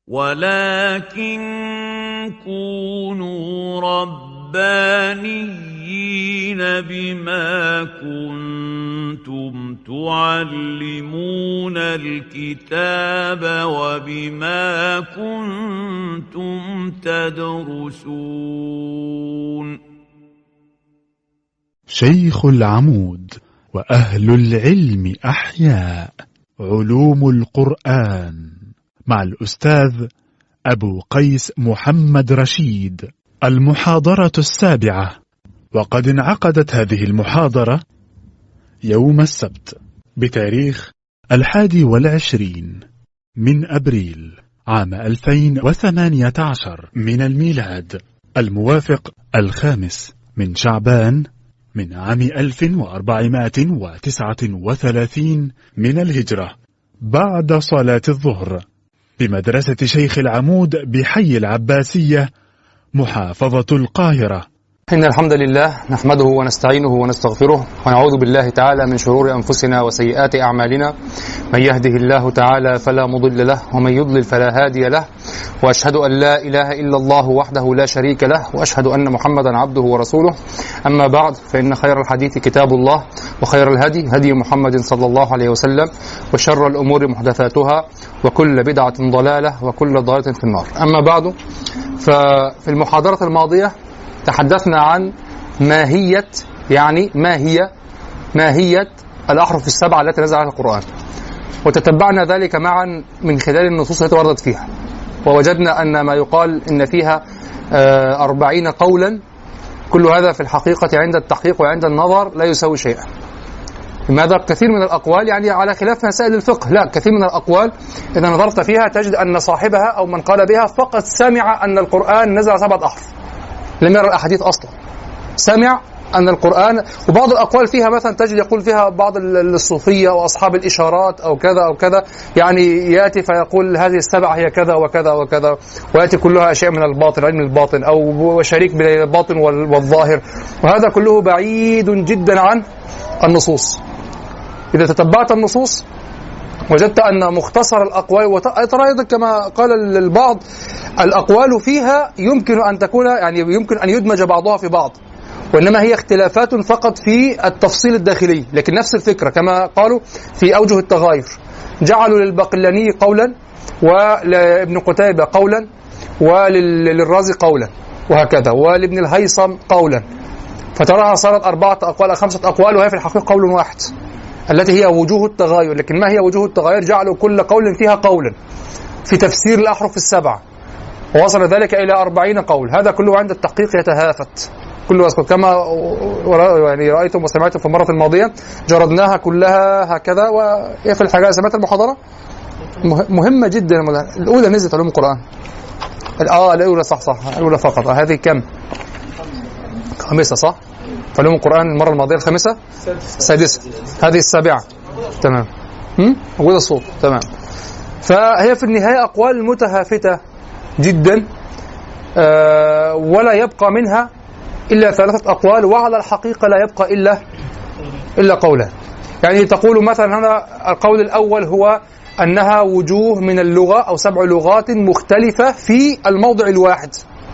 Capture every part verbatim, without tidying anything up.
ولكن كونوا ربانيين بما كنتم تعلمون الكتاب وبما كنتم تدرسون. شيخ العمود وأهل العلم أحياء علوم القرآن مع الأستاذ أبو قيس محمد رشيد. المحاضرة السابعة، وقد انعقدت هذه المحاضرة يوم السبت بتاريخ الحادي والعشرين من أبريل عام ألفين وثمانية عشر من الميلاد، الموافق الخامس من شعبان من عام ألف وأربعمائة وتسعة وثلاثين من الهجرة، بعد صلاة الظهر بمدرسة شيخ العمود بحي العباسية محافظة القاهرة. إن الحمد لله نحمده ونستعينه ونستغفره ونعوذ بالله تعالى من شرور أنفسنا وسيئات أعمالنا، من يهده الله تعالى فلا مضل له ومن يضلل فلا هادي له، وأشهد أن لا إله إلا الله وحده لا شريك له، وأشهد أن محمدا عبده ورسوله. أما بعد، فإن خير الحديث كتاب الله، وخير الهدي هدي محمد صلى الله عليه وسلم، وشر الأمور محدثاتها، وكل بدعة ضلالة، وكل ضلالة في النار. أما بعد، ففي المحاضرة الماضية تحدثنا عن ماهية يعني ما هي ماهية الأحرف السبعة التي نزل عليها القرآن، وتتبعنا ذلك معا من خلال النصوص التي وردت فيها، ووجدنا أن ما يقال إن فيها أربعين قولا، كل هذا في الحقيقة عند التحقيق وعند النظر لا يساوي شيئا. لماذا؟ كثير من الأقوال يعني على خلاف مسائل الفقه، لا، كثير من الأقوال إذا نظرت فيها تجد أن صاحبها أو من قال بها فقط سمع أن القرآن نزل سبعة أحرف، لم يرى الأحاديث أصلا، سمع أن القرآن. وبعض الأقوال فيها مثلا تجد يقول فيها بعض الصوفية وأصحاب الإشارات أو كذا أو كذا، يعني يأتي فيقول هذه السبعة هي كذا وكذا وكذا، ويأتي كلها أشياء من الباطن، علم الباطن أو شريك بين الباطن والظاهر، وهذا كله بعيد جدا عن النصوص. إذا تتبعت النصوص وجدت أن مختصر الأقوال، وترى أيضا كما قال البعض الأقوال فيها يمكن أن تكون يعني يمكن أن يدمج بعضها في بعض، وإنما هي اختلافات فقط في التفصيل الداخلي، لكن نفس الفكرة كما قالوا في أوجه التغاير. جعلوا للباقلاني قولا، ولابن قتيبة قولا، وللرازي قولا، وهكذا، ولابن الهيثم قولا، فتراها صارت أربعة أقوال أو خمسة أقوال، وهي في الحقيقة قول واحد التي هي وجوه التغاير. لكن ما هي وجوه التغاير؟ جعلوا كل قول فيها قولا في تفسير الأحرف السبعة، ووصل ذلك إلى أربعين قول. هذا كله عند التحقيق يتهافت، كله يسقط كما يعني رأيتم وسمعتم في المرة الماضية، جردناها كلها هكذا. وهي في الحاجة سمعت المحاضرة مهمة جدا. الأولى نزلت علوم القرآن، آه الأولى صح صح الأولى فقط. آه هذه كم؟ خامسة صح؟ علوم القرآن المرة الماضية الخامسة، السادسة، هذه السابعة. تمام، موجود الصوت تمام. فهي في النهاية أقوال متهافتة جدا، أه ولا يبقى منها إلا ثلاثة أقوال، وعلى الحقيقة لا يبقى إلا إلا قولان. يعني تقول مثلا هنا القول الأول هو أنها وجوه من اللغة أو سبع لغات مختلفة في الموضع الواحد،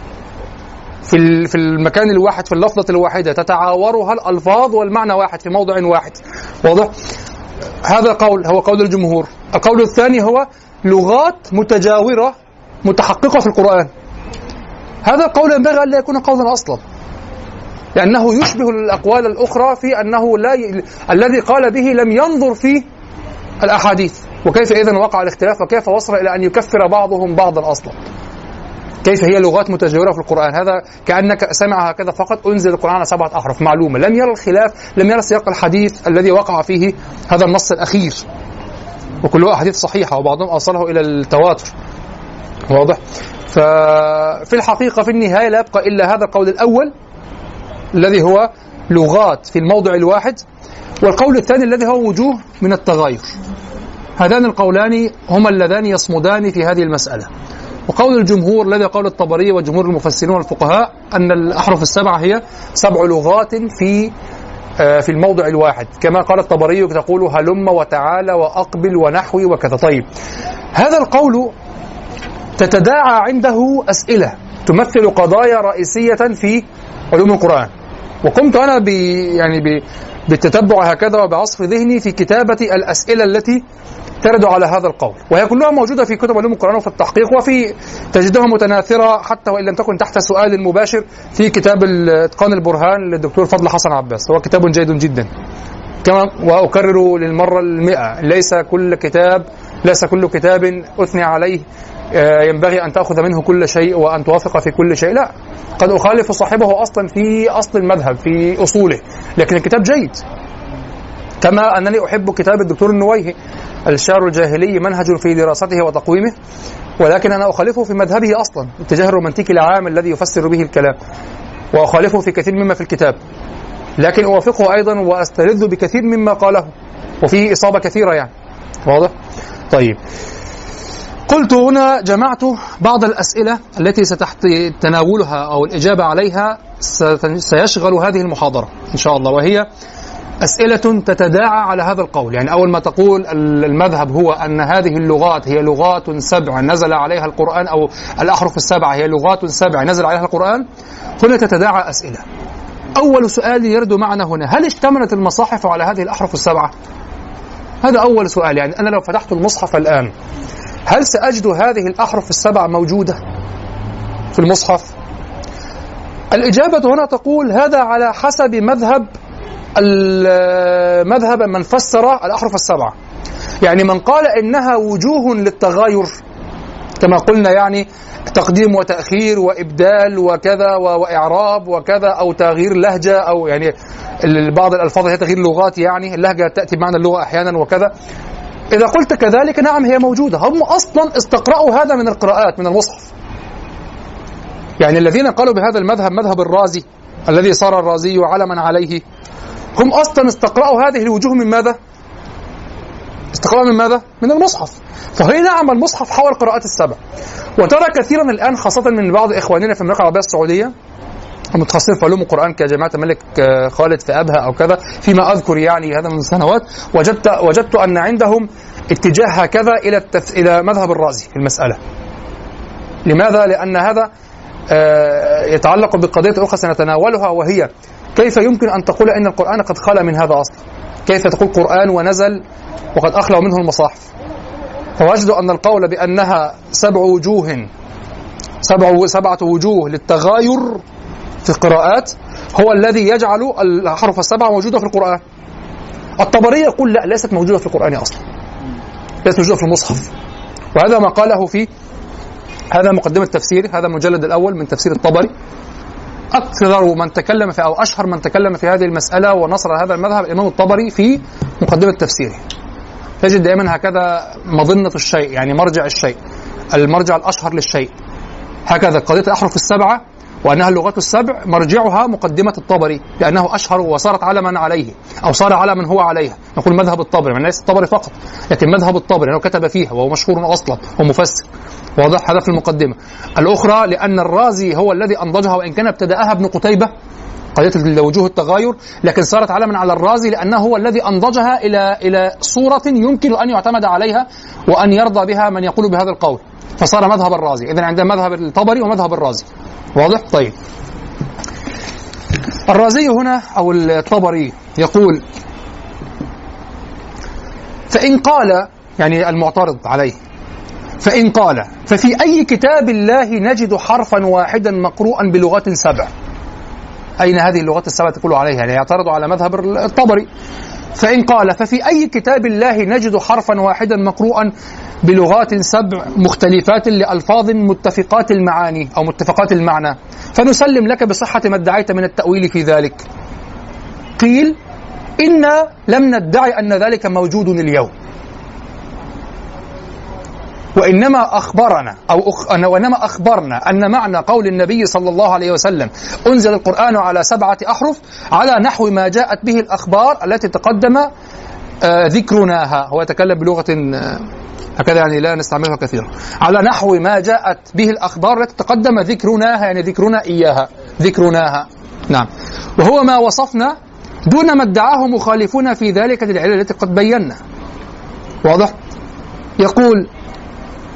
في في المكان الواحد، في اللفظة الواحدة، تتعاورها الألفاظ والمعنى واحد في موضع واحد. واضح؟ هذا قول هو قول الجمهور. القول الثاني هو لغات متجاورة متحققة في القرآن. هذا القول ينبغي أن لا يكون قولا أصلا، لأنه يشبه الأقوال الأخرى في أنه لا ي... الذي قال به لم ينظر في الأحاديث، وكيف إذن وقع الاختلاف، وكيف وصل إلى أن يكفر بعضهم بعضا أصلا. كيف هي لغات متجاورة في القرآن؟ هذا كأنك سمع هكذا فقط أنزل القرآن على سبعة أحرف، معلومة، لم يرى الخلاف، لم يرى سياق الحديث الذي وقع فيه هذا النص الأخير، وكله أحاديث صحيحة وبعضهم أوصله إلى التواتر. واضح؟ ففي الحقيقة في النهاية لا يبقى إلا هذا القول الأول الذي هو لغات في الموضع الواحد، والقول الثاني الذي هو وجوه من التغاير. هذان القولان هما اللذان يصمدان في هذه المسألة. وقول الجمهور الذي قول الطبري وجمهور المفسرين والفقهاء أن الأحرف السبعة هي سبع لغات في في الموضع الواحد، كما قال الطبري تقول هلم وتعالى وأقبل ونحوي وكذا. طيب، هذا القول تتداعى عنده أسئلة تمثل قضايا رئيسية في علوم القرآن. وقمت أنا ب يعني ب بالتتبع هكذا وبعصف ذهني في كتابة الأسئلة التي ترد على هذا القول، وهي كلها موجودة في كتب علوم القرآن وفي التحقيق، وفي تجدها متناثرة حتى وإن لم تكن تحت سؤال مباشر في كتاب إتقان البرهان للدكتور فضل حسن عباس. هو كتاب جيد جدا كما وأكرر للمرة المئة، ليس كل كتاب ليس كل كتاب أثني عليه ينبغي أن تأخذ منه كل شيء وأن توافق في كل شيء، لا، قد أخالف صاحبه أصلا في أصل المذهب في أصوله، لكن الكتاب جيد. كما أنني أحب كتاب الدكتور النويهي الشعر الجاهلي منهج في دراسته وتقويمه، ولكن أنا أخالفه في مذهبه أصلا، الاتجاه الرومانتيكي العام الذي يفسر به الكلام، وأخالفه في كثير مما في الكتاب، لكن أوافقه أيضا وأستلذ بكثير مما قاله، وفيه إصابة كثيرة يعني. واضح؟ طيب، قلت هنا جمعت بعض الأسئلة التي ستحت تناولها أو الإجابة عليها سيشغل هذه المحاضرة إن شاء الله، وهي أسئلة تتداعى على هذا القول. يعني أول ما تقول المذهب هو أن هذه اللغات هي لغات سبع نزل عليها القرآن، أو الأحرف السبعة هي لغات سبع نزل عليها القرآن، هنا تتداعى أسئلة. أول سؤال يرد معنا هنا: هل اشتملت المصاحف على هذه الأحرف السبعة؟ هذا أول سؤال. يعني أنا لو فتحت المصحف الآن هل سأجد هذه الأحرف السبع موجودة في المصحف؟ الإجابة هنا تقول هذا على حسب مذهب المذهب من فسر الأحرف السبعة. يعني من قال إنها وجوه للتغاير كما قلنا، يعني تقديم وتأخير وإبدال وكذا وإعراب وكذا، أو تغيير لهجة، أو يعني بعض الألفاظ هي تغيير لغات، يعني اللهجة تأتي بمعنى اللغة أحيانا وكذا. إذا قلت كذلك نعم هي موجودة. هم أصلا استقرأوا هذا من القراءات من المصحف. يعني الذين قالوا بهذا المذهب مذهب الرازي الذي صار الرازي علما عليه، هم أصلا استقرأوا هذه الوجوه من ماذا؟ استقرأوا من ماذا؟ من المصحف. فهي نعم المصحف حوى القراءات السبع. وترى كثيرا الآن خاصة من بعض إخواننا في المملكة العربية السعودية المتخصصين في علوم القرآن كجماعة الملك خالد في أبها أو كذا، فيما أذكر يعني هذا من سنوات، وجدت وجدت أن عندهم اتجاه هكذا إلى التف... إلى مذهب الرازي في المسألة. لماذا؟ لأن هذا يتعلق بقضية أخرى سنتناولها، وهي كيف يمكن أن تقول إن القرآن قد خلا من هذا أصلا؟ كيف تقول قرآن ونزل وقد أخلوا منه المصاحف؟ فوجد أن القول بأنها سبع وجوه سبع سبعة وجوه للتغاير في القراءات هو الذي يجعل الحرف السبعة موجودة في القرآن. الطبري يقول لا، ليست موجودة في القرآن أصلا، ليست موجودة في المصحف. وهذا ما قاله في هذا مقدمة تفسير، هذا المجلد الأول من تفسير الطبري. أكثر من تكلم في أو أشهر من تكلم في هذه المسألة ونصر هذا المذهب الإمام الطبري في مقدمة تفسيره. تجد دائما هكذا مظنة الشيء، يعني مرجع الشيء، المرجع الأشهر للشيء. هكذا قضية الأحرف السبعة وأنها اللغات السبع مرجعها مقدمة الطبري، لأنه أشهر وصارت علما عليه، أو صار علما هو عليها. نقول مذهب الطبري، من ليس الطبري فقط، لكن مذهب الطبري لأنه كتب فيها وهو مشهور أصلا ومفسر. واضح؟ هذا في المقدمة. الأخرى لأن الرازي هو الذي أنضجها، وإن كان ابتدأها ابن قتيبة قضية وجوه التغاير، لكن صارت علما على الرازي لأنه هو الذي أنضجها إلى إلى صورة يمكن أن يعتمد عليها وأن يرضى بها من يقول بهذا القول، فصار مذهب الرازي. إذن عندنا مذهب الطبري ومذهب الرازي. واضح؟ طيب، الرازي هنا أو الطبري يقول: فإن قال، يعني المعترض عليه، فإن قال ففي أي كتاب الله نجد حرفا واحدا مقروءا بلغات سبع؟ أين هذه اللغات السبع تقول عليها؟ يعني يعترضوا على مذهب الطبري. فإن قال ففي أي كتاب الله نجد حرفا واحدا مقروءا بلغات سبع مختلفات لألفاظ متفقات المعاني أو متفقات المعنى، فنسلم لك بصحة ما ادعيت من التأويل في ذلك. قيل: إنا لم ندعي أن ذلك موجود اليوم، وإنما أخبرنا أو أخ... وإنما أخبرنا أن معنى قول النبي صلى الله عليه وسلم أنزل القرآن على سبعة أحرف على نحو ما جاءت به الأخبار التي تقدم آه ذكرناها. هو يتكلم بلغة آه هكذا يعني لا نستعملها كثيرا. على نحو ما جاءت به الأخبار التي تقدم ذكرناها، يعني ذكرنا إياها، ذكرناها. نعم. وهو ما وصفنا دون ما ادعاه مخالفون في ذلك للعلة التي قد بينا. واضح؟ يقول: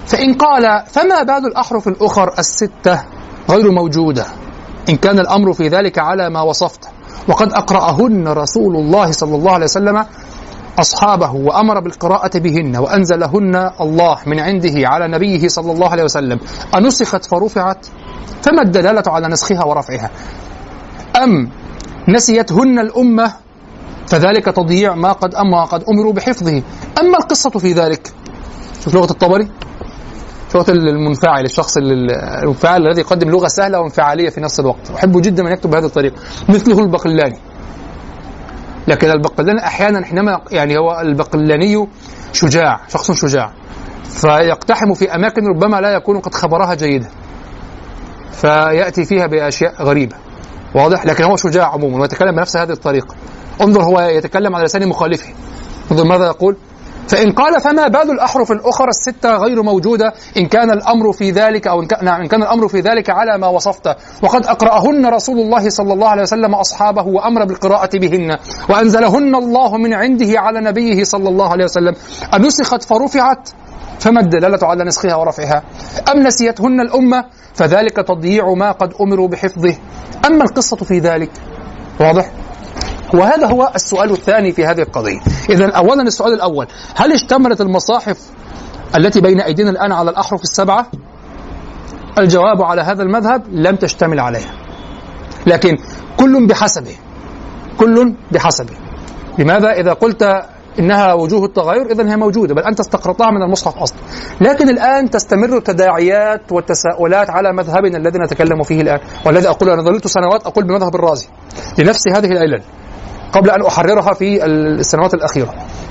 فإن قال فما بال الأحرف الأخر الستة غير موجودة إن كان الأمر في ذلك على ما وصفته وقد أقرأهن رسول الله صلى الله عليه وسلم أصحابه وأمر بالقراءة بهن وأنزلهن الله من عنده على نبيه صلى الله عليه وسلم أنسخت فرفعت فما الدلالة على نسخها ورفعها؟ أم نسيتهن الأمة فذلك تضييع ما قد أما قد أمروا بحفظه. أما القصة في ذلك، شوف لغة الطبري، لغة المنفعل، الشخص المنفعل الذي يقدم لغة سهلة وانفعالية في نفس الوقت، أحب جدا من يكتب بهذه الطريقة، مثله البقلاني. لكن البقلاني أحيانا حينما يعني هو البقلاني شجاع، شخص شجاع، فيقتحم في أماكن ربما لا يكون قد خبرها جيدا، فيأتي فيها بأشياء غريبة، واضح؟ لكن هو شجاع عموما ويتكلم بنفس هذه الطريقة. انظر هو يتكلم على لسان مخالفه، انظر ماذا يقول: فإن قال فما بال الأحرف الأخرى الستة غير موجودة إن كان الأمر في ذلك أو إن كان, نعم إن كان الأمر في ذلك على ما وصفته وقد أقرأهن رسول الله صلى الله عليه وسلم أصحابه وأمر بالقراءة بهن وأنزلهن الله من عنده على نبيه صلى الله عليه وسلم أنسخت فرفعت فما الدلالة على نسخها ورفعها؟ أم نسيتهن الأمة فذلك تضييع ما قد أمروا بحفظه. أما القصة في ذلك، واضح؟ وهذا هو السؤال الثاني في هذه القضية. إذن أولا السؤال الأول: هل اشتملت المصاحف التي بين أيدينا الآن على الأحرف السبعة؟ الجواب على هذا المذهب: لم تشتمل عليها، لكن كل بحسبه، كل بحسبه. لماذا؟ إذا قلت إنها وجوه التغير إذن هي موجودة، بل أنت استقرطها من المصحف أصلا. لكن الآن تستمر التداعيات والتساؤلات على مذهبنا الذي نتكلم فيه الآن، والذي أقول أنا ظللت سنوات أقول بمذهب الرازي لنفس هذه العلل قبل أن أحررها في السنوات الأخيرة.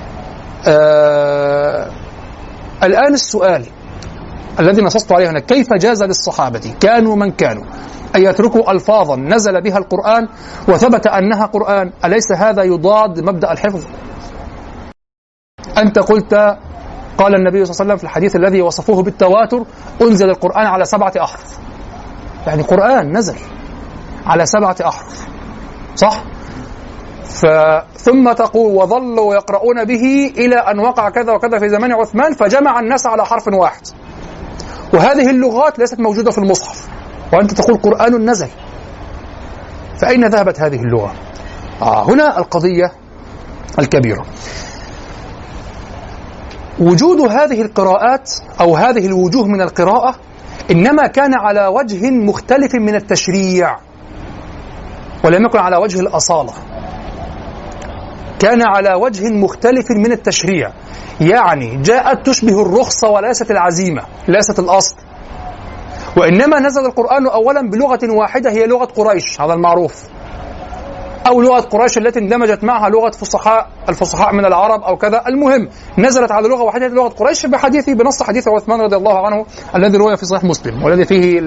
آه الآن السؤال الذي نصصت عليه هنا: كيف جاز للصحابة كانوا من كانوا أن يتركوا ألفاظا نزل بها القرآن وثبت أنها قرآن؟ أليس هذا يضاد مبدأ الحفظ؟ أنت قلت قال النبي صلى الله عليه وسلم في الحديث الذي وصفوه بالتواتر: أنزل القرآن على سبعة أحرف، يعني قرآن نزل على سبعة أحرف، صح؟ ثم تقول وظلوا يقرؤون به إلى أن وقع كذا وكذا في زمان عثمان فجمع الناس على حرف واحد، وهذه اللغات ليست موجودة في المصحف، وأنت تقول قرآن نزل. فأين ذهبت هذه اللغة؟ آه هنا القضية الكبيرة. وجود هذه القراءات أو هذه الوجوه من القراءة إنما كان على وجه مختلف من التشريع، ولم يكن على وجه الأصالة، كان على وجه مختلف من التشريع، يعني جاءت تشبه الرخصة وليست العزيمة، ليست الأصل. وإنما نزل القرآن أولا بلغة واحدة هي لغة قريش، هذا المعروف، أو لغة قريش التي اندمجت معها لغة فصحاء الفصحاء من العرب أو كذا، المهم نزلت على لغة واحدة لغة قريش بحديث بنص حديث عثمان رضي الله عنه الذي روى في صحيح مسلم، والذي فيه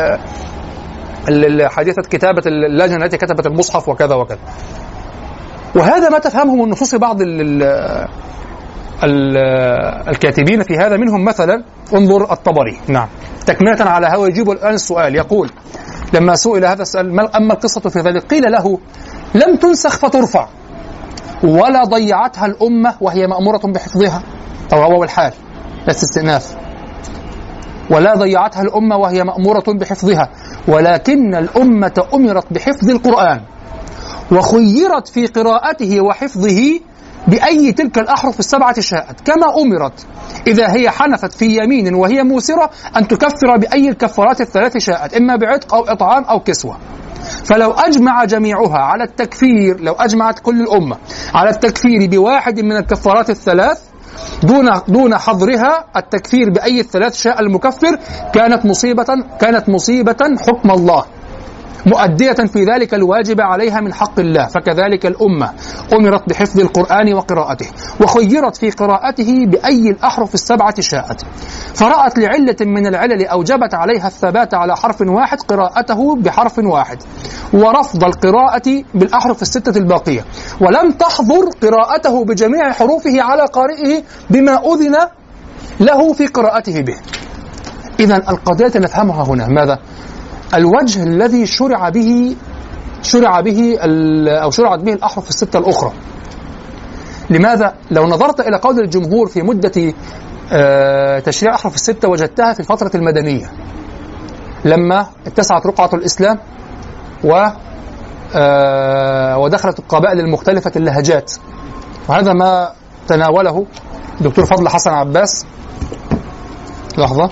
حادثة كتابة اللجنة التي كتبت المصحف وكذا وكذا. وهذا ما تفهمه من نصوص بعض ال ال ال الكاتبين في هذا، منهم مثلا انظر الطبري، نعم، تكملة على هو يجيب الآن السؤال، يقول لما سئل هذا السؤال: أما القصة في ذلك؟ قيل له: لم تنسخ فترفع ولا ضيعتها الأمة وهي مأمورة بحفظها، أو هو الحال الاستئناف، ولا ضيعتها الأمة وهي مأمورة بحفظها، ولكن الأمة أمرت بحفظ القرآن وخيرت في قراءته وحفظه بأي تلك الأحرف السبعة شاءت، كما أمرت إذا هي حنفت في يمين وهي موسرة أن تكفر بأي الكفارات الثلاث شاءت، إما بعتق أو إطعام أو كسوة. فلو أجمع جميعها على التكفير، لو أجمعت كل الأمة على التكفير بواحد من الكفارات الثلاث دون دون حظرها التكفير بأي الثلاث شاء المكفر، كانت مصيبة كانت مصيبة حكم الله، مؤدية في ذلك الواجب عليها من حق الله. فكذلك الأمة أمرت بحفظ القرآن وقراءته وخيرت في قراءته بأي الأحرف السبعة شاءت، فرأت لعلة من العلل أوجبت عليها الثبات على حرف واحد قراءته بحرف واحد، ورفض القراءة بالأحرف الستة الباقية، ولم تحضر قراءته بجميع حروفه على قارئه بما أذن له في قراءته به. إذن القضية نفهمها هنا ماذا؟ الوجه الذي شرع به شرع به أو شرعت به الأحرف الستة الأخرى. لماذا؟ لو نظرت إلى قول الجمهور في مدة آه تشريع الأحرف الستة وجدتها في الفترة المدنية لما اتسعت رقعة الإسلام و آه ودخلت القبائل المختلفة اللهجات، وهذا ما تناوله الدكتور فضل حسن عباس. لحظة.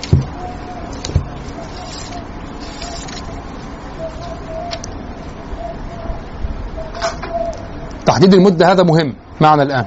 تحديد المدة هذا مهم معنا الآن.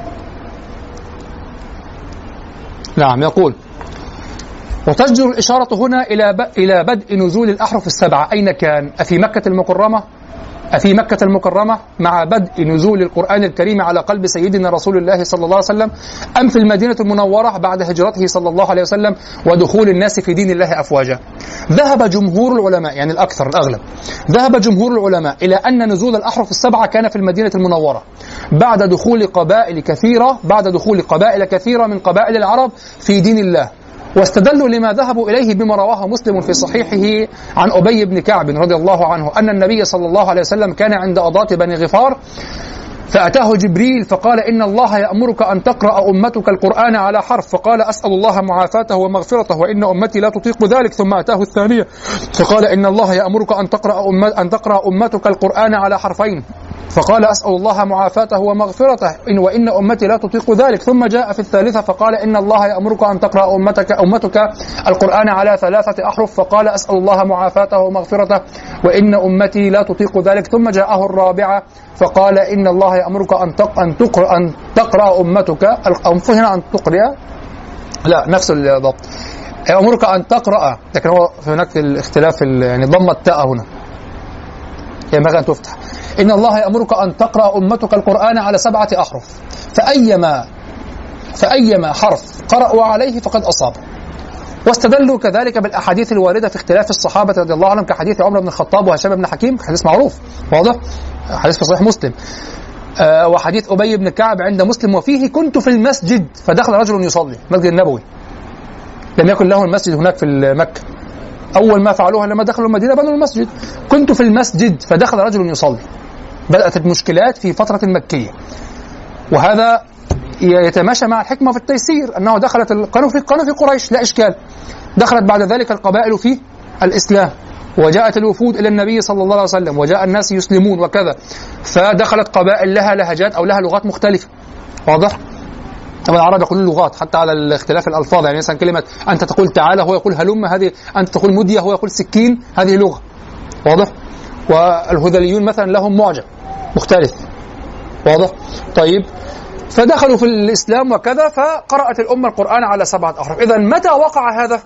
نعم، يقول: وتجدر الإشارة هنا إلى إلى بدء نزول الأحرف السبعة. أين كان؟ أفي مكة المكرمة؟ أفي مكة المكرمة مع بدء نزول القرآن الكريم على قلب سيدنا رسول الله صلى الله عليه وسلم، أم في المدينة المنورة بعد هجرته صلى الله عليه وسلم ودخول الناس في دين الله أفواجا؟ ذهب جمهور العلماء، يعني الأكثر الأغلب، ذهب جمهور العلماء إلى أن نزول الأحرف السبعة كان في المدينة المنورة بعد دخول قبائل كثيرة بعد دخول قبائل كثيرة من قبائل العرب في دين الله، واستدلوا لما ذهبوا إليه بما رواه مسلم في صحيحه عن أبي بن كعب رضي الله عنه أن النبي صلى الله عليه وسلم كان عند أضاة بني غفار فأتاه جبريل فقال: إن الله يأمرك أن تقرأ أمتك القرآن على حرف، فقال: أسأل الله معافاته ومغفرته وإن أمتي لا تطيق ذلك. ثم أتاه الثانية فقال: إن الله يأمرك أن تقرأ أمت أن تقرأ أمتك القرآن على حرفين، فقال: أسأل الله معافاته ومغفرته إن وإن أمتي لا تطيق ذلك. ثم جاء في الثالثة فقال: إن الله يأمرك أن تقرأ أمتك أمتك القرآن على ثلاثة أحرف، فقال: أسأل الله معافاته ومغفرته وإن أمتي لا تطيق ذلك. ثم جاءه الرابعة فقال: إن الله يأمرك أن أن تقرأ أن تقرأ أمتك هنا أن تقرأ لا نفس الضبط يأمرك أن تقرأ، لكن هو هناك الاختلاف يعني ضم التاء هنا ينبغي أن تفتح. إن الله يأمرك أن تقرأ أمتك القرآن على سبعة أحرف، فأيما فأيما حرف قرأوا عليه فقد أصاب. واستدلوا كذلك بالأحاديث الواردة في اختلاف الصحابة رضي الله عنهم كحديث عمر بن الخطاب وهشام بن حكيم، حديث معروف واضح، حديث في صحيح مسلم، أه وحديث أبي بن كعب عند مسلم وفيه: كنت في المسجد فدخل رجل يصلي، المسجد النبوي لم يكن له المسجد هناك في مكة، أول ما فعلوها لما دخلوا المدينة بنوا المسجد. كنت في المسجد فدخل رجل يصلي. بدأت المشكلات في فترة مكية، وهذا يتماشى مع الحكمة في التيسير، أنه دخلت القانون في القانون في قريش لا إشكال، دخلت بعد ذلك القبائل في الإسلام، وجاءت الوفود إلى النبي صلى الله عليه وسلم وجاء الناس يسلمون وكذا، فدخلت قبائل لها لهجات أو لها لغات مختلفة. واضح؟ طبعا العرب يقولون لغات حتى على الاختلاف الألفاظ، يعني مثلا كلمة أنت تقول تعالى هو يقول هلم، هذه أنت تقول مدية هو يقول سكين، هذه لغة. واضح؟ والهذليون مثلا لهم معجم مختلف. واضح؟ طيب، فدخلوا في الإسلام وكذا، فقرأت الأمة القرآن على سبعة أحرف. إذن متى وقع هذا؟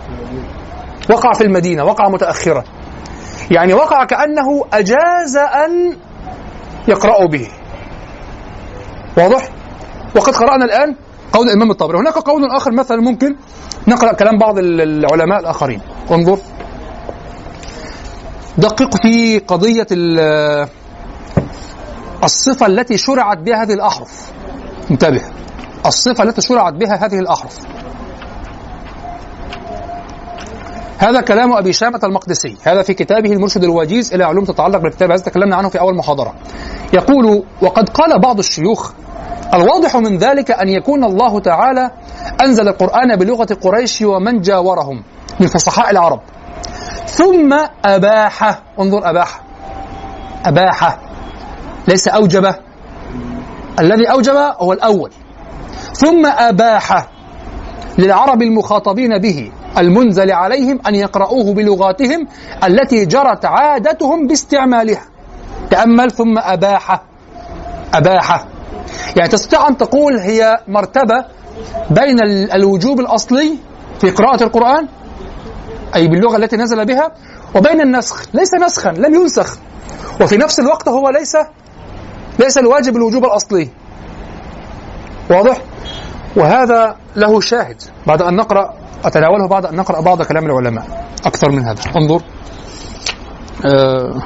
وقع في المدينة، وقع متأخرا، يعني وقع كأنه أجاز أن يقرأوا به. واضح؟ وقد قرأنا الآن قول الإمام الطبري. هناك قول آخر مثلا ممكن نقرأ كلام بعض العلماء الآخرين. انظر، دقق في قضية الصفة التي شرعت بها هذه الأحرف. انتبه، الصفة التي شرعت بها هذه الأحرف. هذا كلام أبي شامة المقدسي، هذا في كتابه المرشد الوجيز إلى علوم تتعلق بالكتاب، هذا تكلمنا عنه في أول محاضرة. يقول: وقد قال بعض الشيوخ: الواضح من ذلك أن يكون الله تعالى أنزل القرآن بلغة قريش ومن جاورهم من فصحاء العرب، ثم أباح. انظر، أباح أباح ليس أوجب، الذي أوجب هو الأول. ثم أباح للعرب المخاطبين به المنزل عليهم أن يقرؤوه بلغاتهم التي جرت عادتهم باستعمالها. تأمل، ثم أباح أباح يعني تستطيع أن تقول هي مرتبة بين الوجوب الأصلي في قراءة القرآن أي باللغة التي نزل بها، وبين النسخ، ليس نسخا لم ينسخ، وفي نفس الوقت هو ليس ليس الواجب الوجوب الأصلي. واضح؟ وهذا له شاهد بعد أن نقرأ، أتناوله بعد أن نقرأ بعض كلام العلماء أكثر من هذا. انظر، آه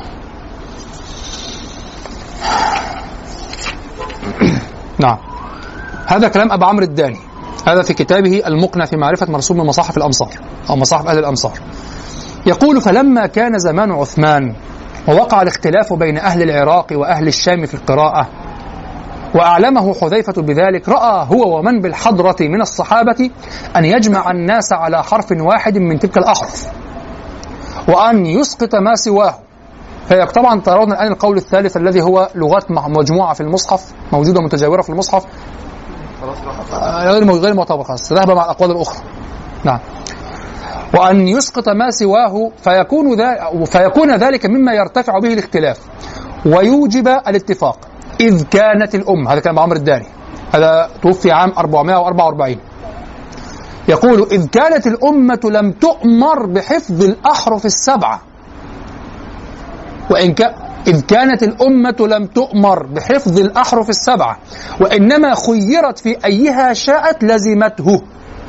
نعم، هذا كلام أبو عمرو الداني، هذا في كتابه المقنع في معرفة مرسوم مصاحف الأمصار أو مصاحف أهل الأمصار. يقول: فلما كان زمان عثمان ووقع الاختلاف بين أهل العراق وأهل الشام في القراءة، وأعلمه حذيفة بذلك، رأى هو ومن بالحضرة من الصحابة أن يجمع الناس على حرف واحد من تلك الأحرف وأن يسقط ما سواه. فطبعا ترون الآن القول الثالث الذي هو لغات مجموعة في المصحف موجودة متجاورة في المصحف غير معتبر، خلاص ذهب مع الأقوال الأخرى. نعم. وأن يسقط ما سواه فيكون, ذا فيكون ذلك مما يرتفع به الاختلاف ويوجب الاتفاق. إذ كانت الأمة، هذا كان عمرو الداري، هذا توفي عام أربعمائة وأربعة وأربعين، يقول: إذ كانت الأمة لم تؤمر بحفظ الأحرف السبعة، وإن كان إذ كانت الأمة لم تؤمر بحفظ الأحرف السبعة وإنما خيرت في أيها شاءت لزمته،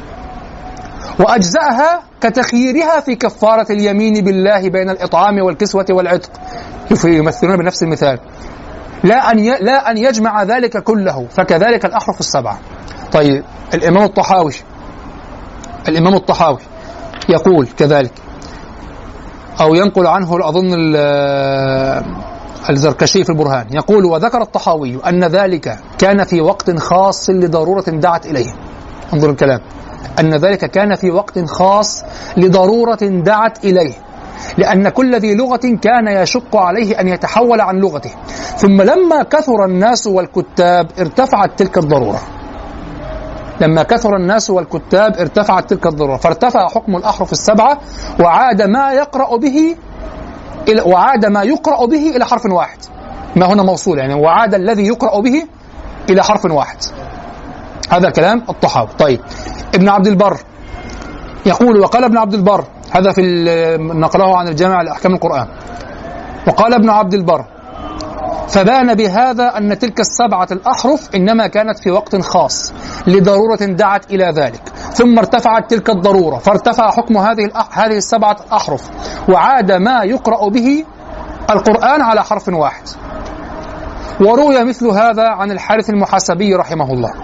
وأجزأها كتخييرها في كفارة اليمين بالله بين الإطعام والكسوة والعتق. يمثلون بنفس المثال، لا أن لا أن يجمع ذلك كله، فكذلك الأحرف السبعة. طيب الإمام الطحاوي الإمام الطحاوي يقول كذلك، أو ينقل عنه أظن الزركشي في البرهان، يقول: وذكر الطحاوي أن ذلك كان في وقت خاص لضرورة دعت إليه. انظر الكلام، أن ذلك كان في وقت خاص لضرورة دعت إليه، لأن كل ذي لغة كان يشق عليه أن يتحول عن لغته، ثم لما كثر الناس والكتاب ارتفعت تلك الضرورة لما كثر الناس والكتاب ارتفعت تلك الضرورة فارتفع حكم الأحرف السبعة، وعاد ما يقرأ به إلى وعاد ما يقرأ به إلى حرف واحد. ما هنا موصول، يعني وعاد الذي يقرأ به إلى حرف واحد. هذا كلام الطحاوي. طيب ابن عبد البر يقول: وقال ابن عبد البر، هذا في نقله عن الجامع لأحكام القرآن، وقال ابن عبد البر: فبان بهذا أن تلك السبعة الأحرف إنما كانت في وقت خاص لضرورة دعت إلى ذلك، ثم ارتفعت تلك الضرورة فارتفع حكم هذه هذه السبعة الأحرف، وعاد ما يقرأ به القرآن على حرف واحد. وروي مثل هذا عن الحارث المحاسبي رحمه الله.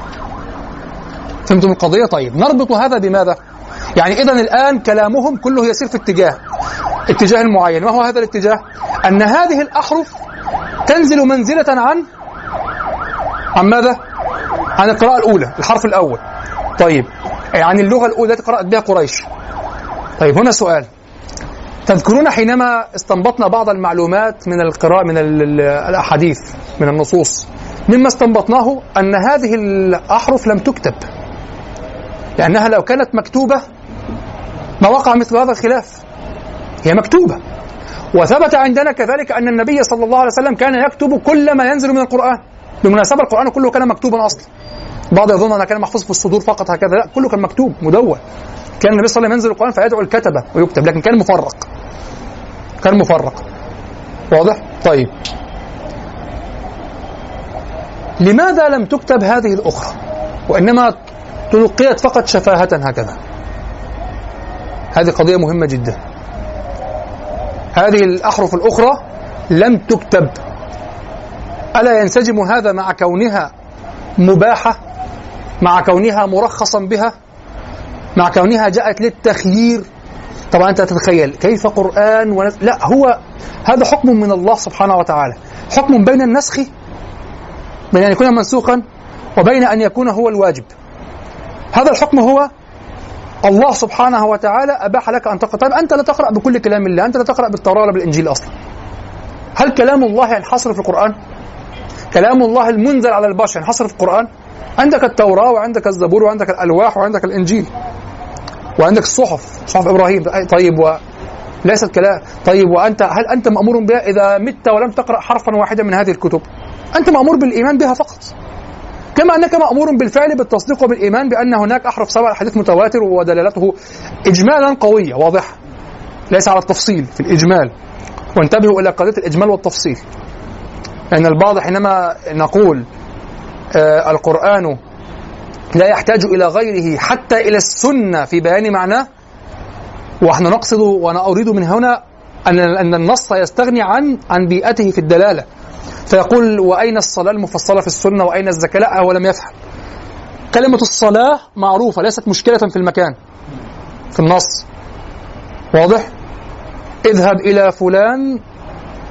فهمتم القضية؟ طيب نربط هذا بماذا؟ يعني إذن الآن كلامهم كله يسير في اتجاه اتجاه معين. ما هو هذا الاتجاه؟ أن هذه الأحرف تنزل منزلة عن عن ماذا؟ عن القراءة الأولى، الحرف الأول. طيب عن اللغة الأولى التي قرأت بها قريش. طيب هنا سؤال، تذكرون حينما استنبطنا بعض المعلومات من القراءة من الأحاديث من النصوص، مما استنبطناه أن هذه الأحرف لم تكتب، لأنها لو كانت مكتوبة ما وقع مثل هذا الخلاف. هي مكتوبة، وثبت عندنا كذلك أن النبي صلى الله عليه وسلم كان يكتب كل ما ينزل من القرآن. بالمناسبة القرآن كله كان مكتوبا أصلا، بعض يظن أنه كان محفوظ في الصدور فقط هكذا، لا، كله كان مكتوب مدون. كان النبي صلى الله عليه وسلم ينزل القرآن فيدعو الكتبة ويكتب، لكن كان مفرق كان مفرق واضح؟ طيب لماذا لم تكتب هذه الأخرى وإنما تلقيت فقط شفاهة هكذا؟ هذه قضية مهمة جدا. هذه الأحرف الأخرى لم تكتب، ألا ينسجم هذا مع كونها مباحة، مع كونها مرخصا بها، مع كونها جاءت للتخيير؟ طبعا أنت تتخيل كيف قرآن ونس... لا، هو هذا حكم من الله سبحانه وتعالى، حكم بين النسخ، بين أن يكون منسوخا وبين أن يكون هو الواجب. هذا الحكم هو الله سبحانه وتعالى أباح لك أن تقرأ. طيب أنت لا تقرأ بكل كلام الله، أنت لا تقرأ بالتوراة ولا بالإنجيل أصلا. هل كلام الله ينحصر في القرآن؟ كلام الله المنزل على البشر ينحصر في القرآن؟ عندك التوراة وعندك الزبور وعندك الألواح وعندك الإنجيل وعندك الصحف، صحف إبراهيم. طيب وليست كلام. طيب وأنت هل أنت مأمور بها إذا مت ولم تقرأ حرفا واحدا من هذه الكتب؟ أنت مأمور بالإيمان بها فقط، كما أنك مأمور بالفعل بالتصديق وبالإيمان بأن هناك أحرف سبع حديث متواتر ودلالته إجمالا قوية واضحة، ليس على التفصيل في الإجمال. وانتبهوا إلى قضية الإجمال والتفصيل، لأن البعض حينما نقول آه القرآن لا يحتاج إلى غيره حتى إلى السنة في بيان معناه، ونحن نقصد وأنا أريد من هنا أن أن النص يستغني عن عن بيئته في الدلالة، فيقول وأين الصلاة المفصلة في السنة وأين الزكاة؟ لا، هو لم يفهم. كلمة الصلاة معروفة، ليست مشكلة في المكان في النص، واضح؟ اذهب إلى فلان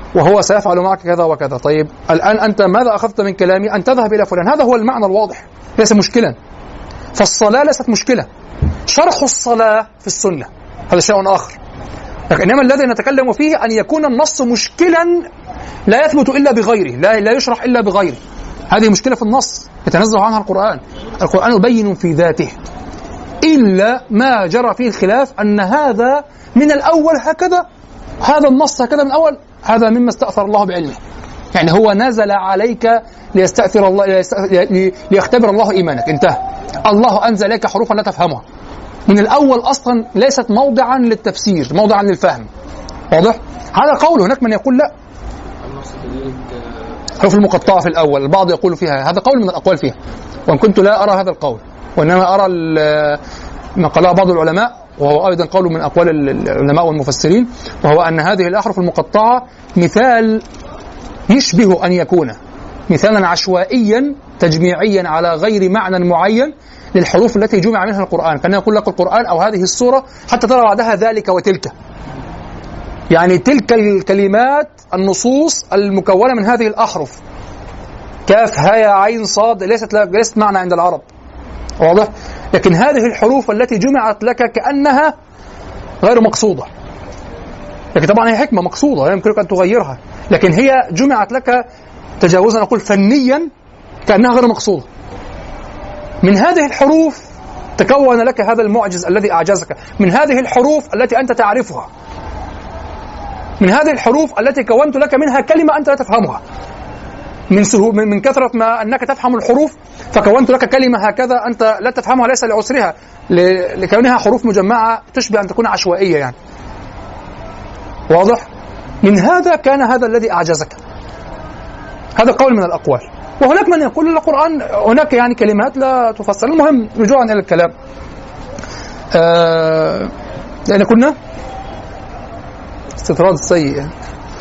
وهو سيفعل معك كذا وكذا. طيب الآن أنت ماذا أخذت من كلامي؟ أن تذهب إلى فلان. هذا هو المعنى الواضح، ليس مشكلا. فالصلاة ليست مشكلة، شرح الصلاة في السنة هذا شيء آخر. إنما الذي نتكلم فيه أن يكون النص مشكلا لا يثبت إلا بغيره، لا, لا يشرح إلا بغيره. هذه مشكلة في النص يتنزه عنها القرآن. القرآن بين في ذاته، إلا ما جرى فيه الخلاف أن هذا من الأول هكذا، هذا النص هكذا من الأول، هذا مما استأثر الله بعلمه. يعني هو نزل عليك ليستأثر الله، ليختبر الله إيمانك، انتهى. الله أنزل لك حروفا لا تفهمها من الأول، أصلا ليست موضعا للتفسير، موضعا للفهم. واضح؟ هذا قول. هناك من يقول لا، حروف المقطعة في الأول، البعض يقول فيها، هذا قول من الأقوال فيها، وإن كنت لا أرى هذا القول، وإنما أرى ما قاله بعض العلماء، وهو أيضا قول من أقوال العلماء والمفسرين، وهو أن هذه الأحرف المقطعة مثال يشبه أن يكون مثالا عشوائيا تجميعيا على غير معنى معين للحروف التي جمع منها القرآن. كان يقول لك القرآن أو هذه السورة حتى ترى بعدها ذلك وتلك، يعني تلك الكلمات النصوص المكونة من هذه الأحرف، كاف هاء عين صاد، ليست ليست معنى عند العرب. واضح؟ لكن هذه الحروف التي جمعت لك كأنها غير مقصودة، لكن طبعا هي حكمة مقصودة لا يمكنك أن تغيرها، لكن هي جمعت لك تجاوزا نقول فنيا كأنها غير مقصودة. من هذه الحروف تكون لك هذا المعجز الذي أعجزك، من هذه الحروف التي أنت تعرفها، من هذه الحروف التي كونت لك منها كلمة أنت لا تفهمها، من سهو من, من كثرة ما أنك تفهم الحروف فكونت لك كلمة هكذا أنت لا تفهمها، ليس لعسرها، لكونها حروف مجمعة تشبه أن تكون عشوائية يعني. واضح؟ من هذا كان هذا الذي أعجزك. هذا قول من الأقوال. وهناك من يقول القرآن هناك يعني كلمات لا تفسر. المهم رجوعا إلى الكلام، آه لأن كنا استطراد السيء يعني.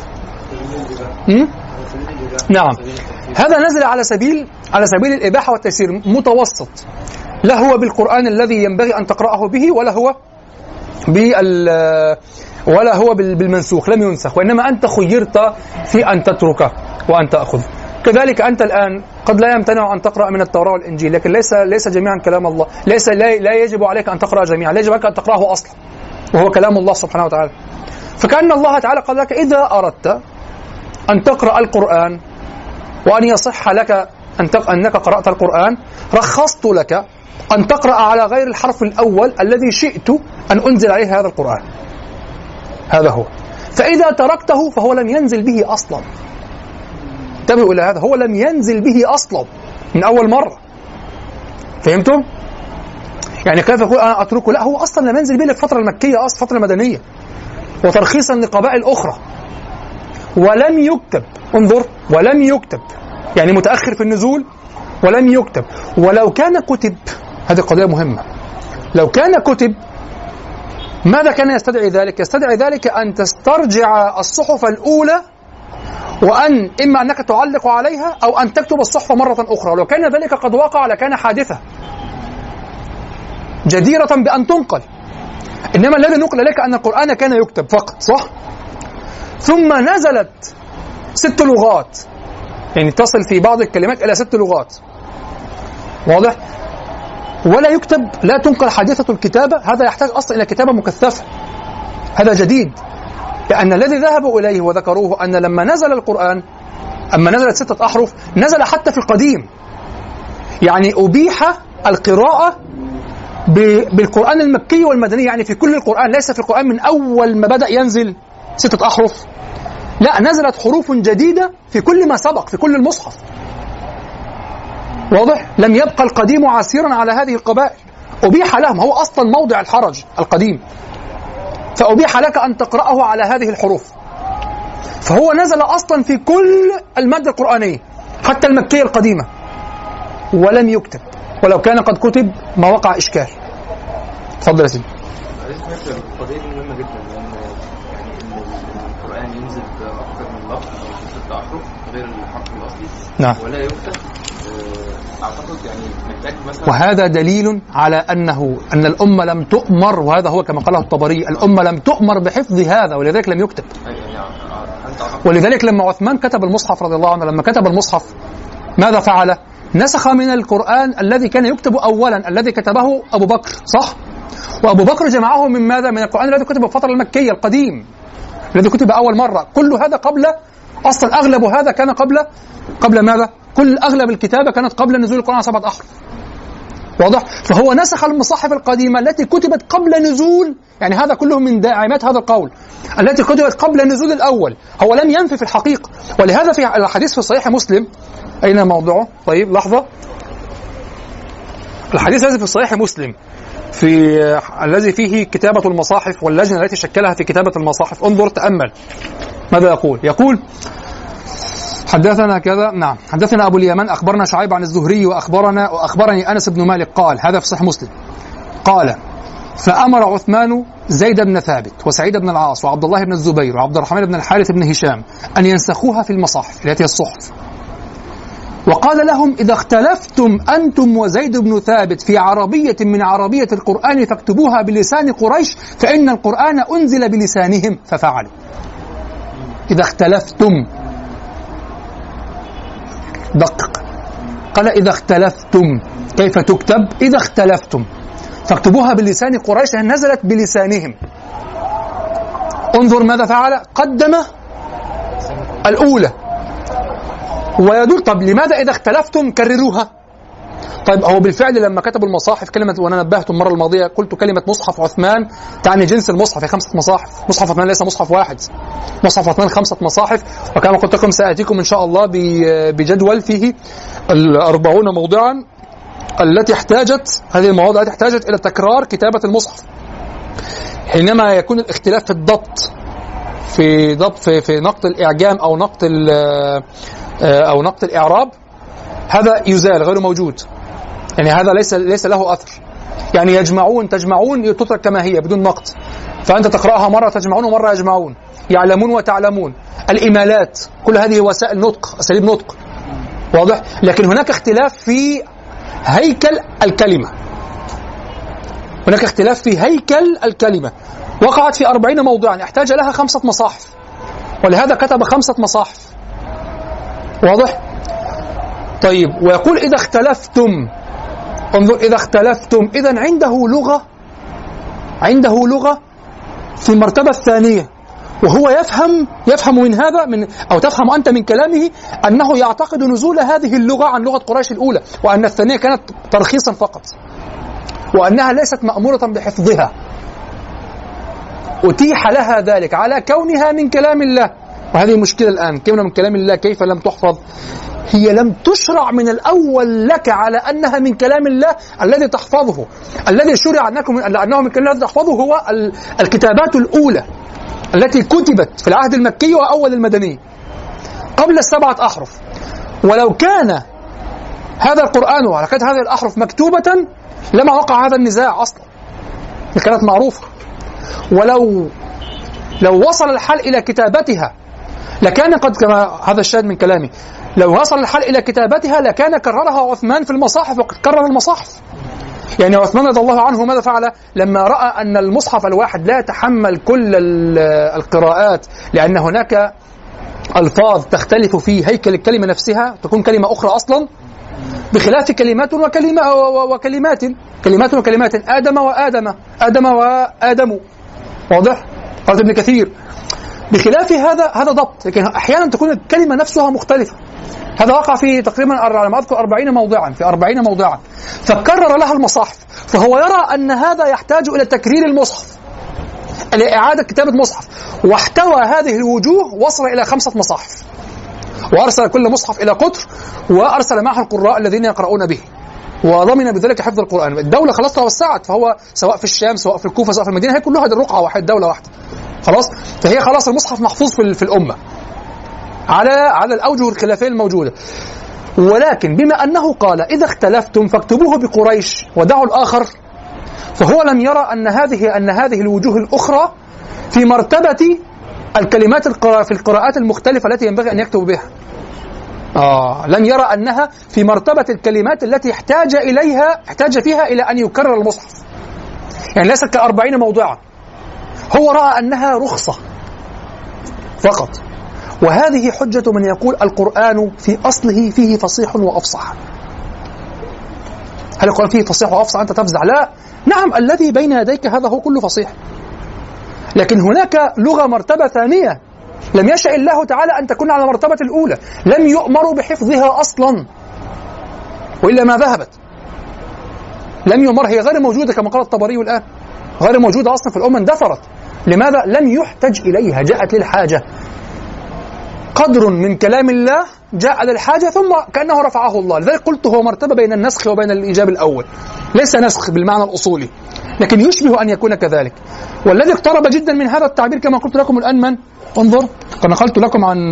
نعم، هذا نزل على سبيل على سبيل الإباحة والتيسير، متوسط، لا هو بالقرآن الذي ينبغي أن تقرأه به، ولا هو بال ولا هو بالمنسوخ، لم ينسخ، وإنما أنت خيرت في أن تترك وأن تأخذ. كذلك أنت الآن قد لا يمتنع أن تقرأ من التوراة والإنجيل، لكن ليس ليس جميعا كلام الله، ليس لا, لا يجب عليك أن تقرأ جميعا، لا يجب عليك أن تقرأه أصلا، وهو كلام الله سبحانه وتعالى. فكأن الله تعالى قال لك إذا أردت أن تقرأ القرآن وأن يصح لك أن أنك قرأت القرآن، رخصت لك أن تقرأ على غير الحرف الأول الذي شئت أن أنزل عليه هذا القرآن. هذا هو. فإذا تركته فهو لم ينزل به أصلا. انتبهوا إلى هذا، هو لم ينزل به أصلا من أول مرة. فهمتم؟ يعني كيف يقول أنا أتركه؟ لا، هو أصلا لم ينزل به للفترة المكية، أصلا فترة مدنية، وترخيصا لقبائل أخرى، ولم يكتب. انظر، ولم يكتب، يعني متأخر في النزول ولم يكتب. ولو كان كتب، هذه قضية مهمة، لو كان كتب ماذا كان يستدعي ذلك؟ يستدعي ذلك أن تسترجع الصحف الأولى، وأن إما أنك تعلق عليها أو أن تكتب الصحف مرة أخرى. ولو كان ذلك قد وقع لكان حادثة جديرة بأن تنقل. إنما الذي نقل لك أن القرآن كان يكتب فقط، صح؟ ثم نزلت ست لغات، يعني تصل في بعض الكلمات إلى ست لغات. واضح؟ ولا يكتب، لا تنقل حادثة الكتابة. هذا يحتاج أصلا إلى كتابة مكثفة، هذا جديد. لأن الذي ذهبوا إليه وذكروه أن لما نزل القرآن، أما نزلت ستة أحرف، نزل حتى في القديم، يعني أبيح القراءة بالقرآن المكي والمدني، يعني في كل القرآن، ليس في القرآن من أول ما بدأ ينزل ستة أحرف، لا، نزلت حروف جديدة في كل ما سبق، في كل المصحف. واضح؟ لم يبقى القديم عسيرا على هذه القبائل، أبيح لهم، هو أصلا موضع الحرج القديم، فأبيح لك أن تقرأه على هذه الحروف. فهو نزل أصلا في كل المادة القرآنية حتى المكية القديمة، ولم يكتب. ولو كان قد كتب ما وقع إشكال. تفضل يا سيدي. القضية دي مهمة جدا، لأن يعني إن القرآن ينزل بأكثر من لفظ أو ست أحرف غير الحرف الأصلي، نعم، ولا يكتب. أعتقد يعني محتاج مثلا، وهذا دليل على أنه أن الأمة لم تؤمر، وهذا هو كما قاله الطبري، الأمة لم تؤمر بحفظ هذا، ولذلك لم يكتب. يعني ولذلك لما عثمان كتب المصحف رضي الله عنه، لما كتب المصحف ماذا فعل؟ نسخ من القرآن الذي كان يكتب أولا، الذي كتبه أبو بكر، صح؟ وأبو بكر جمعه من ماذا؟ من القرآن الذي كتب في الفترة المكية القديم، الذي كتب أول مرة. كل هذا قبل، أصلا أغلب هذا كان قبل قبل ماذا؟ كل أغلب الكتابة كانت قبل نزول القرآن سبعة أحرف، واضح؟ فهو نسخ المصاحف القديمة التي كتبت قبل نزول، يعني هذا كله من داعمات هذا القول، التي كتبت قبل نزول الأول. هو لم ينفي في الحقيقة، ولهذا في الحديث في صحيح مسلم، أين موضعه؟ طيب لحظة، الحديث الذي في صحيح مسلم في الذي فيه كتابة المصاحف واللجنة التي شكلها في كتابة المصاحف، انظر تأمل ماذا يقول. يقول حدثنا كذا، نعم، حدثنا أبو اليمان أخبرنا شعيب عن الزهري وأخبرنا وأخبرني أنس بن مالك قال، هذا في صحيح مسلم، قال: فأمر عثمان زيد بن ثابت وسعيد بن العاص وعبد الله بن الزبير وعبد الرحمن بن الحارث بن هشام أن ينسخوها في المصاحف التي هي الصحف، وقال لهم: إذا اختلفتم أنتم وزيد بن ثابت في عربية من عربية القرآن فاكتبوها بلسان قريش فإن القرآن أنزل بلسانهم، ففعلوا. إذا اختلفتم، دقق، قال إذا اختلفتم، كيف تكتب؟ إذا اختلفتم فاكتبوها بلسان قريش، نزلت بلسانهم. انظر ماذا فعل، قدم الأولى ويدل. طب لماذا إذا اختلفتم كرروها؟ طيب هو بالفعل لما كتبوا المصاحف كلمة، وأنا نبهت المرة الماضية قلت كلمة مصحف عثمان تعني جنس المصحف، خمسة مصاحف. مصحف عثمان ليس مصحف واحد، مصحف عثمان خمسة مصاحف، وكما قلت لكم سأتيكم إن شاء الله بجدول فيه الأربعون موضعا التي احتاجت، هذه المواضع التي احتاجت إلى تكرار كتابة المصحف. حينما يكون الاختلاف في الضبط، في ضبط في, في نقط الإعجام أو نقط أو نقط الإعراب، هذا يزال غير موجود، يعني هذا ليس ليس له أثر. يعني يجمعون تجمعون تترك كما هي بدون نقط، فأنت تقرأها مرة تجمعون ومرة يجمعون، يعلمون وتعلمون، الإمالات، كل هذه وسائل نطق، أساليب نطق، واضح؟ لكن هناك اختلاف في هيكل الكلمة، هناك اختلاف في هيكل الكلمة، وقعت في أربعين موضعا احتاج لها خمسة مصاحف، ولهذا كتب خمسة مصاحف، واضح؟ طيب، ويقول إذا اختلفتم، انظر إذا اختلفتم، إذن عنده لغة، عنده لغة في المرتبة الثانية، وهو يفهم يفهم من هذا من أو تفهم أنت من كلامه أنه يعتقد نزول هذه اللغة عن لغة قريش الأولى، وأن الثانية كانت ترخيصا فقط، وأنها ليست مأمورة بحفظها، أتيح لها ذلك على كونها من كلام الله. وهذه مشكلة الآن، كونها من كلام الله كيف لم تحفظ؟ هي لم تشرع من الأول لك على أنها من كلام الله الذي تحفظه، الذي شرع أنه من كلام الله الذي تحفظه هو الكتابات الأولى التي كتبت في العهد المكي وأول المدني قبل السبعة أحرف. ولو كان هذا القرآن وعلى كانت هذه الأحرف مكتوبة لما وقع هذا النزاع أصلا، كانت معروفة. ولو لو وصل الحال إلى كتابتها لكان قد، كما هذا الشاهد من كلامي، لو وصل الحال إلى كتابتها لكان كررها عثمان في المصاحف، وقد كرر المصاحف. يعني عثمان رضي الله عنه ماذا فعل؟ لما رأى أن المصحف الواحد لا يتحمل كل القراءات، لأن هناك ألفاظ تختلف في هيكل الكلمة نفسها، تكون كلمة أخرى أصلا، بخلاف كلمات وكلمة وكلمات كلمات وكلمات آدم وآدم آدم وآدم، واضح؟ قال ابن كثير بخلاف هذا هذا ضبط، لكن أحيانا تكون الكلمة نفسها مختلفة. هذا وقع في تقريبا على ما أذكر أربعين موضعا، في أربعين موضعا، فكرر لها المصاحف. فهو يرى أن هذا يحتاج إلى تكرير المصحف، إلى إعادة كتابة مصحف، واحتوى هذه الوجوه وصل إلى خمسة مصاحف، وأرسل كل مصحف إلى قطر، وأرسل معه القراء الذين يقرؤون به، وضمن بذلك حفظ القرآن. الدولة خلاص توسعت، فهو سواء في الشام سواء في الكوفة سواء في المدينة هي كلها رقعة واحدة، دولة واحدة خلاص. فهي خلاص المصحف محفوظ في, في الأمة على على الأوجه الخلافية الموجودة. ولكن بما أنه قال إذا اختلفتم فاكتبوه بقريش ودعوا الآخر، فهو لم يرى أن هذه أن هذه الوجوه الأخرى في مرتبة الكلمات في القراءات المختلفة التي ينبغي أن يكتب بها. آه لم يرى أنها في مرتبة الكلمات التي احتاج إليها احتاج فيها إلى أن يكرر المصحف، يعني ليست كأربعين موضوعا. هو رأى أنها رخصة فقط، وهذه حجة من يقول القرآن في أصله فيه فصيح وأفصح. هل القرآن فيه فصيح وأفصح أنت تفزع؟ لا، نعم، الذي بين يديك هذا هو كله فصيح، لكن هناك لغة مرتبة ثانية لم يشاء الله تعالى أن تكون على مرتبة الأولى، لم يؤمروا بحفظها أصلا، وإلا ما ذهبت، لم يؤمر، هي غير موجودة كما قال الطبري الآن، غير موجودة أصلا في الأمة، اندثرت. لماذا؟ لم يحتج إليها، جاءت للحاجة، قدر من كلام الله جاء للحاجة ثم كأنه رفعه الله. لذلك قلت هو مرتبة بين النسخ وبين الإيجاب الأول، ليس نسخ بالمعنى الأصولي، لكن يشبه أن يكون كذلك. والذي اقترب جدا من هذا التعبير كما قلت لكم الآن من؟ انظر، قد نقلت لكم عن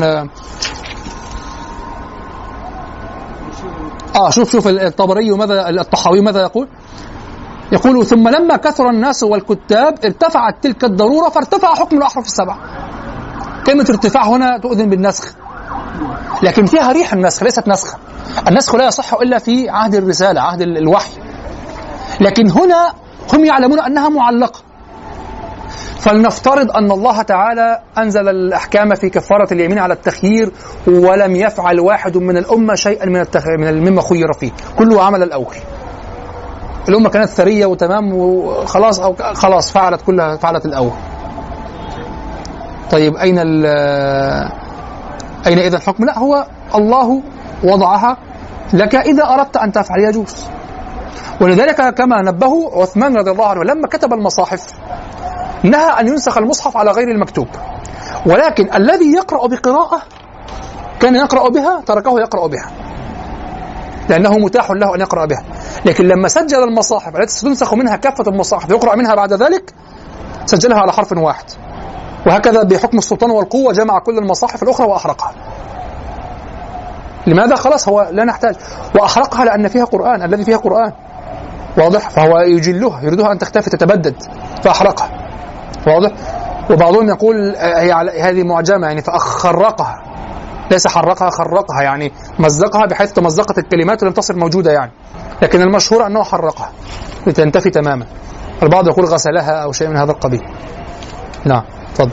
آه شوف شوف الطبري ماذا، الطحاوي ماذا يقول؟ يقول ثم لما كثر الناس والكتاب ارتفعت تلك الضرورة فارتفع حكم الأحرف السبعة. كلمة ارتفاع هنا تؤذن بالنسخ، لكن فيها ريح النسخ، ليست نسخة. النسخ لا يصح إلا في عهد الرسالة، عهد الوحي، لكن هنا هم يعلمون أنها معلقة. فلنفترض أن الله تعالى أنزل الأحكام في كفارة اليمين على التخيير، ولم يفعل واحد من الأمة شيئا من من مما خير فيه، كله عمل الأول. الأمة كانت ثرية وتمام وخلاص، أو خلاص فعلت كلها، فعلت الأول. طيب أين ال أين إذا الحكم؟ لا، هو الله وضعها لك، إذا أردت أن تفعل يجوز. ولذلك كما نبه عثمان رضي الله عنه لما كتب المصاحف نهى أن ينسخ المصحف على غير المكتوب، ولكن الذي يقرأ بقراءة كان يقرأ بها تركه يقرأ بها لأنه متاح له أن يقرأ بها. لكن لما سجل المصاحف التي ستنسخ منها كافة المصاحف يقرأ منها بعد ذلك، سجلها على حرف واحد، وهكذا بحكم السلطان والقوة جمع كل المصاحف الأخرى وأحرقها. لماذا؟ خلاص هو لا نحتاج، وأحرقها لأن فيها قرآن، الذي فيها قرآن واضح، فهو يجلها، يريدها أن تختفي تتبدد فأحرقها، واضح. وبعضهم يقول هي هذه معجمة يعني فأخرقها، ليس حرقها، خرقها يعني مزقها بحيث تمزقت الكلمات ولم تصل موجودة يعني، لكن المشهور أنه حرقها لتنتفي تماما. البعض يقول غسلها أو شيء من هذا القبيل. نعم تفضل.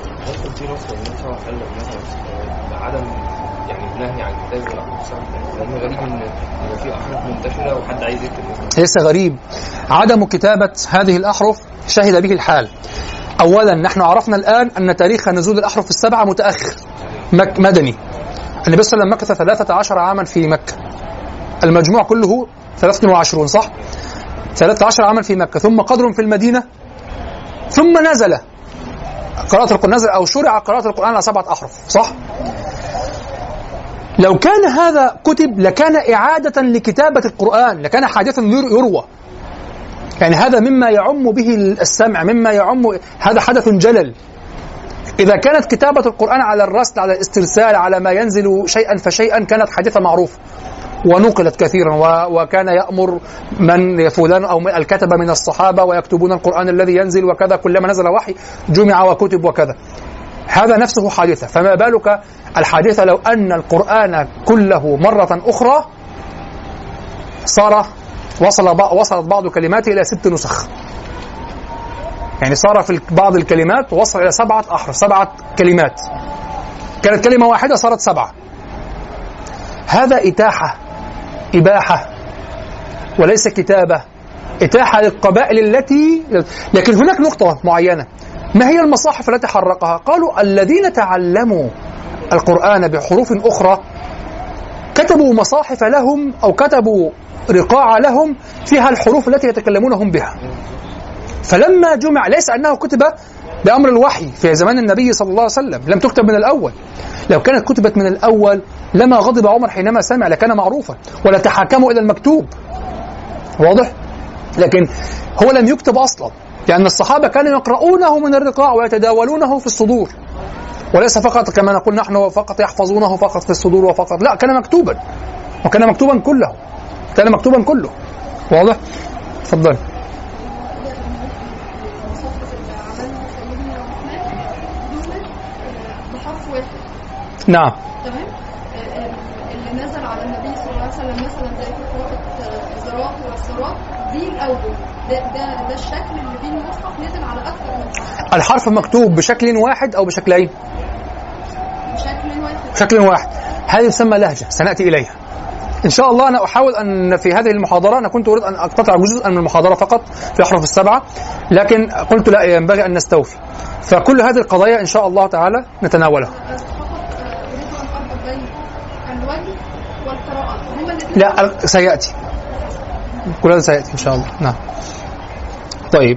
عدم يعني النهي عن كتابة الأحرف لأنه غريب إن يبقى في أحرف منتشرة وحد عايز يكتب. ليس غريب، عدم كتابة هذه الأحرف شهد به الحال. أولا نحن عرفنا الآن أن تاريخ نزول الأحرف السبعة متأخر مك مدني. النبي صلى الله عليه وسلم مكث ثلاثة عشر عاما في مكة، المجموع كله ثلاثة وعشرون صح؟ ثلاثة عشر عاما في مكة، ثم قدر في المدينة، ثم نزل قراءة القرآن، نزل أو شرع قراءة القرآن على سبعة أحرف صح؟ لو كان هذا كتب لكان إعادة لكتابة القرآن، لكان حادثا يروى، يعني هذا مما يعم به السمع، مما يعم، هذا حدث جلل. إذا كانت كتابة القرآن على الرسل، على الاسترسال، على ما ينزل شيئا فشيئا، كانت حادثة معروفة ونقلت كثيرا، وكان يأمر من فلان أو الكتبة من الصحابة ويكتبون القرآن الذي ينزل وكذا، كلما نزل وحي جمع وكتب وكذا، هذا نفسه حادثة. فما بالك الحادثة لو أن القرآن كله مرة أخرى صار وصل وصلت بعض كلماته إلى ست نسخ، يعني صار في بعض الكلمات وصل إلى سبعة أحرف، سبعة كلمات، كانت كلمة واحدة صارت سبعة. هذا إتاحة، إباحة، وليس كتابة، إتاحة للقبائل التي. لكن هناك نقطة معينة، ما هي المصاحف التي حرقها؟ قالوا الذين تعلموا القرآن بحروف أخرى كتبوا مصاحف لهم أو كتبوا رقاع لهم فيها الحروف التي يتكلمونهم بها. فلما جمع، ليس أنه كتب بأمر الوحي في زمان النبي صلى الله عليه وسلم، لم تكتب من الأول. لو كانت كتبت من الأول لما غضب عمر حينما سمع، لكان معروفا ولا تحاكموا إلى المكتوب، واضح. لكن هو لم يكتب أصلا، لأن الصحابة كانوا يقرؤونه من الرقاع ويتداولونه في الصدور، وليس فقط كما نقول نحن فقط يحفظونه فقط في الصدور وفقط، لا، كان مكتوبا، وكان مكتوبا كله، كان مكتوبا كله، واضح. تفضل. نعم. تمام. اللي نزل على النبي صلى الله عليه وسلم مثلا زي قراءة الزراط والصراط دي الأول، ده ده ده الشكل اللي فيه المصحف نزل على أكثر من حرف. الحرف مكتوب بشكل واحد أو بشكلين؟ بشكل واحد. بشكل واحد. هذه تسمى لهجة، سنأتي إليها إن شاء الله. أنا أحاول أن في هذه المحاضرة، أنا كنت أريد أن أقتطع جزءا من المحاضرة فقط في الأحرف السبعة، لكن قلت لا، ينبغي أن نستوفي. فكل هذه القضايا إن شاء الله تعالى نتناولها. الوجه والقراءة هما الاثنين. لا، سيأتي، كل هذا سيأتي إن شاء الله. نعم. طيب،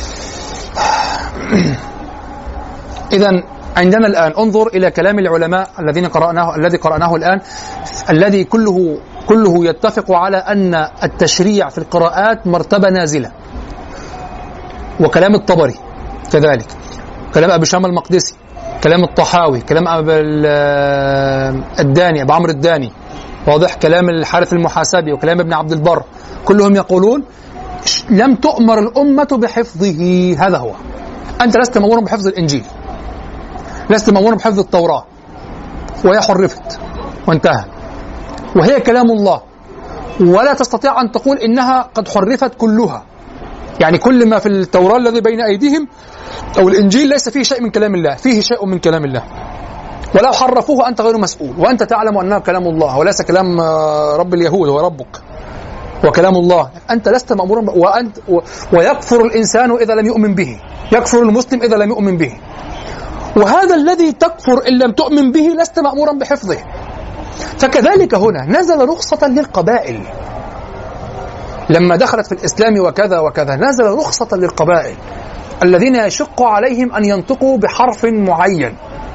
إذن عندنا الآن انظر إلى كلام العلماء الذين قرأناه الذي قرأناه الآن، الذي كله كله يتفق على أن التشريع في القراءات مرتبة نازلة. وكلام الطبري كذلك، كلام أبي شامة المقدسي، كلام الطحاوي، كلام أبي الداني أبو عمرو الداني، واضح، كلام الحارث المحاسبي، وكلام ابن عبد البر، كلهم يقولون لم تؤمر الأمة بحفظه. هذا هو، أنت لست مأمورا بحفظ الإنجيل، لست مأمورا بحفظ التوراة، وهي حرفت وانتهى، وهي كلام الله، ولا تستطيع أن تقول إنها قد حرفت كلها. يعني كل ما في التوراة الذي بين أيديهم أو الإنجيل ليس فيه شيء من كلام الله، فيه شيء من كلام الله، ولو حرفوه أنت غير مسؤول، وأنت تعلم أنه كلام الله وليس كلام رب اليهود، هو ربك وكلام الله. أنت لست مأمورا، وأنت ويكفر الإنسان إذا لم يؤمن به، يكفر المسلم إذا لم يؤمن به. وهذا الذي تكفر إن لم تؤمن به لست مأمورا بحفظه. فكذلك هنا نزل رخصة للقبائل لما دخلت في الإسلام وكذا وكذا، نزل رخصة للقبائل الذين يشق عليهم أن ينطقوا بحرف معين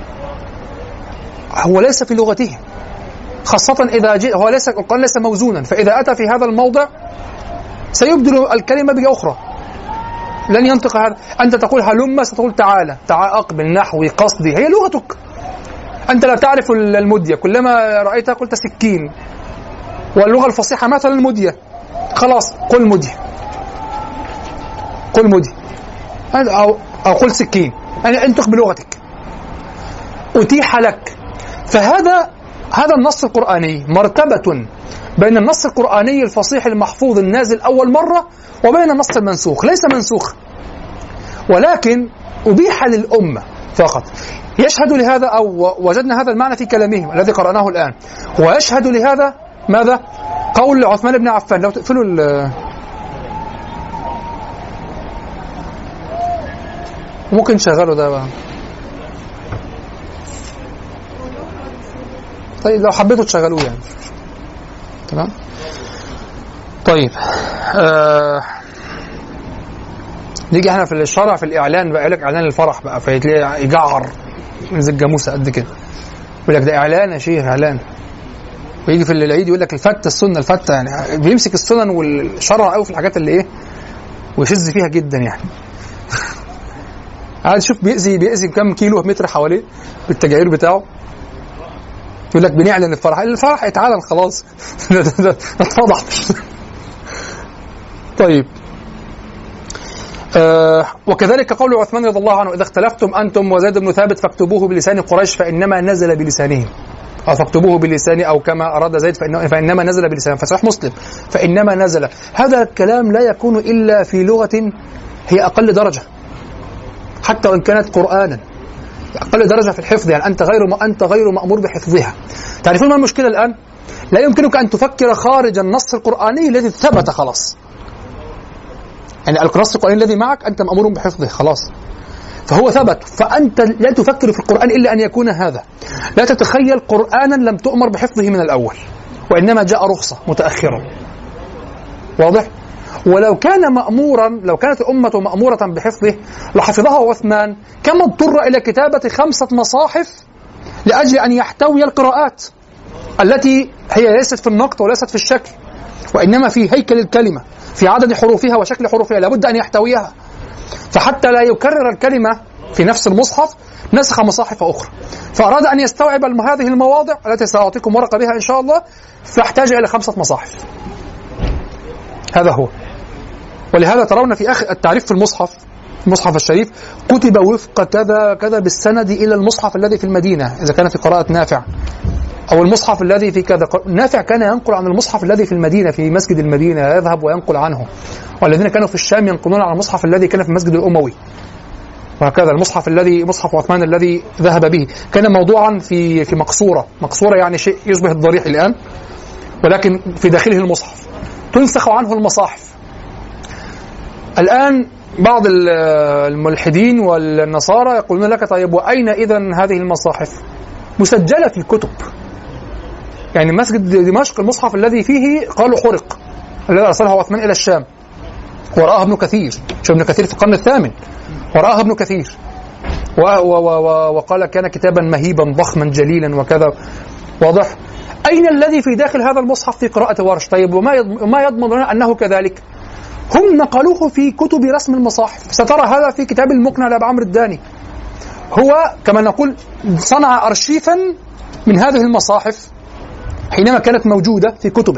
هو ليس في لغتهم، خاصة إذا جاء هو ليس القرآن ليس موزونا، فإذا أتى في هذا الموضع سيبدل الكلمة بأخرى، لن ينطق هذا. أنت تقول هلم، ستقول تعالى، تعال، أقبل، نحوي، قصدي، هي لغتك. أنت لا تعرف المدية، كلما رأيتها قلت سكين، واللغة الفصيحة مثلا المدية، خلاص قل مدية، قل مدية أو أو قل سكين، يعني أنطق بلغتك، أتيح لك. فهذا هذا النص القرآني مرتبة بين النص القرآني الفصيح المحفوظ النازل أول مرة وبين النص المنسوخ، ليس منسوخ ولكن أبيح للأمة فقط. يشهد لهذا أو وجدنا هذا المعنى في كلامهم الذي قرأناه الآن، ويشهد لهذا ماذا؟ قول عثمان بن عفان. لو تقفلوا ال ممكن تشغلوا ده بقى. طيب لو حبيتوا تشغلوه يعني تمام. طيب آه... نيجي احنا في الشرع في الإعلان بقى، لك إعلان الفرح بقى، فيتلاقي يجعر زي الجاموسة قد كده، يقول لك ده إعلان يا شيخ، إعلان. ويجي في العيد يقول لك الفتة السنة، الفتة يعني بيمسك السنن والشرع قوي في الحاجات اللي ايه ويشز فيها جدا يعني. عاد شوف بيأذي بيأذي كم كيلو متر حواليه بالتجاعير بتاعه، يقول لك بنعلن الفرح، الفرح اتعلن خلاص. ده اتفضح. طيب آه وكذلك قول عثمان رضي الله عنه: إذا اختلفتم أنتم وزيد بن ثابت فاكتبوه بلسان قريش فإنما نزل بلسانهم، أو فاكتبوه بلسان، أو كما أراد زيد فإنما, فإنما نزل بلسان، فصحيح مسلم فإنما نزل. هذا الكلام لا يكون إلا في لغة هي أقل درجة، حتى وإن كانت قرآنا، أقل درجة في الحفظ، يعني أنت غير ما أنت غير مأمور بحفظها. تعرفون ما المشكلة الآن؟ لا يمكنك أن تفكر خارج النص القرآني الذي ثبت خلاص، يعني النص القرآني الذي معك أنت مأمور بحفظه خلاص، فهو ثبت، فأنت لا تفكر في القرآن إلا أن يكون هذا. لا تتخيل قرآنا لم تؤمر بحفظه من الأول، وإنما جاء رخصة متأخرة، واضح؟ ولو كان مأمورا، لو كانت الأمة مأمورة بحفظه لحفظها عثمان، كما اضطر إلى كتابة خمسة مصاحف لأجل أن يحتوي القراءات التي هي ليست في النقط وليست في الشكل، وإنما في هيكل الكلمة، في عدد حروفها وشكل حروفها، لابد أن يحتويها. فحتى لا يكرر الكلمة في نفس المصحف نسخ مصاحف أخرى، فأراد أن يستوعب هذه المواضع التي سأعطيكم ورقة بها إن شاء الله، فاحتاج إلى خمسة مصاحف. هذا هو. ولهذا ترون في آخر التعريف في المصحف، المصحف الشريف كتب وفق كذا كذا بالسند إلى المصحف الذي في المدينة، إذا كان في قراءة نافع، أو المصحف الذي في كذا. نافع كان ينقل عن المصحف الذي في المدينة، في مسجد المدينة يذهب وينقل عنه، والذين كانوا في الشام ينقلون عن المصحف الذي كان في المسجد الأموي. وهكذا المصحف الذي مصحف عثمان الذي ذهب به كان موضوعا في في مقصورة مقصورة يعني شيء يشبه الضريح الآن، ولكن في داخله المصحف، تنسخ عنه المصاحف. الآن بعض الملحدين والنصارى يقولون لك طيب وأين إذن هذه المصاحف؟ مسجلة في كتب، يعني مسجد دمشق المصحف الذي فيه قالوا حرق، الذي أرسله عثمان إلى الشام، ورآها ابن كثير، شو ابن كثير في القرن الثامن، ورآها ابن كثير و و و وقال كان كتابا مهيبا ضخما جليلا وكذا، واضح؟ أين الذي في داخل هذا المصحف في قراءة ورش؟ طيب وما وما يضمن لنا أنه كذلك؟ هم نقلوه في كتب رسم المصاحف، سترى هذا في كتاب المقنع لأبي عمرو الداني، هو كما نقول صنع أرشيفا من هذه المصاحف حينما كانت موجودة في كتبه.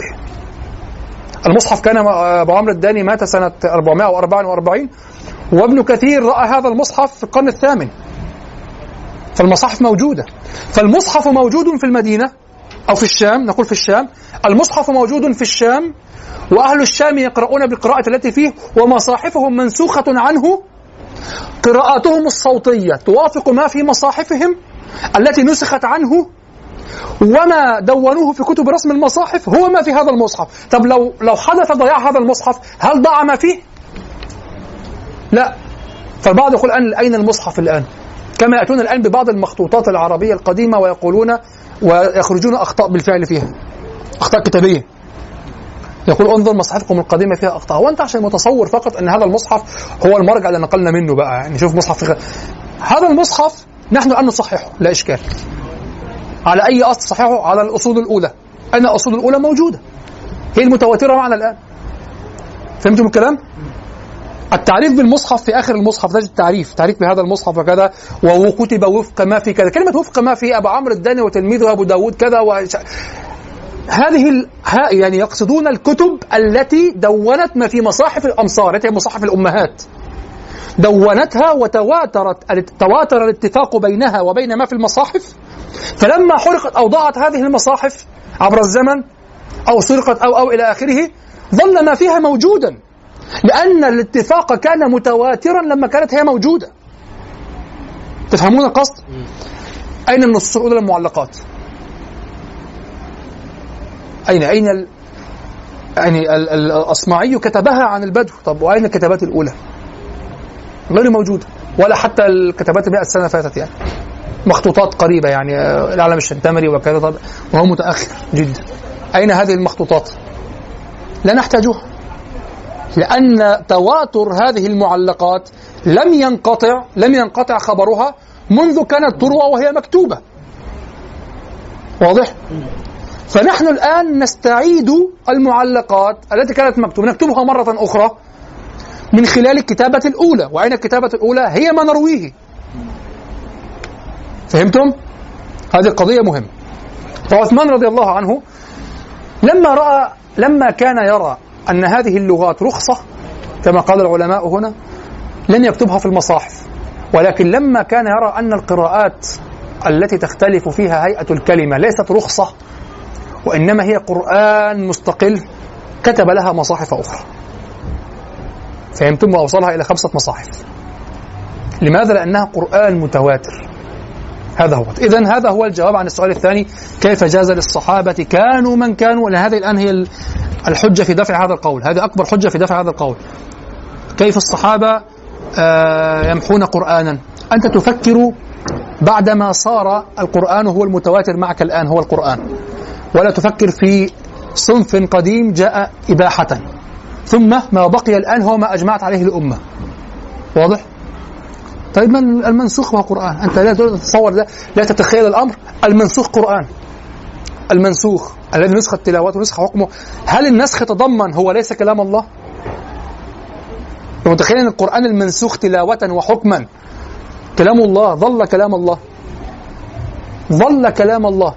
المصحف كان أبو عمرو الداني مات سنة أربعمائة وأربعة وأربعين، وابن كثير رأى هذا المصحف في القرن الثامن، فالمصاحف موجودة. فالمصحف موجود في المدينة أو في الشام، نقول في الشام، المصحف موجود في الشام، وأهل الشام يقرؤون بالقراءة التي فيه، ومصاحفهم منسوخة عنه، قراءاتهم الصوتية توافق ما في مصاحفهم التي نسخت عنه، وما دونوه في كتب رسم المصاحف هو ما في هذا المصحف. طب لو لو حدث ضياع هذا المصحف هل ضاع ما فيه؟ لا. فالبعض يقول الآن أين المصحف الآن؟ كما يأتون الآن ببعض المخطوطات العربية القديمة ويقولون ويخرجون أخطاء بالفعل فيها، أخطاء كتابية، يقول انظر مصحفكم القديمة فيها أخطاء. وأنت عشان متصور فقط أن هذا المصحف هو المرجع اللي نقلنا منه بقى، يعني شوف مصحف في هذا المصحف نحن الآن نصححه لا إشكال. على أي أصل صحيحه؟ على الأصول الأولى. أين الأصول الأولى موجودة، هي المتواترة معنا الآن. فهمتم الكلام؟ التعريف بالمصحف في آخر المصحف، تجد التعريف تعريف بهذا المصحف وكذا، وكتب وفق ما في كذا. كلمة وفق ما في أبو عمرو الداني وتلميذه أبو داود كذا وش... هذه ال... ها يعني يقصدون الكتب التي دونت ما في مصاحف الأمصار، التي هي مصاحف الأمهات، دونتها وتواترت تواتر الاتفاق بينها وبين ما في المصاحف. فلما حرقت أو ضاعت هذه المصاحف عبر الزمن أو سرقت أو أو إلى آخره، ظل ما فيها موجودا، لأن الاتفاق كان متواترا لما كانت هي موجودة. تفهمون القصد؟ أين النصوص الأولى المعلقات؟ أين أين ال... يعني ال... الأصمعي كتبها عن البدو، طب وأين الكتابات الأولى؟ غير موجودة، ولا حتى الكتابات مئة سنة فاتت، يعني مخطوطات قريبة، يعني العالم الشنتمري وكذا، طب وهو متأخر جدا. أين هذه المخطوطات؟ لا نحتاجها، لأن تواتر هذه المعلقات لم ينقطع لم ينقطع خبرها منذ كانت تروى وهي مكتوبة. واضح؟ فنحن الآن نستعيد المعلقات التي كانت مكتوبة، نكتبها مرة أخرى من خلال الكتابة الأولى. وأين الكتابة الأولى؟ هي ما نرويه. فهمتم؟ هذه القضية مهمة. فعثمان رضي الله عنه لما رأى لما كان يرى أن هذه اللغات رخصة كما قال العلماء هنا، لم يكتبها في المصاحف، ولكن لما كان يرى أن القراءات التي تختلف فيها هيئة الكلمة ليست رخصة وإنما هي قرآن مستقل، كتب لها مصاحف أخرى. فهمتم؟ وأوصلها إلى خمسة مصاحف. لماذا؟ لأنها قرآن متواتر. هذا هو. إذن هذا هو الجواب عن السؤال الثاني، كيف جاز للصحابة كانوا من كانوا؟ لأن هذه الآن هي الحجة في دفع هذا القول، هذه أكبر حجة في دفع هذا القول. كيف الصحابة يمحون قرآنا؟ أنت تفكر بعدما صار القرآن هو المتواتر معك الآن، هو القرآن، ولا تفكر في صنف قديم جاء إباحة، ثم ما بقي الآن هو ما أجمعت عليه الأمة. واضح؟ طيب من المنسوخ هو قرآن، أنت لا تتصور، لا, لا تتخيل الأمر. المنسوخ قرآن، المنسوخ الذي نسخت تلاوته ونسخ حكمه. هل النسخ تضمن هو ليس كلام الله؟ متخيل أن القرآن المنسوخ تلاوة وحكما كلام الله، ظل كلام الله، ظل كلام الله،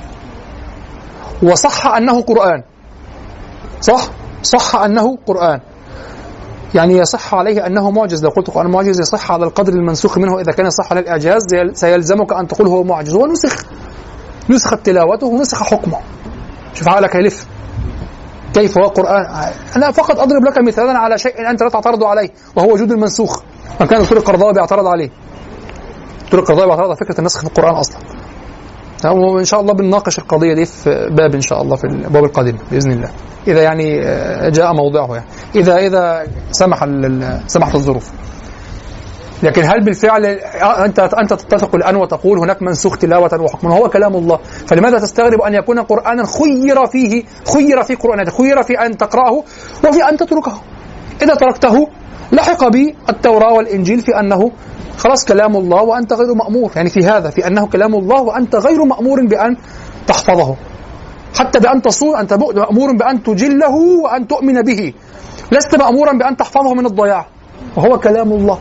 وصح أنه قرآن، صح؟ صح أنه قرآن، يعني يصح عليه أنه معجز. لو قلت قرآن معجز يصح على القدر المنسوخ منه. إذا كان يصح على الإعجاز سيلزمك أن تقول هو معجز. هو نسخ، نسخت تلاوته ونسخ حكمه. شوف عقلك يلف كيف هو قرآن. أنا فقط أضرب لك مثالا على شيء أنت لا تعترض عليه، وهو وجود المنسوخ. وكان دكتور القرضاوي بيعترض عليه. دكتور القرضاوي بيعترض على فكرة النسخ في القرآن أصلا. وإن شاء الله بنناقش القضية دي في باب إن شاء الله في الباب القادم بإذن الله، إذا يعني جاء موضعه، يعني إذا إذا سمح سمحت الظروف. لكن هل بالفعل أنت أنت تتفق الآن وتقول هناك منسوخ تلاوة وحكم؟ هو كلام الله، فلماذا تستغرب أن يكون قرآنا خير فيه خير في قرآن خير في أن تقرأه وفي أن تتركه؟ إذا تركته لحق بي التوراة والإنجيل في أنه خلاص كلام الله وأنت غير مأمور، يعني في هذا في أنه كلام الله وأنت غير مأمور بأن تحفظه، حتى بأن تصون، أنت مأمور بأن تجله وأن تؤمن به، لست مأمورا بأن تحفظه من الضياع، وهو كلام الله،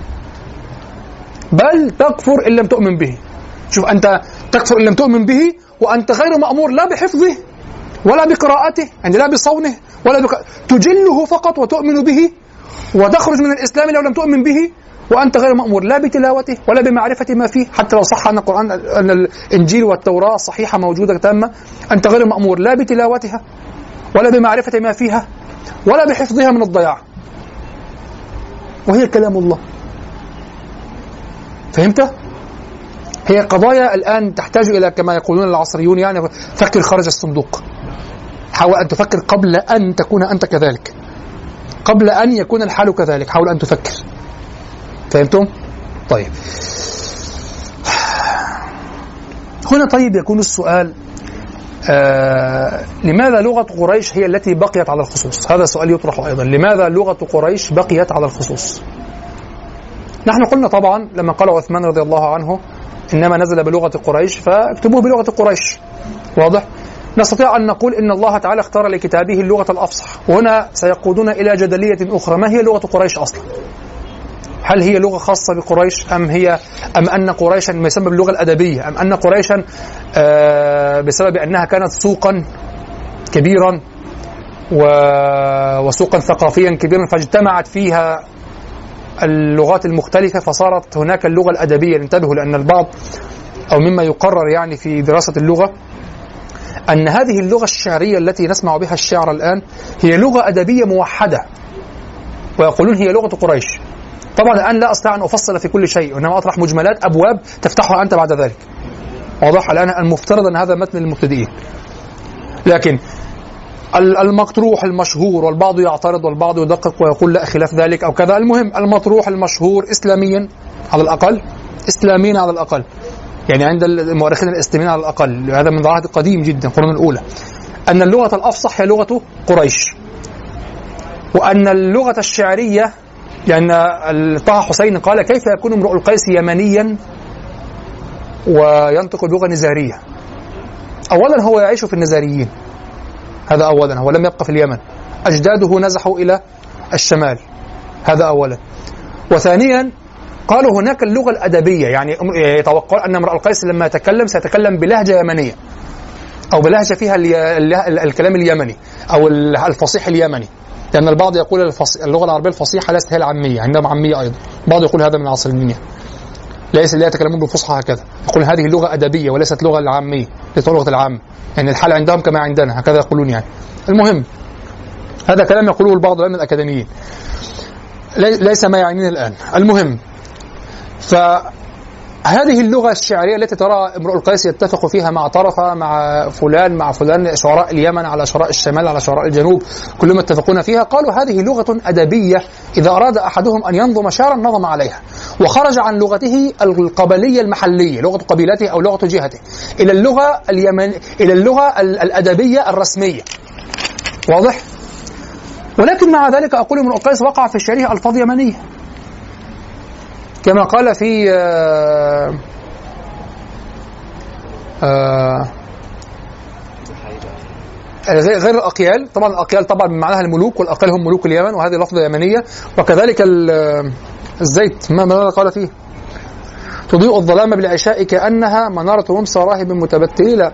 بل تكفر إن لم تؤمن به. شوف، أنت تكفر إن لم تؤمن به وأنت غير مأمور لا بحفظه ولا بقراءته، يعني لا بصونه ولا بق... تجله فقط وتؤمن به وتخرج من الإسلام لو لم تؤمن به، وأنت غير مأمور لا بتلاوته ولا بمعرفة ما فيه، حتى لو صح أن القرآن أن الإنجيل والتوراة صحيحة موجودة تامة، أنت غير مأمور لا بتلاوتها ولا بمعرفة ما فيها ولا بحفظها من الضياع، وهي كلام الله. فهمت؟ هي قضايا الآن تحتاج إلى كما يقولون العصريون يعني فكر خارج الصندوق. حاول أن تفكر قبل أن تكون أنت كذلك، قبل أن يكون الحال كذلك، حاول أن تفكر. فهمتم؟ طيب، هنا طيب يكون السؤال آه لماذا لغة قريش هي التي بقيت على الخصوص؟ هذا سؤال يطرح أيضا، لماذا لغة قريش بقيت على الخصوص؟ نحن قلنا طبعا لما قال عثمان رضي الله عنه إنما نزل بلغة قريش فاكتبوه بلغة قريش، واضح؟ نستطيع أن نقول إن الله تعالى اختار لكتابه اللغة الأفصح، وهنا سيقودون إلى جدلية أخرى، ما هي لغة قريش أصلا؟ هل هي لغة خاصة بقريش أم هي أم أن قريشا ما يسمى باللغة الأدبية، أم أن قريشا آه بسبب أنها كانت سوقا كبيرا وسوقا ثقافيا كبيرا فاجتمعت فيها اللغات المختلفة فصارت هناك اللغة الأدبية. انتبهوا، لأن البعض أو مما يقرر يعني في دراسة اللغة أن هذه اللغة الشعرية التي نسمع بها الشعر الآن هي لغة أدبية موحدة، ويقولون هي لغة قريش. طبعا الآن لا أستطيع أن أفصل في كل شيء، وإنما أطرح مجملات أبواب تفتحها أنت بعد ذلك، واضح؟ الآن المفترض أن هذا متن للمبتدئين، لكن المطروح المشهور، والبعض يعترض والبعض يدقق ويقول لا خلاف ذلك أو كذا، المهم المطروح المشهور إسلاميا على الأقل، إسلاميا على الأقل، يعني عند المؤرخين الإسلاميين على الأقل، هذا من عهد قديم جدا القرون الأولى، أن اللغة الأفصح هي لغة قريش، وأن اللغة الشعرية، لأن يعني طه حسين قال كيف يكون امرؤ القيس يمنيا وينطق بلغة نزارية؟ أولا هو يعيش في النزاريين، هذا أولا، هو لم يبقى في اليمن، أجداده نزحوا إلى الشمال، هذا أولا. وثانيا قالوا هناك اللغة الأدبية، يعني يتوقع أن امرؤ القيس لما يتكلم سيتكلم بلهجة يمنية أو بلهجة فيها الكلام اليمني أو الفصيح اليمني، لأن البعض يقول اللغة العربية الفصيحة ليست هي العامية، عندهم عامية أيضا، بعض يقول هذا من العصريين، ليس لا يتكلمون بالفصحى هكذا، يقول هذه اللغة أدبية وليست لغة العامية، ليست لغة العام، يعني الحال عندهم كما عندنا، هكذا يقولون يعني. المهم هذا كلام يقوله البعض من الأكاديميين، ليس ما يعنينا الآن. المهم، فهذه اللغة الشعرية التي ترى امرؤ القيس يتفق فيها مع طرفة مع فلان مع فلان، شعراء اليمن على شعراء الشمال على شعراء الجنوب، كلهم يتفقون فيها، قالوا هذه لغة أدبية، إذا أراد أحدهم أن ينظم شعرا نظم عليها، وخرج عن لغته القبلية المحلية، لغة قبيلته أو لغة جهته، إلى اللغة اليمن إلى اللغة الأدبية الرسمية، واضح؟ ولكن مع ذلك أقول امرؤ القيس وقع في شعره ألفاظ يمنية، كما قال في آآ آآ غير الأقيال، طبعا الأقيال طبعا بمعناها الملوك، والأقيال هم ملوك اليمن، وهذه لفظة يمنية. وكذلك الزيت ما ماذا قال فيه؟ تضيء الظلام بالعشاء كأنها منارة رمص راهب متبتل،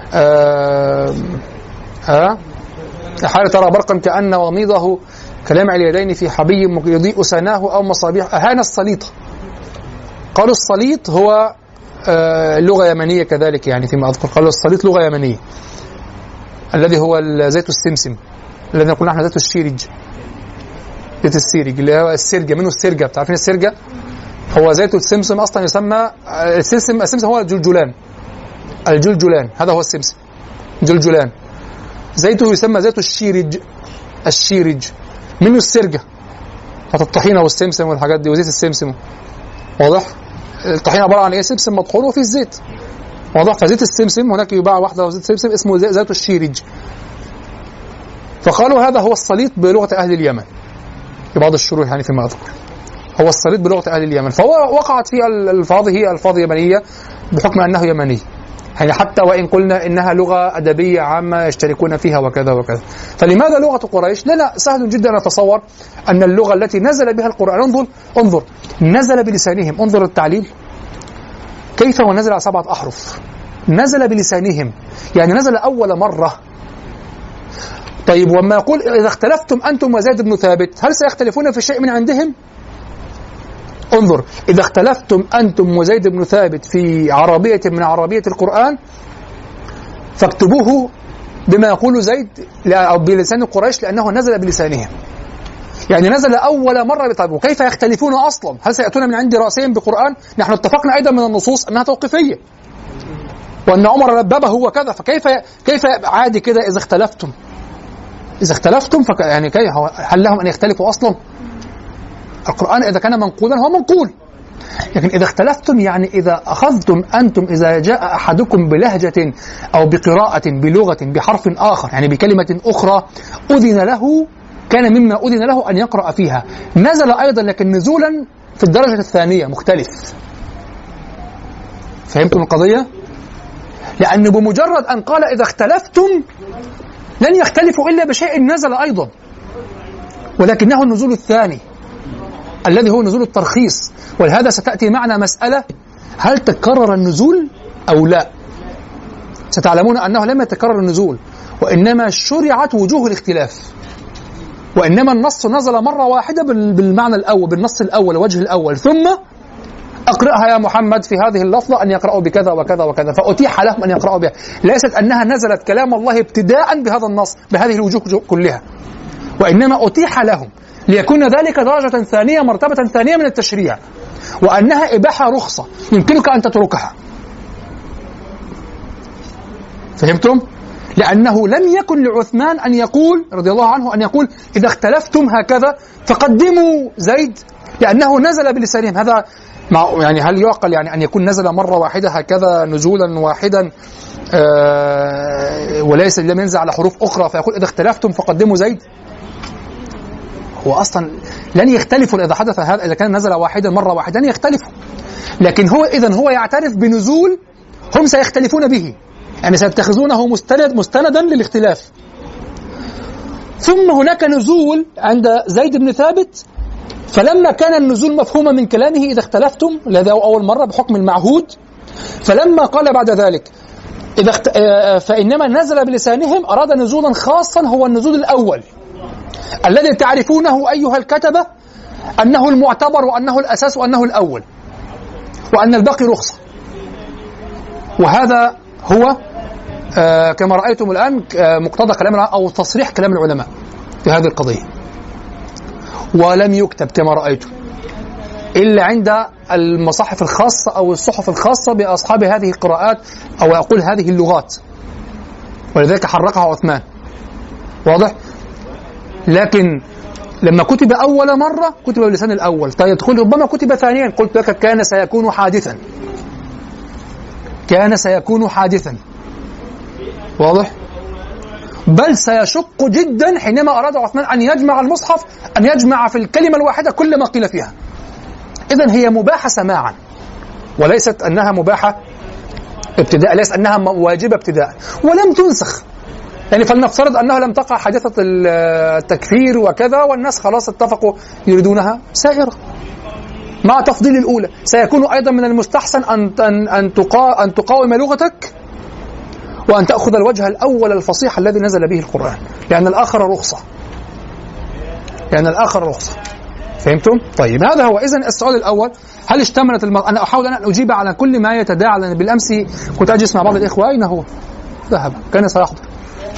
ها حال ترى برقا كأن وميضه كلامع اليدين في حبي يضيء سناه أو مصابيح أهان الصليط. قالوا الصليط هو لغة يمنية كذلك، يعني فيما أذكر قالوا الصليط لغة يمنية، الذي هو زيت السمسم الذي نقول نحن زيت الشيرج، زيت السيرج اللي هو السرجة، منه السرجة، بتعرفين السرجة؟ هو زيت السمسم أصلا يسمى السمسم. السمسم هو الجلجلان، الجلجلان هذا هو السمسم، جلجلان. زيته يسمى زيت الشيرج، الشيرج منه السرجة بتاعت الطحينة والسمسم والحاجات دي، وزيت السمسم. واضح؟ الطحينة عبارة عن ايه؟ سمسم مطحون وفيه الزيت. واضح؟ فزيت السمسم هناك يباع واحدة زيت السمسم اسمه زيت الشيرج. فقالوا هذا هو الصليط بلغة أهل اليمن في بعض الشروح يعني فيما أذكر، هو الصليط بلغة أهل اليمن. فهو وقعت في الألفاظ هي ألفاظ يمنية بحكم أنه يمني، يعني حتى وإن قلنا إنها لغة أدبية عامة يشتركون فيها وكذا وكذا. فلماذا لغة قريش؟ لا لا سهل جدا نتصور أن اللغة التي نزل بها القرآن، انظر انظر نزل بلسانهم، انظر التعليل كيف ونزل على سبعة أحرف، نزل بلسانهم يعني نزل أول مرة. طيب وما يقول إذا اختلفتم أنتم وزيد بن ثابت هل سيختلفون في شيء من عندهم؟ انظر إذا اختلفتم أنتم وزيد بن ثابت في عربية من عربية القرآن فاكتبوه بما يقول زيد أو بلسان قريش لأنه نزل بلسانهم، يعني نزل أول مرة. طيب وكيف يختلفون أصلا؟ هل سيأتون من عند رأسهم بقرآن؟ نحن اتفقنا أيضا من النصوص أنها توقيفية وأن عمر لببه وكذا، فكيف كيف عادي كده إذا اختلفتم إذا اختلفتم فك يعني كيف هل لهم أن يختلفوا أصلا؟ القرآن إذا كان منقولا هو منقول، لكن إذا اختلفتم يعني إذا أخذتم أنتم إذا جاء أحدكم بلهجة أو بقراءة بلغة بحرف آخر يعني بكلمة أخرى أذن له، كان مما أذن له أن يقرأ فيها، نزل أيضا لكن نزولا في الدرجة الثانية مختلف. فهمتم القضية؟ لأن بمجرد أن قال إذا اختلفتم لن يختلفوا إلا بشيء نزل أيضا، ولكنه النزول الثاني الذي هو نزول الترخيص. ولهذا ستأتي معنا مسألة هل تكرر النزول أو لا. ستعلمون أنه لم يتكرر النزول وإنما شرعت وجوه الاختلاف، وإنما النص نزل مرة واحدة بالمعنى الأول بالنص الأول الوجه الأول، ثم أقرأها يا محمد في هذه اللفظة أن يقرأوا بكذا وكذا وكذا، فأتيح لهم أن يقرأوا بها. ليست أنها نزلت كلام الله ابتداء بهذا النص بهذه الوجوه كلها، وإنما أتيح لهم ليكون ذلك درجة ثانية مرتبة ثانية من التشريع، وأنها إباحة رخصة يمكنك أن تتركها. فهمتم؟ لأنه لم يكن لعثمان أن يقول رضي الله عنه أن يقول إذا اختلفتم هكذا فقدموا زيد لأنه نزل بلسانهم. هذا يعني هل يعقل يعني أن يكون نزل مرة واحدة هكذا نزولا واحدا آه وليس لم ينزل على حروف أخرى فيقول إذا اختلفتم فقدموا زيد؟ هو أصلا لن يختلفوا إذا حدث هذا، إذا كان نزل واحدا مرة واحدا يختلفوا، لكن هو إذن هو يعترف بنزول هم سيختلفون به، يعني سيتخذونه مستند مستندا للاختلاف. ثم هناك نزول عند زيد بن ثابت، فلما كان النزول مفهوما من كلامه إذا اختلفتم الذي هو أول مرة بحكم المعهود، فلما قال بعد ذلك إذا اخت... فإنما نزل بلسانهم أراد نزولا خاصا هو النزول الأول الذي تعرفونه أيها الكتبة أنه المعتبر وأنه الأساس وأنه الأول وأن الباقي رخصة. وهذا هو آه كما رأيتم الآن آه مقتضى كلام أو تصريح كلام العلماء في هذه القضية، ولم يكتب كما رأيتم إلا عند المصاحف الخاصة أو الصحف الخاصة بأصحاب هذه القراءات أو أقول هذه اللغات، ولذلك حرقها عثمان. واضح؟ لكن لما كتب أول مرة كتب بلسان الأول. طيب تقول ربما كتب ثانيا، قلت لك كان سيكون حادثا، كان سيكون حادثا. واضح؟ بل سيشق جدا حينما أراد عثمان أن يجمع المصحف أن يجمع في الكلمة الواحدة كل ما قيل فيها. إذن هي مباحة سماعا وليست أنها مباحة ابتداء، ليست أنها واجبة ابتداء، ولم تنسخ. يعني فلنفترض أنها لم تقع حادثة التكفير وكذا والناس خلاص اتفقوا يريدونها سائرة مع تفضيل الأولى. سيكون أيضا من المستحسن أن أن تقا أن تقاوم لغتك وأن تأخذ الوجه الأول الفصيح الذي نزل به القرآن، لأن الآخر رخصة، لأن الآخر رخصة. فهمتم؟ طيب هذا هو. إذن السؤال الأول هل اشتملت الم... أنا أحاول أن أجيب على كل ما يتداعى، لأن بالأمس كنت أجلس مع بعض الإخوة. أين هو؟ ذهب، كان سيحضر.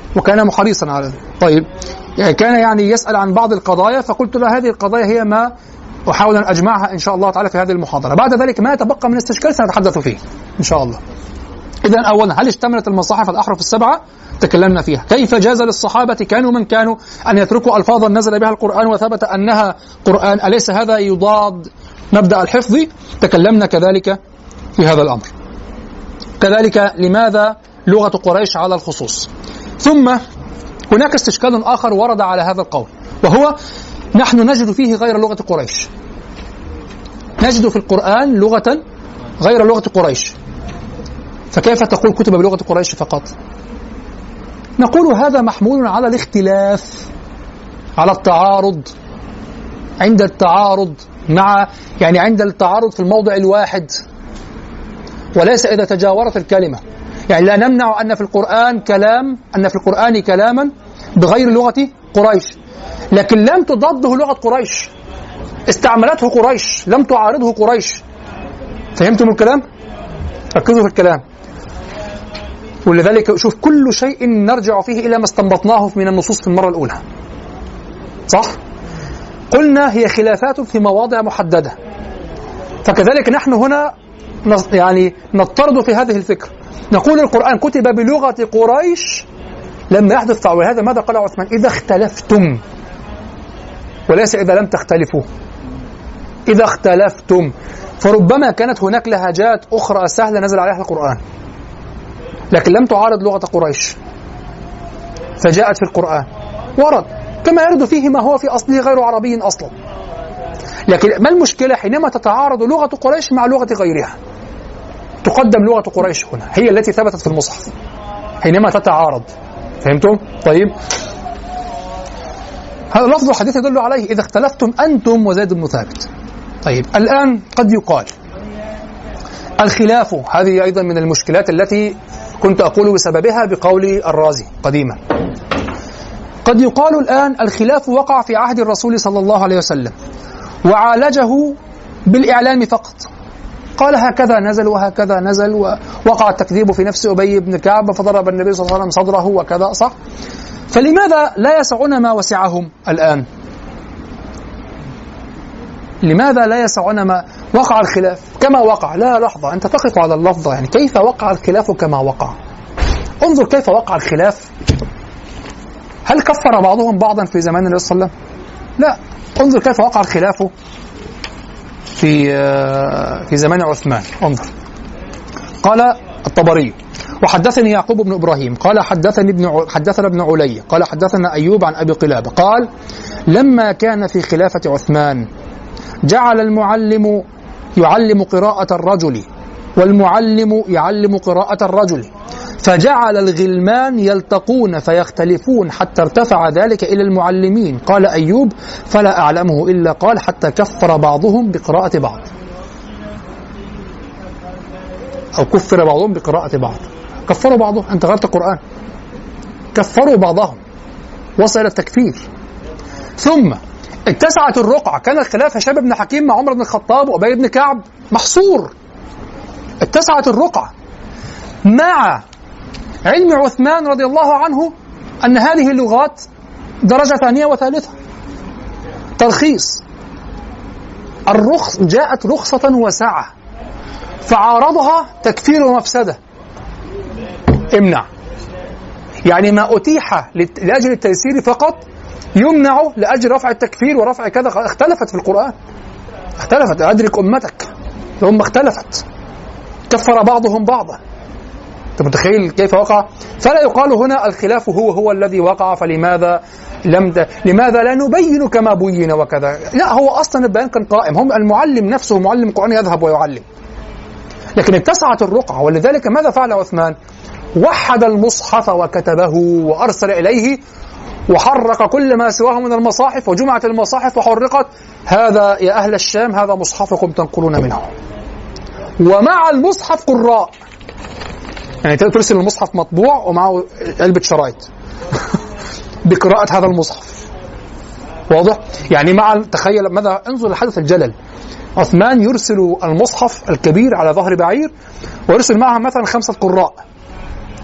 وكان حريصا على ذلك. طيب يعني كان يعني يسأل عن بعض القضايا، فقلت له هذه القضايا هي ما أحاول أن أجمعها إن شاء الله تعالى في هذه المحاضرة. بعد ذلك ما يتبقى من استشكال سنتحدث فيه إن شاء الله. إذن أولا، هل اشتملت المصاحف الأحرف السبعة؟ تكلمنا فيها. كيف جاز للصحابة كانوا من كانوا أن يتركوا ألفاظا نزل بها القرآن وثبت أنها قرآن؟ أليس هذا يضاد مبدأ الحفظ؟ تكلمنا كذلك في هذا الأمر. كذلك لماذا لغة قريش على الخصوص؟ ثم هناك استشكال آخر ورد على هذا القول، وهو نحن نجد فيه غير لغة قريش، نجد في القرآن لغة غير لغة قريش، فكيف تقول كتب بلغة قريش فقط؟ نقول هذا محمول على الاختلاف، على التعارض، عند التعارض مع يعني عند التعارض في الموضع الواحد، وليس إذا تجاورت الكلمة. يعني لا نمنع أن في القرآن كلام أن في القرآن كلاما بغير لغة قريش، لكن لم تضده لغة قريش، استعملته قريش، لم تعارضه قريش. فهمتم الكلام؟ ركزوا في الكلام. ولذلك شوف كل شيء نرجع فيه إلى ما استنبطناه من النصوص في المرة الأولى، صح؟ قلنا هي خلافات في مواضع محددة، فكذلك نحن هنا يعني نضطرد في هذه الفكرة. نقول القرآن كتب بلغة قريش لما يحدث تعويل. هذا ماذا قال عثمان؟ إذا اختلفتم، وليس إذا لم تختلفوا، إذا اختلفتم. فربما كانت هناك لهجات أخرى سهلة نزل عليها القرآن لكن لم تعارض لغة قريش فجاءت في القرآن، ورد كما يرد فيه ما هو في أصله غير عربي أصلا. لكن ما المشكلة حينما تتعارض لغة قريش مع لغة غيرها؟ تقدم لغة قريش هنا، هي التي ثبتت في المصحف حينما تتعارض. فهمتم؟ طيب هذا لفظ الحديث يدل عليه إذا اختلفتم أنتم وزيد بن ثابت. طيب الآن قد يقال الخلاف، هذه أيضا من المشكلات التي كنت أقول بسببها بقول الرازي قديما. قد يقال الآن الخلاف وقع في عهد الرسول صلى الله عليه وسلم وعالجه بالإعلام فقط، قال هكذا نزل وهكذا نزل، ووقع التكذيب في نفس أبي بن كعب فضرب النبي صلى الله عليه وسلم صدره وكذا، صح؟ فلماذا لا يسعون ما وسعهم الآن؟ لماذا لا يسعون ما وقع الخلاف كما وقع؟ لا لحظة، أنت تقف على اللفظة، يعني كيف وقع الخلاف كما وقع؟ انظر كيف وقع الخلاف. هل كفر بعضهم بعضا في زمان النبي صلى الله عليه وسلم؟ لا، انظر كيف وقع الخلاف في في زمان عثمان. انظر، قال الطبري وحدثني يعقوب بن إبراهيم قال حدثني ابن حدثنا ابن علي قال حدثنا أيوب عن أبي قلابة قال لما كان في خلافة عثمان جعل المعلم يعلم قراءة الرجل والمعلم يعلم قراءة الرجل، فجعل الغلمان يلتقون فيختلفون حتى ارتفع ذلك إلى المعلمين. قال أيوب فلا أعلمه إلا قال حتى كفر بعضهم بقراءة بعض، أو كفر بعضهم بقراءة بعض. كفروا بعضهم، أنت غيرت القرآن، كفروا بعضهم، وصل التكفير. ثم اتسعت الرقعة، كان الخلاف هشام بن حكيم مع عمر بن الخطاب وأبي بن كعب محصور، اتسعت الرقعة مع علم عثمان رضي الله عنه أن هذه اللغات درجة ثانية وثالثة. ترخيص الرخص، جاءت رخصة وسعة فعارضها تكفير ومفسدة، امنع. يعني ما أتيح لأجل التيسير فقط يمنع لأجل رفع التكفير ورفع كذا. اختلفت في القرآن، اختلفت، أدرك أمتك ثم اختلفت، كفر بعضهم بعضا. أنت متخيل كيف وقع؟ فلا يقال هنا الخلاف هو هو الذي وقع فلماذا لم د... لماذا لا نبين كما بين وكذا. لا، هو أصلا البيان كان قائم، هم المعلم نفسه معلم القرآن يذهب ويعلم، لكن اتسعت الرقعة. ولذلك ماذا فعل عثمان؟ وحد المصحف وكتبه وأرسل إليه وحرق كل ما سواه من المصاحف، وجمعت المصاحف وحرقت. هذا يا أهل الشام هذا مصحفكم تنقلون منه. ومع المصحف قراء، يعني ترسل المصحف مطبوع ومعه علبة شرايط بقراءة هذا المصحف. واضح؟ يعني مع، تخيل ماذا، انظر لحدث الجلل. عثمان يرسل المصحف الكبير على ظهر بعير ويرسل معها مثلا خمسة قراء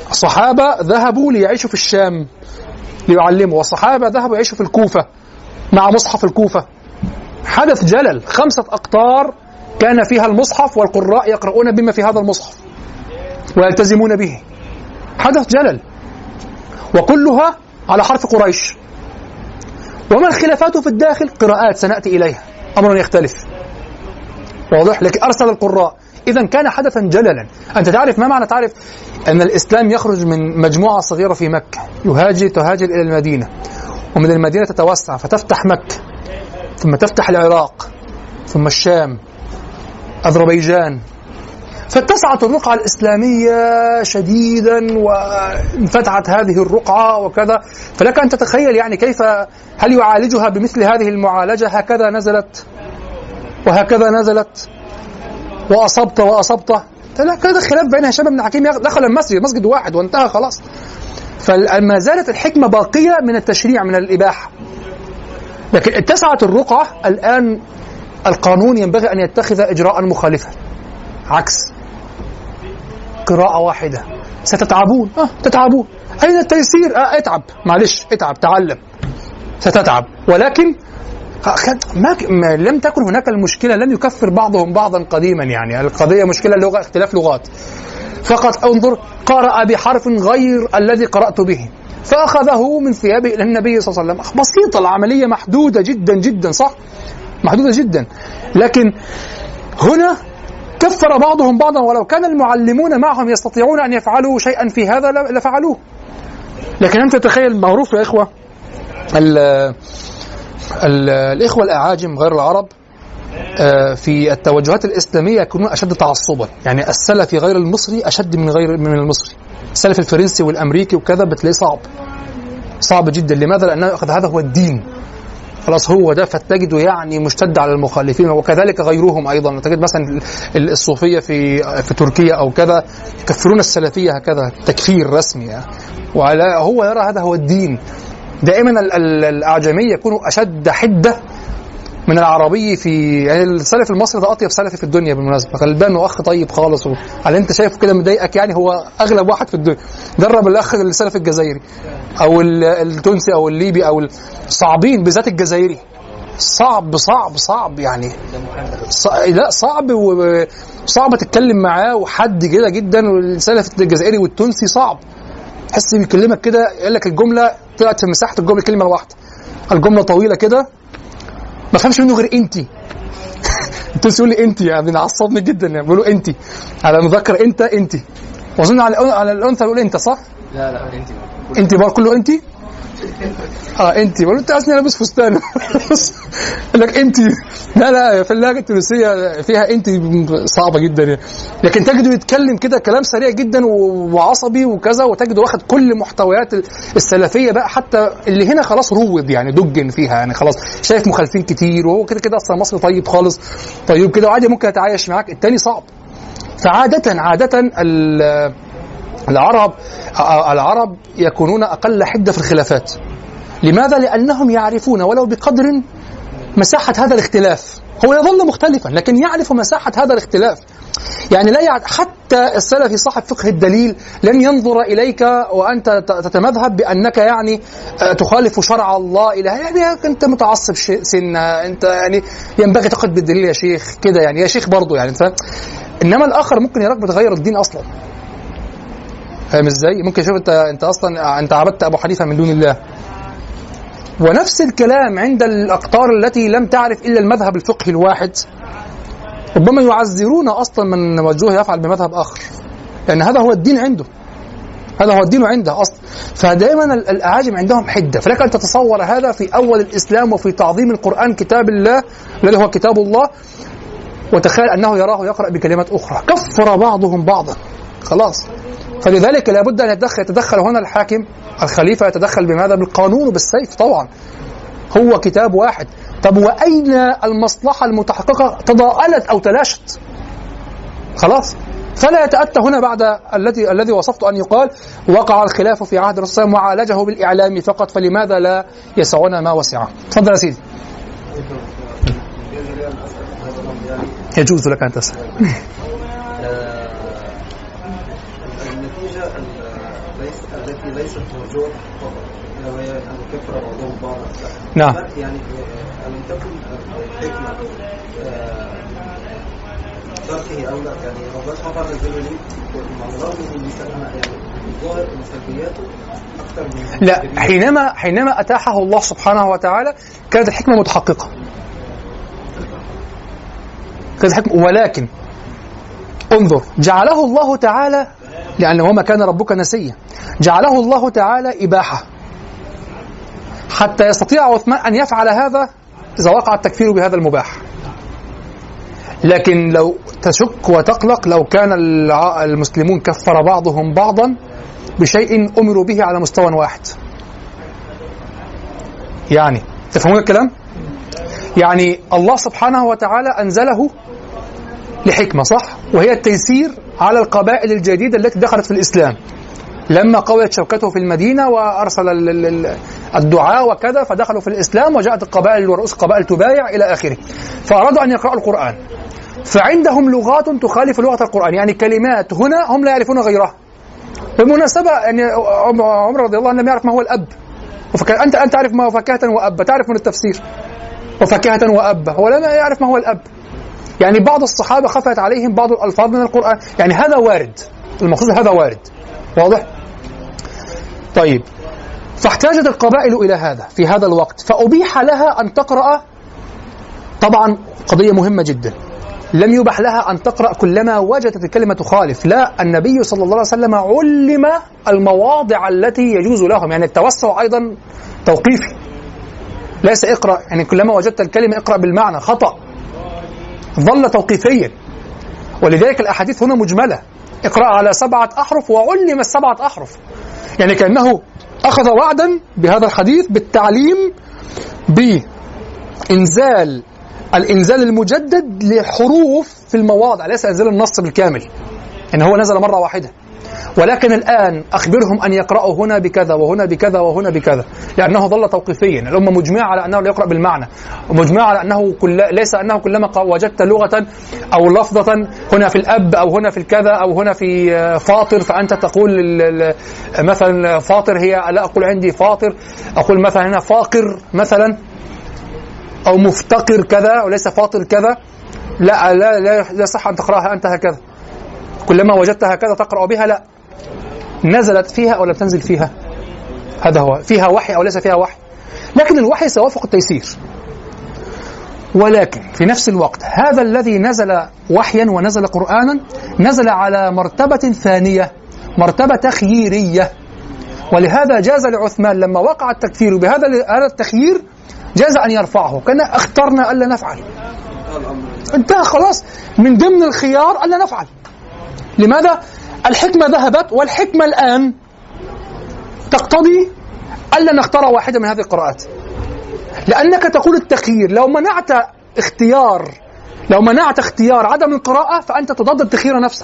الصحابة ذهبوا ليعيشوا في الشام ليعلموا، والصحابة ذهبوا يعيشوا في الكوفة مع مصحف الكوفة. حدث جلل، خمسة أقطار كان فيها المصحف والقراء يقرؤون بما في هذا المصحف ويلتزمون به. حدث جلل، وكلها على حرف قريش. وما الخلافات في الداخل؟ قراءات سنأتي إليها، أمر يختلف، واضح؟ لكن أرسل القراء. إذن كان حدثا جللا. أنت تعرف ما معنى تعرف أن الإسلام يخرج من مجموعة صغيرة في مكة، يهاجر تهاجر إلى المدينة، ومن المدينة تتوسع فتفتح مكة، ثم تفتح العراق، ثم الشام، أذربيجان، فاتسعت الرقعة الإسلامية شديدا وانفتحت هذه الرقعة وكذا. فلك أن تتخيل يعني كيف، هل يعالجها بمثل هذه المعالجة؟ هكذا نزلت وهكذا نزلت وأصبت وأصبت، لا، كذا خلاف بين هشام بن حكيم، دخل المسجد مسجد واحد وانتهى خلاص. فما زالت الحكمة باقية من التشريع من الإباحة. لكن اتسعت الرقعة الآن، القانون ينبغي أن يتخذ إجراء مخالفا، عكس قراءة واحدة. ستتعبون، آه تتعبون، أين التيسير؟ آه اتعب، معلش اتعب، تعلم، ستتعب. ولكن ما لم تكن هناك المشكلة، لم يكفر بعضهم بعضا قديما، يعني القضية مشكلة لغة، اختلاف لغات فقط. انظر، قرأ بحرف غير الذي قرأت به فأخذه من ثيابه إلى النبي صلى الله عليه وسلم. بسيطة العملية، محدودة جدا جدا، صح؟ محدودة جدا. لكن هنا كفر بعضهم بعضا، ولو كان المعلمون معهم يستطيعون أن يفعلوا شيئا في هذا لفعلوه. لكن أنت تخيل، معروف يا إخوة، ال ال الإخوة الأعاجم غير العرب في التوجهات الإسلامية يكونون أشد تعصبا. يعني السلفي غير المصري أشد من غير من المصري. السلف الفرنسي والأمريكي وكذا بتلاقيه صعب صعب جدا. لماذا؟ لأنه أخذ هذا هو الدين، خلاص هو ده، فتجده يعني مشتد على المخالفين. وكذلك غيرهم أيضا، تجد مثلا الصوفية في في تركيا أو كذا يكفرون السلفية هكذا تكفير رسمي يعني. وعلى هو يرى هذا هو الدين. دائما الأعجمي يكونوا أشد حدة من العربي في، يعني السلف المصري ده أطيب سلفي في الدنيا بالمناسبة، غلبان وأخ طيب خالص، على أنت شايفه كده مضايقك، يعني هو أغلب واحد في الدنيا. جرب الأخ السلف الجزائري أو التونسي أو الليبي أو صعبين، بالذات الجزائري صعب صعب صعب يعني صع... لا صعب وصعب تتكلم معاه، وحد كده جدا. والسلف الجزائري والتونسي صعب، تحس بيكلمك كده يقول لك الجملة طلعت في مساحة الجملة كلمة واحدة، الجملة طويلة كده ما فهمش منه غير انتي. التونسي يقول لي انتي، يعني عصبني جدا، يعني بيقولوا انتي على مذكر انت انتي، واظن على على الانثى يقول انت، صح؟ لا لا انتي انتي بقى كله انتي. اه انتي بقول انت عايزني لابس فستان لك انتي. لا لا في اللهجه التونسيه فيها انتي صعبه جدا يعني. لكن تجده يتكلم كده كلام سريع جدا وعصبي وكذا، وتجده واخد كل محتويات السلفيه بقى، حتى اللي هنا خلاص روض يعني، دجن فيها يعني، خلاص شايف مخالفين كتير، وهو كده كده اصلا مصري طيب خالص، طيب كده وعادي ممكن يتعايش معاك. التاني صعب. فعاده عاده العرب العرب يكونون أقل حدة في الخلافات. لماذا؟ لأنهم يعرفون ولو بقدر مساحة هذا الاختلاف. هو يظل مختلفا لكن يعرف مساحة هذا الاختلاف. يعني لا يعرف، حتى السلفي صاحب فقه الدليل لن ينظر إليك وأنت تتمذهب بأنك يعني تخالف شرع الله إله، يعني أنت متعصب سنة، أنت يعني ينبغي تأخذ بالدليل يا شيخ كده، يعني يا شيخ برضو يعني. إنما الآخر ممكن يراك بتغير الدين أصلا. فاهم ازاي؟ ممكن يشوف انت انت اصلا انت عبدت ابو حنيفه من دون الله. ونفس الكلام عند الاقطار التي لم تعرف الا المذهب الفقهي الواحد، ربما يعذرون اصلا من وجهه يفعل بمذهب اخر، لان هذا هو الدين عنده، هذا هو الدين عنده اصلا. فدائما الاعاجم عندهم حده. فلك ان تتصور هذا في اول الاسلام وفي تعظيم القران كتاب الله الذي هو كتاب الله، وتخيل انه يراه يقرا بكلمات اخرى. كفر بعضهم بعضا خلاص. فلذلك لابد أن يتدخل, يتدخل هنا الحاكم الخليفة، يتدخل بماذا؟ بالقانون وبالسيف طبعا. هو كتاب واحد. طب وأين المصلحة المتحققة؟ تضاءلت أو تلاشت خلاص. فلا يتأتى هنا بعد الذي الذي وصفت أن يقال وقع الخلاف في عهد الرسول صلى الله عليه وسلم وعالجه بالإعلام فقط، فلماذا لا يسعنا ما وسعه؟ تفضل يا سيدي. يجوز لك أن تسأل. مرجوع لو هي أن كفر بعضهم بعضا. نعم. يعني ألم تكن الحكمة تركه أولى، يعني ربنا سبحانه وتعالى نزل لي والمعلومات من يعني الظاهر من سلبياته أكثر من لا، حينما حينما أتاحه الله سبحانه وتعالى كانت الحكمة متحققة، كانت الحكمة. ولكن انظر، جعله الله تعالى، لأنه وما كان ربك نسيا، جعله الله تعالى إباحة حتى يستطيع عثمان أن يفعل هذا إذا وقع التكفير بهذا المباح. لكن لو تشك وتقلق لو كان المسلمون كفر بعضهم بعضا بشيء أمروا به على مستوى واحد. يعني تفهمون الكلام؟ يعني الله سبحانه وتعالى أنزله لحكمة، صح؟ وهي التيسير على القبائل الجديدة التي دخلت في الإسلام لما قويت شوكته في المدينة وأرسل الدعاء وكذا فدخلوا في الإسلام، وجاءت القبائل ورؤوس القبائل تبايع إلى آخره، فأرادوا أن يقرأوا القرآن، فعندهم لغات تخالف لغة القرآن، يعني كلمات هنا هم لا يعرفون غيرها. بالمناسبة يعني عمر رضي الله عنه لم يعرف ما هو الأب، أنت أنت تعرف ما هو فاكهة وأب، تعرف من التفسير وفاكهة وأب، هو لا يعرف ما هو الأب. يعني بعض الصحابة خفت عليهم بعض الألفاظ من القرآن، يعني هذا وارد، المقصود هذا وارد، واضح؟ طيب، فاحتاجت القبائل إلى هذا في هذا الوقت، فأبيح لها أن تقرأ. طبعا قضية مهمة جدا، لم يبح لها أن تقرأ كلما وجدت الكلمة تخالف، لا، النبي صلى الله عليه وسلم علم المواضع التي يجوز لهم، يعني التوسع أيضا توقيفي، ليس اقرأ يعني كلما وجدت الكلمة اقرأ بالمعنى، خطأ، ظل توقيفيا. ولذلك الأحاديث هنا مجملة، اقرأ على سبعة أحرف وعلم السبعة أحرف، يعني كأنه أخذ وعدا بهذا الحديث بالتعليم بإنزال الإنزال المجدد لحروف في المواضع، ليس إنزال النص بالكامل، إن هو نزل مرة واحدة. ولكن الآن أخبرهم أن يقرأوا هنا بكذا وهنا بكذا وهنا بكذا، لأنه ظل توقيفيا. الأمة مجمعة على أنه لا يقرأ بالمعنى، ومجمعة على أنه كل ليس أنه كلما وجدت لغة أو لفظة هنا في الأب أو هنا في الكذا أو هنا في فاطر فأنت تقول مثلا فاطر، هي لا أقول عندي فاطر، أقول مثلا هنا فاقر مثلا أو مفتقر كذا وليس فاطر كذا، لا لا لا, لا صح أن تقرأها أنت هكذا، كلما وجدت هكذا تقرأ بها. لا، نزلت فيها أو لم تنزل فيها، هذا هو، فيها وحي أو ليس فيها وحي، لكن الوحي سيوافق التيسير. ولكن في نفس الوقت هذا الذي نزل وحيا ونزل قرآنا نزل على مرتبة ثانية، مرتبة تخييرية. ولهذا جاز لعثمان لما وقع التكفير بهذا هذا التخيير جاز أن يرفعه، كان اخترنا ألا نفعل، انتهى خلاص، من ضمن الخيار ألا نفعل. لماذا؟ الحكمة ذهبت، والحكمة الآن تقتضي ألا نختار واحدة من هذه القراءات، لأنك تقول التخيير، لو منعت اختيار لو منعت اختيار عدم القراءة فأنت تضاد التخيير نفسه.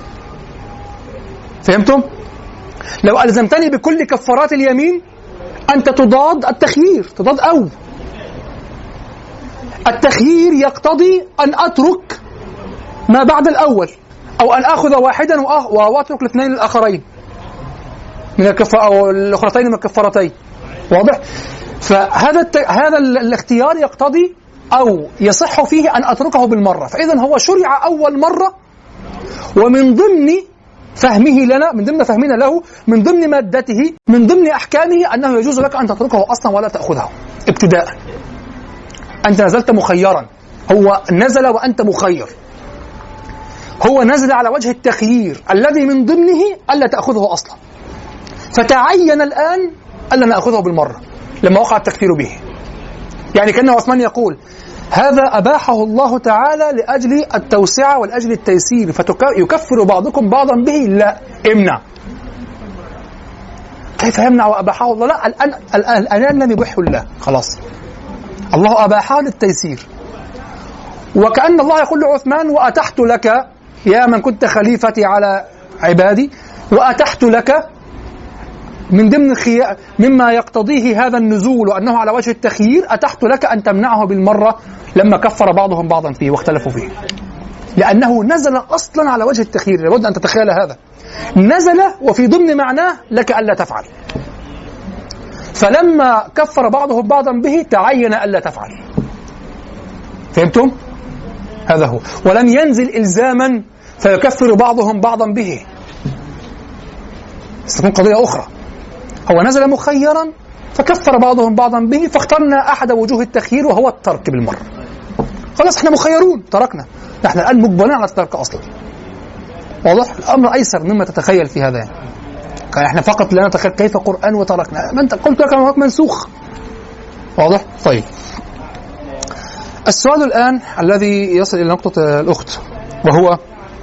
فهمتم؟ لو ألزمتني بكل كفارات اليمين أنت تضاد التخيير، تضاد أو التخيير يقتضي أن أترك ما بعد الأول، أو أن أخذ واحدا وأترك الاثنين الآخرين من الكف أو الأخرتين من الكفارتين، واضح؟ فهذا الت... هذا الاختيار يقتضي أو يصح فيه أن أتركه بالمرة، فإذن هو شرع أول مرة، ومن ضمن فهمه لنا، من ضمن فهمنا له، من ضمن مادته، من ضمن أحكامه أنه يجوز لك أن تتركه أصلا ولا تأخذه ابتداء. أنت نزلت مخيرا، هو نزل وأنت مخير، هو نزل على وجه التخيير الذي من ضمنه ألا تأخذه أصلا، فتعين الآن ألا نأخذه بالمرة لما وقع التكفير به. يعني كان عثمان يقول هذا أباحه الله تعالى لأجل التوسعة ولأجل التيسير، فيكفر بعضكم بعضا به، لا، امنع. كيف يمنع وأباحه الله؟ لا، الآن الآن الآن لم يبحه الله، خلاص، الله أباحه للتيسير. وكأن الله يقول لعثمان وأتحت لك يا من كنت خليفتي على عبادي، وأتحت لك من ضمن خيار مما يقتضيه هذا النزول وأنه على وجه التخيير، أتحت لك أن تمنعه بالمرة لما كفر بعضهم بعضا فيه واختلفوا فيه، لأنه نزل أصلا على وجه التخيير. لابد أن تتخيل هذا، نزل وفي ضمن معناه لك ألا تفعل. فلما كفر بعضهم بعضا به تعين ألا تفعل. فهمتم؟ هذا هو. ولم ينزل إلزاما فيكفر بعضهم بعضا به، ستكون قضية أخرى. هو نزل مخيرا فكفر بعضهم بعضا به، فاخترنا أحد وجوه التخيير وهو الترك بالمرة. خلاص احنا مخيرون، تركنا، نحن الآن مجبرين على الترك أصلا. واضح؟ الأمر أيسر مما تتخيل في هذا. يعني احنا فقط لا نتخيل كيف قرآن وتركنا، ما انت قلت لك منسوخ. واضح؟ طيب، السؤال الآن الذي يصل إلى نقطة الأخت، وهو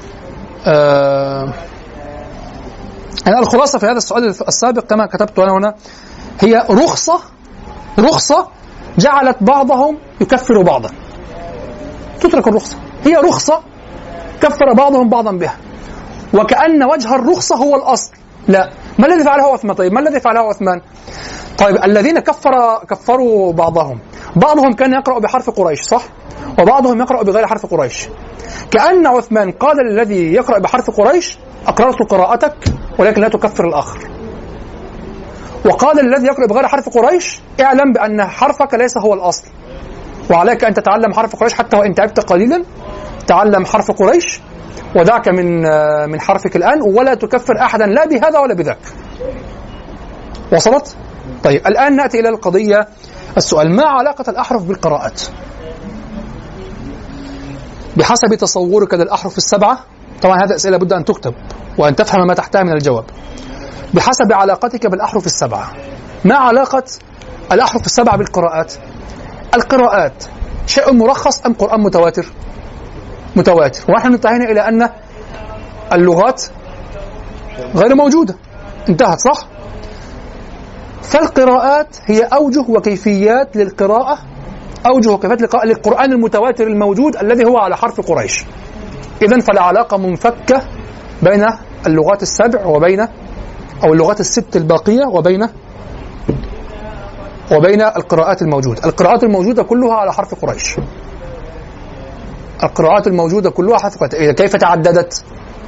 آه يعني الخلاصة في هذا السؤال السابق كما كتبت أنا هنا، هي رخصة رخصة جعلت بعضهم يكفر بعضا. تترك الرخصة، هي رخصة كفر بعضهم بعضا بها، وكأن وجه الرخصة هو الأصل. لا، ما الذي فعله عثمان؟ طيب ما الذي فعله عثمان؟ طيب الذين كفر كفروا بعضهم، بعضهم كان يقرأ بحرف قريش صح؟ وبعضهم يقرأ بغير حرف قريش. كأن عثمان قال للذي يقرأ بحرف قريش أقررت قراءتك ولكن لا تكفر الآخر، وقال للذي يقرأ بغير حرف قريش اعلم بأن حرفك ليس هو الأصل، وعليك أن تتعلم حرف قريش حتى وإن تعبت قليلا، تعلم حرف قريش ودعك من من حرفك الآن، ولا تكفر أحدا لا بهذا ولا بذاك. وصلت؟ طيب الآن نأتي إلى القضية. السؤال: ما علاقة الأحرف بالقراءات؟ بحسب تصورك للأحرف السبعة، طبعا هذه أسئلة بد أن تكتب وأن تفهم ما تحتها من الجواب. بحسب علاقتك بالأحرف السبعة، ما علاقة الأحرف السبعة بالقراءات؟ القراءات شيء مرخص أم قرآن متواتر؟ متواتر. ونحن انتهينا إلى أن اللغات غير موجودة، انتهت صح؟ فالقراءات هي أوجه وكيفيات للقراءة، أوجه وكيفيات للقراءة للقرآن المتواتر الموجود الذي هو على حرف قريش. إذن فلا علاقة منفكة بين اللغات السبع وبين أو اللغات الست الباقية وبين وبين القراءات الموجودة. القراءات الموجودة كلها على حرف قريش. القراءات الموجودة كلها حرف قريش. كيف تعددت؟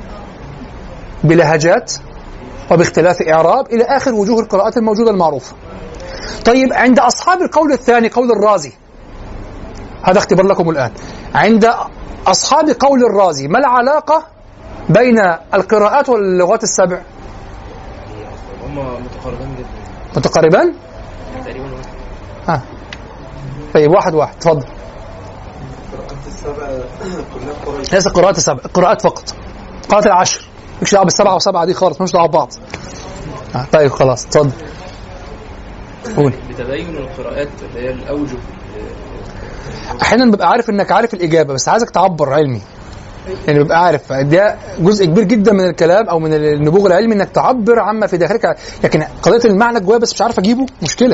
بلهجات وباختلاف إعراب إلى آخر وجوه القراءات الموجودة المعروفة. طيب عند أصحاب القول الثاني، قول الرازي، هذا اختبر لكم الآن، عند أصحاب قول الرازي ما العلاقة بين القراءات واللغات السبع؟ هم متقاربين جدا. متقاربان؟ تقريبا واحد. ها. طيب واحد واحد، تفضل. قراءات السبع كلها قريش. ليس قراءات السبع، قراءات فقط. قراءات العشر. مش دعوة بالسبعة وسبعة دي خالص، مش دعوة ببعض. ها. طيب خلاص، تفضل. قول. بتباين القراءات اللي هي الأوجه. أحيانا ببقى عارف إنك عارف الإجابة بس عايزك تعبر علمي. يعني ببقى عارف ده جزء كبير جدا من الكلام او من النبوغ العلمي انك تعبر عما في داخلك، لكن قضيه المعنى جواه بس مش عارف اجيبه مشكله.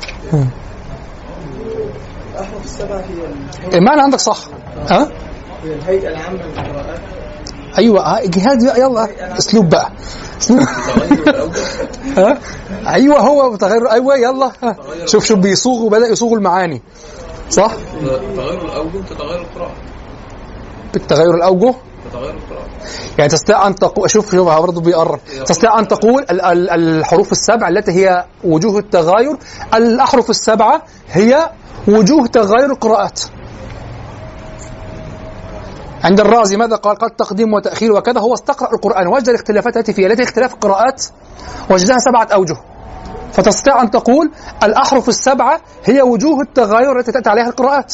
الأحرف السبعة هي المعنى عندك صح. ها؟ هي الهيئة العامة للقراءات. ايوه جهاد بقى، يلا اسلوب بقى. ها؟ ايوه هو متغير، ايوه يلا. ها. شوف شوف بيصوغ وبدا يصوغ المعاني صح؟ تغير الأوجه تتغير القراءة. بالتغير الأوجه تتغير القراءة. يعني تستطيع أن تقول، شوف شوف برضه بيقرب، تستطيع أن تقول ال ال الحروف السبع التي هي وجوه التغاير، الأحرف السبعة هي وجوه تغير القراءات. عند الرازي ماذا قال؟ قال تقديم وتأخير وكذا. هو استقرأ القرآن وجد الاختلافات التي فيها، التي اختلاف القراءات وجدها سبعة أوجه، فتستطيع أن تقول الأحرف السبعة هي وجوه التغاير التي تأتي عليها القراءات.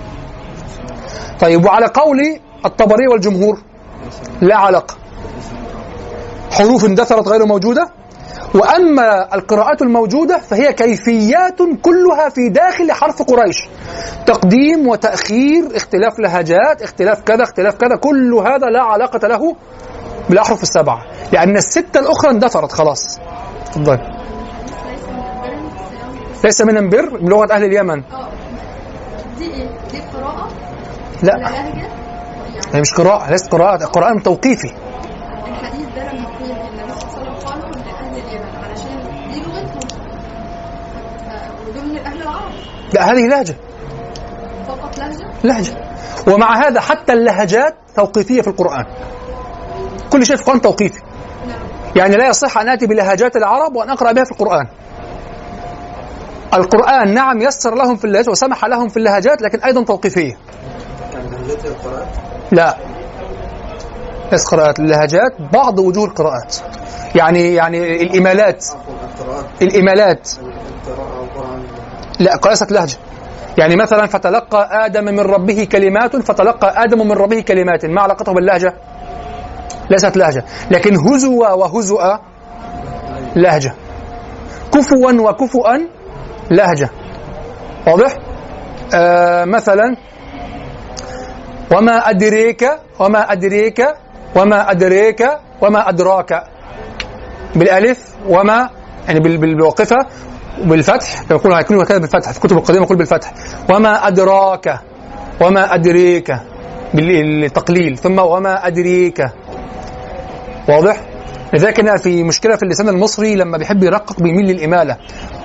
طيب وعلى قول الطبري والجمهور لا علاقة، حروف اندثرت غير موجودة، وأما القراءات الموجودة فهي كيفيات كلها في داخل حرف قريش، تقديم وتأخير، اختلاف لهجات، اختلاف كذا اختلاف كذا، كل هذا لا علاقة له بالأحرف السبعة، لأن الستة الأخرى اندثرت خلاص. تفضل. ليس من البر بلغة أهل اليمن. دي ايه؟ دي قراءة؟ لا لهجة؟ هي مش قراءة، ليست قراءة، القرآن توقيفي. الحديث ده لما يقول النبي صلى الله عليه وسلم قالوا لأهل اليمن علشان دي لغتهم ودول من أهل العرب. لا هذه لهجة فقط لهجة؟ لهجة. ومع هذا حتى اللهجات توقيفية في القرآن، كل شيء في القرآن توقيفي. يعني لا يصح أن آتي بلهجات العرب وأن أقرأ بها في القرآن. القرآن نعم يسر لهم في اللهجات وسمح لهم في اللهجات، لكن أيضا توقيفية. يعني لهجات القراءات لا، ليس قراءات اللهجات، بعض وجوه القراءات. يعني يعني الإمالات القراءات الإمالات القراءة عبارة عن لا، قراءة لهجة. يعني مثلا فتلقى آدم من ربه كلمات، فتلقى آدم من ربه كلمات، ما علاقته باللهجة؟ ليست لهجة. لكن هزوا وهزؤا لهجة، كفوا وكفؤا لهجة. واضح؟ آه مثلا وما أدريك وما أدريك وما أدريك وما أدراك بالألف، وما يعني بالوقفة بالفتح، يقول هيكون كذا بالفتح في الكتب القديمة، يقول بالفتح وما أدراك وما أدريك بالتقليل، ثم وما أدريك. واضح؟ لذلك هنا في مشكلة في اللسان المصري لما بيحب يرقق بيميل للإمالة،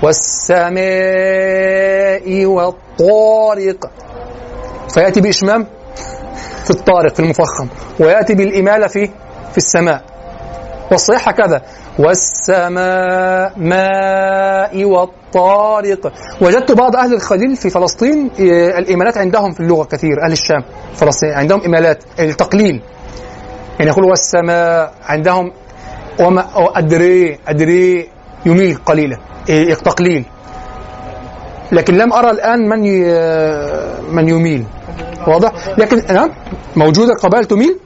والسماء والطارق، فيأتي بإشمام في الطارق في المفخم، ويأتي بالإمالة في في السماء. والصحيح هكذا، والسماء ماء والطارق. وجدت بعض أهل الخليل في فلسطين الإمالات عندهم في اللغة كثير، أهل الشام فلسطين عندهم إمالات التقليل، يعني يقولوا والسماء، عندهم وما أدري أدري يميل قليلا تقليل. لكن لم أرى الآن من من يميل. واضح؟ لكن نعم موجودة قبائل تميل.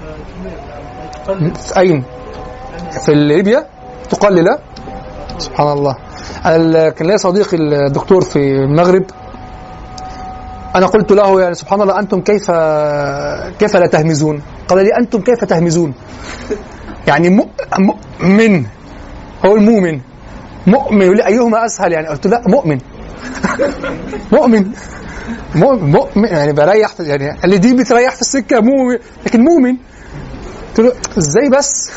في أين؟ في ليبيا تقلل. سبحان الله. كان لي صديقي الدكتور في المغرب، أنا قلت له يعني سبحان الله أنتم كيف كيف لا تهمزون؟ قال لي أنتم كيف تهمزون؟ يعني مؤمن، هو المؤمن مؤمن، يقول لي أيهما أسهل؟ يعني قلت لا مؤمن مؤمن مؤمن يعني بريح، يعني اللي دي بتريح في السكة مؤمن، لكن مؤمن قلت له ازاي بس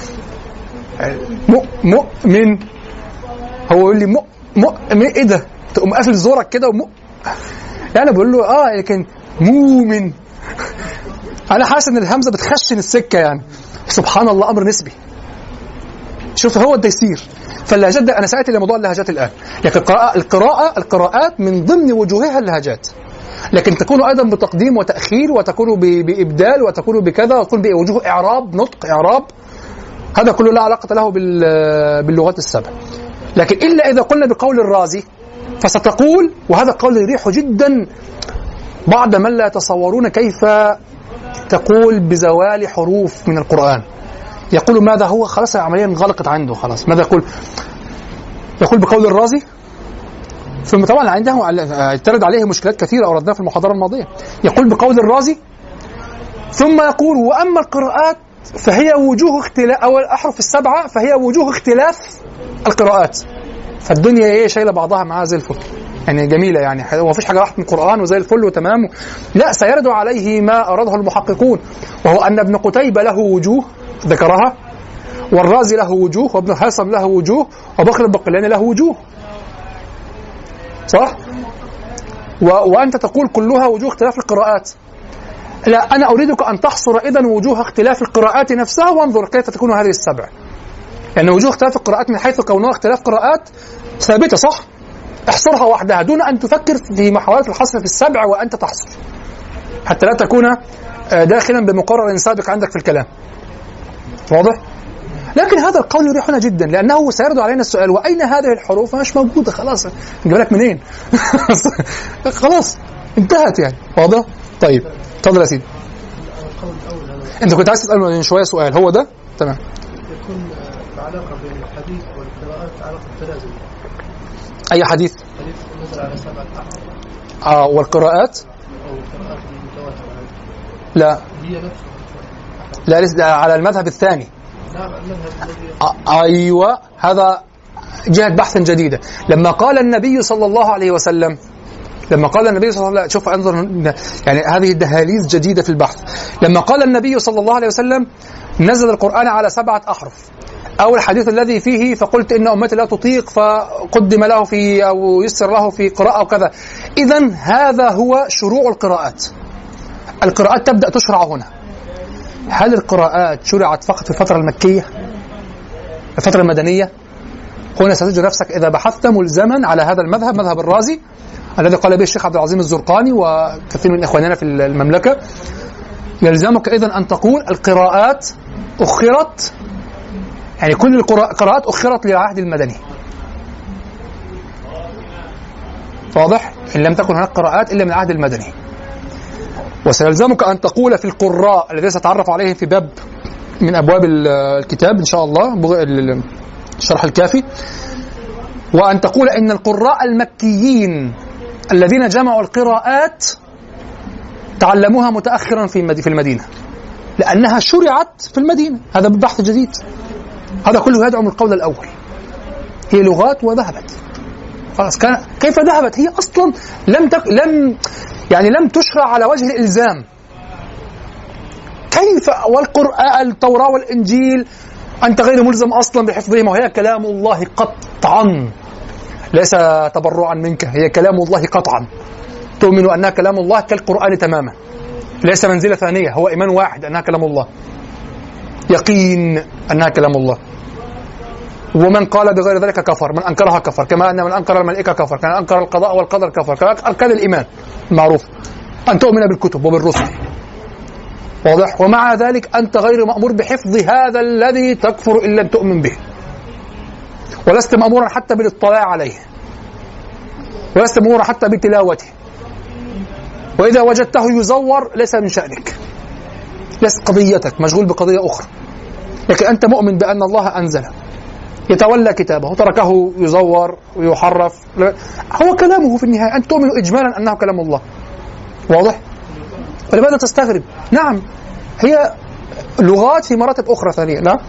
مؤمن، هو يقول لي مؤمن ايه ده؟ تقوم قافل زورك كده ومؤ يعني بقول له اه لكن مؤمن. انا حاسس ان الهمزه بتخشن السكه يعني. سبحان الله، امر نسبي. شوف هو التيسير. فاللهجات ده انا سألت لموضوع اللهجات الان، لكن القراءة القراءة القراءات من ضمن وجوهها اللهجات، لكن تكون ايضا بتقديم وتأخير، وتكون بإبدال، وتكون بكذا، وتكون بوجوه اعراب، نطق اعراب، هذا كله لا علاقة له باللغات السبع. لكن الا اذا قلنا بقول الرازي فستقول، وهذا قول يريح جدا بعض من لا يتصورون كيف تقول بزوال حروف من القرآن. يقول ماذا هو؟ خلاص العملية انغلقت عنده خلاص. ماذا يقول؟ يقول بقول الرازي، ثم طبعا عنده ترد عليه مشكلات كثيرة أوردناها في المحاضرة الماضية. يقول بقول الرازي، ثم يقول وأما القراءات فهي وجوه اختلاف، أو الأحرف السبعة فهي وجوه اختلاف القراءات. فالدنيا ايه شايله بعضها معاها زي الفل، يعني جميله، يعني وما فيش حاجه راحت من القرآن وزي الفل وتمام. لا، سيرد عليه ما أراده المحققون، وهو أن ابن قتيبة له وجوه ذكرها، والرازي له وجوه، وابن الحيصم له وجوه، وبكر البقلاني له وجوه، صح؟ و... وأنت تقول كلها وجوه اختلاف القراءات. لا، أنا أريدك أن تحصر إذن وجوه اختلاف القراءات نفسها، وانظر كيف تكون هذه السبع. لأن يعني وجوه اختلاف القراءات من حيث كونها اختلاف قراءات ثابتة، صح؟ احصرها وحدها دون أن تفكر في محاولات الحصر في السبع وأنت تحصر، حتى لا تكون داخلا بمقرر سابق عندك في الكلام. واضح؟ لكن هذا القول يريحنا جدا، لأنه سيرد علينا السؤال وأين هذه الحروف؟ مش موجودة خلاص، نجيب لك منين؟ خلاص انتهت يعني. واضح؟ طيب تفضل يا سيدي. انت كنت عايز تسأل من شوية سؤال، هو ده؟ تمام. يكون العلاقة بين الحديث والقراءات علاقة تلازم. أي حديث؟ حديث نزل على سبعة أحرف. آه والقراءات؟ أو القراءات المتواترة. لا. هي نفسها. لا لسه على المذهب الثاني. نعم المذهب الذي. آه أيوة، هذا جهة بحث جديدة. لما قال النبي صلى الله عليه وسلم لما قال النبي صلى الله عليه وسلم، شوف انظر يعني هذه الدهاليز جديدة في البحث. لما قال النبي صلى الله عليه وسلم نزل القرآن على سبعة أحرف، أو الحديث الذي فيه فقلت إن أمتي لا تطيق فقدم له في أو يسر له في قراءة وكذا. إذن هذا هو شروع القراءات. القراءات تبدأ تشرع هنا. هل القراءات شرعت فقط في الفترة المكية؟ الفترة المدنية؟ هنا ستجد نفسك إذا بحثت ملزما على هذا المذهب، مذهب الرازي الذي قال به الشيخ عبد العظيم الزرقاني وكثير من إخواننا في المملكة. يلزمك إذن أن تقول القراءات أخرت، يعني كل القراءات أخرت للعهد المدني. واضح؟ إن لم تكن هناك قراءات إلا من العهد المدني. وسيلزمك أن تقول في القراء الذي سأتعرف عليه في باب من أبواب الكتاب إن شاء الله، الشرح الكافي، وأن تقول إن القراء المكيين الذين جمعوا القراءات تعلموها متأخرا في المدينة لأنها شرعت في المدينة. هذا بحث جديد، هذا كله يدعم القول الأول. هي لغات وذهبت خلاص. كان كيف ذهبت؟ هي أصلا لم تك... لم يعني لم تشرع على وجه الإلزام. كيف والقرآن التوراة والإنجيل أنت غير ملزم أصلا بحفظهما، وهي كلام الله قطعا ليس تبرعا منك، هي كلام الله قطعا. تؤمن أنها كلام الله كالقرآن تماما، ليس منزلة ثانية، هو إيمان واحد أنها كلام الله، يقين أنها كلام الله. ومن قال بغير ذلك كفر، من أنكرها كفر، كما أن من أنكر الملائكة كفر، كما أنكر القضاء والقدر كفر، كأركان الإيمان المعروف أن تؤمن بالكتب وبالرسل. واضح؟ ومع ذلك أنت غير مأمور بحفظ هذا الذي تكفر إن لم تؤمن به، ولست مأمورا حتى بالاطلاع عليه، ولست مأمورا حتى بتلاوته. وإذا وجدته يزور ليس من شأنك، ليس قضيتك، مشغول بقضية أخرى. لكن أنت مؤمن بأن الله أنزل، يتولى كتابه، تركه يزور ويحرف، هو كلامه في النهاية. أنت تؤمن إجمالا أنه كلام الله. واضح؟ ولماذا تستغرب؟ نعم هي لغات في مراتب أخرى ثانية. نعم.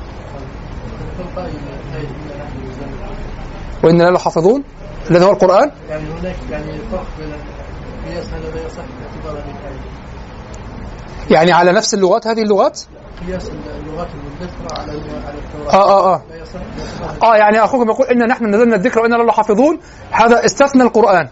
وإننا لحافظون الذي هو القرآن. يعني هناك يعني فرق بين القياس هذا لا يصح باعتبار الآية. يعني على نفس اللغات، هذه اللغات قياس اللغات المذكرة على على التوراة آه آه آه. لا يصح. آه يعني أخوكم يقول إن نحن نزلنا الذكر وإننا لحافظون، هذا استثنى القرآن.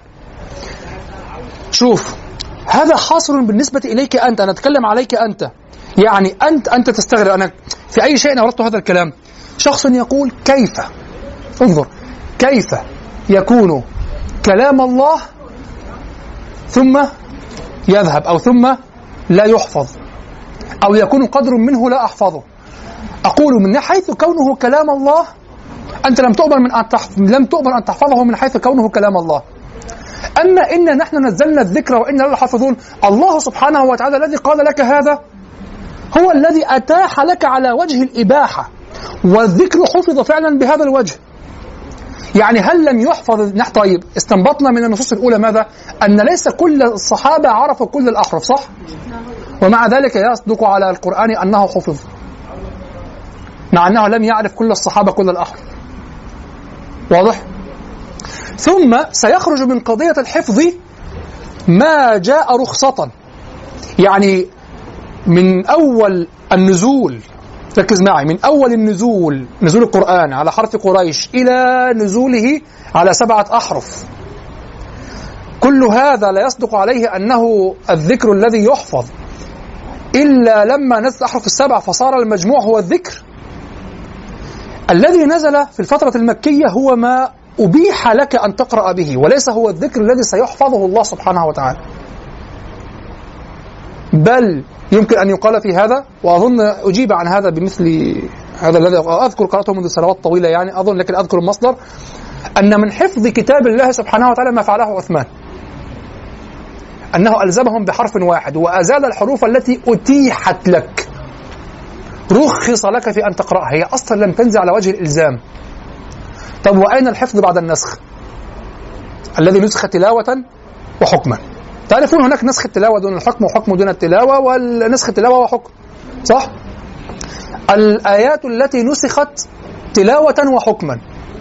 شوف هذا حاصر بالنسبة إليك أنت، أنا أتكلم عليك أنت. يعني أنت أنت تستغرب أنا في أي شيء أردت هذا الكلام. شخص يقول كيف، انظر كيف يكون كلام الله ثم يذهب، أو ثم لا يحفظ، أو يكون قدر منه لا أحفظه. أقول من حيث كونه كلام الله أنت لم تؤمر من أن تحفظ، لم تؤمر أن تحفظه من حيث كونه كلام الله. أما إن نحن نزلنا الذكر وإنا لحافظون، الله سبحانه وتعالى الذي قال لك هذا هو الذي أتاح لك على وجه الإباحة، والذكر حفظ فعلا بهذا الوجه. يعني هل لم يحفظ؟ نحن طيب استنبطنا من النصوص الأولى ماذا؟ أن ليس كل الصحابة عرفوا كل الأحرف، صح؟ ومع ذلك يصدق على القرآن أنه حفظ، مع أنه لم يعرف كل الصحابة كل الأحرف. واضح؟ ثم سيخرج من قضية الحفظ ما جاء رخصة، يعني من أول النزول، ركز معي، من أول النزول، نزول القرآن على حرف قريش إلى نزوله على سبعة أحرف، كل هذا لا يصدق عليه أنه الذكر الذي يحفظ إلا لما نزل أحرف السبع فصار المجموع هو الذكر. الذي نزل في الفترة المكية هو ما أبيح لك أن تقرأ به، وليس هو الذكر الذي سيحفظه الله سبحانه وتعالى. بل يمكن أن يقال في هذا، وأظن أجيب عن هذا بمثل هذا الذي أذكر قرأته منذ سنوات طويلة يعني أظن، لكن أذكر المصدر، أن من حفظ كتاب الله سبحانه وتعالى ما فعله عثمان، أنه ألزمهم بحرف واحد وأزال الحروف التي أتيحت لك، رخص لك في أن تقرأها، هي أصلا لم تنزل على وجه الإلزام. طب وأين الحفظ بعد النسخ الذي نسخ تلاوة وحكما؟ تعرفون هناك نسخ التلاوة دون الحكم وحكم دون التلاوة، والنسخ التلاوة وحكم، صح؟ الآيات التي نسخت تلاوة وحكما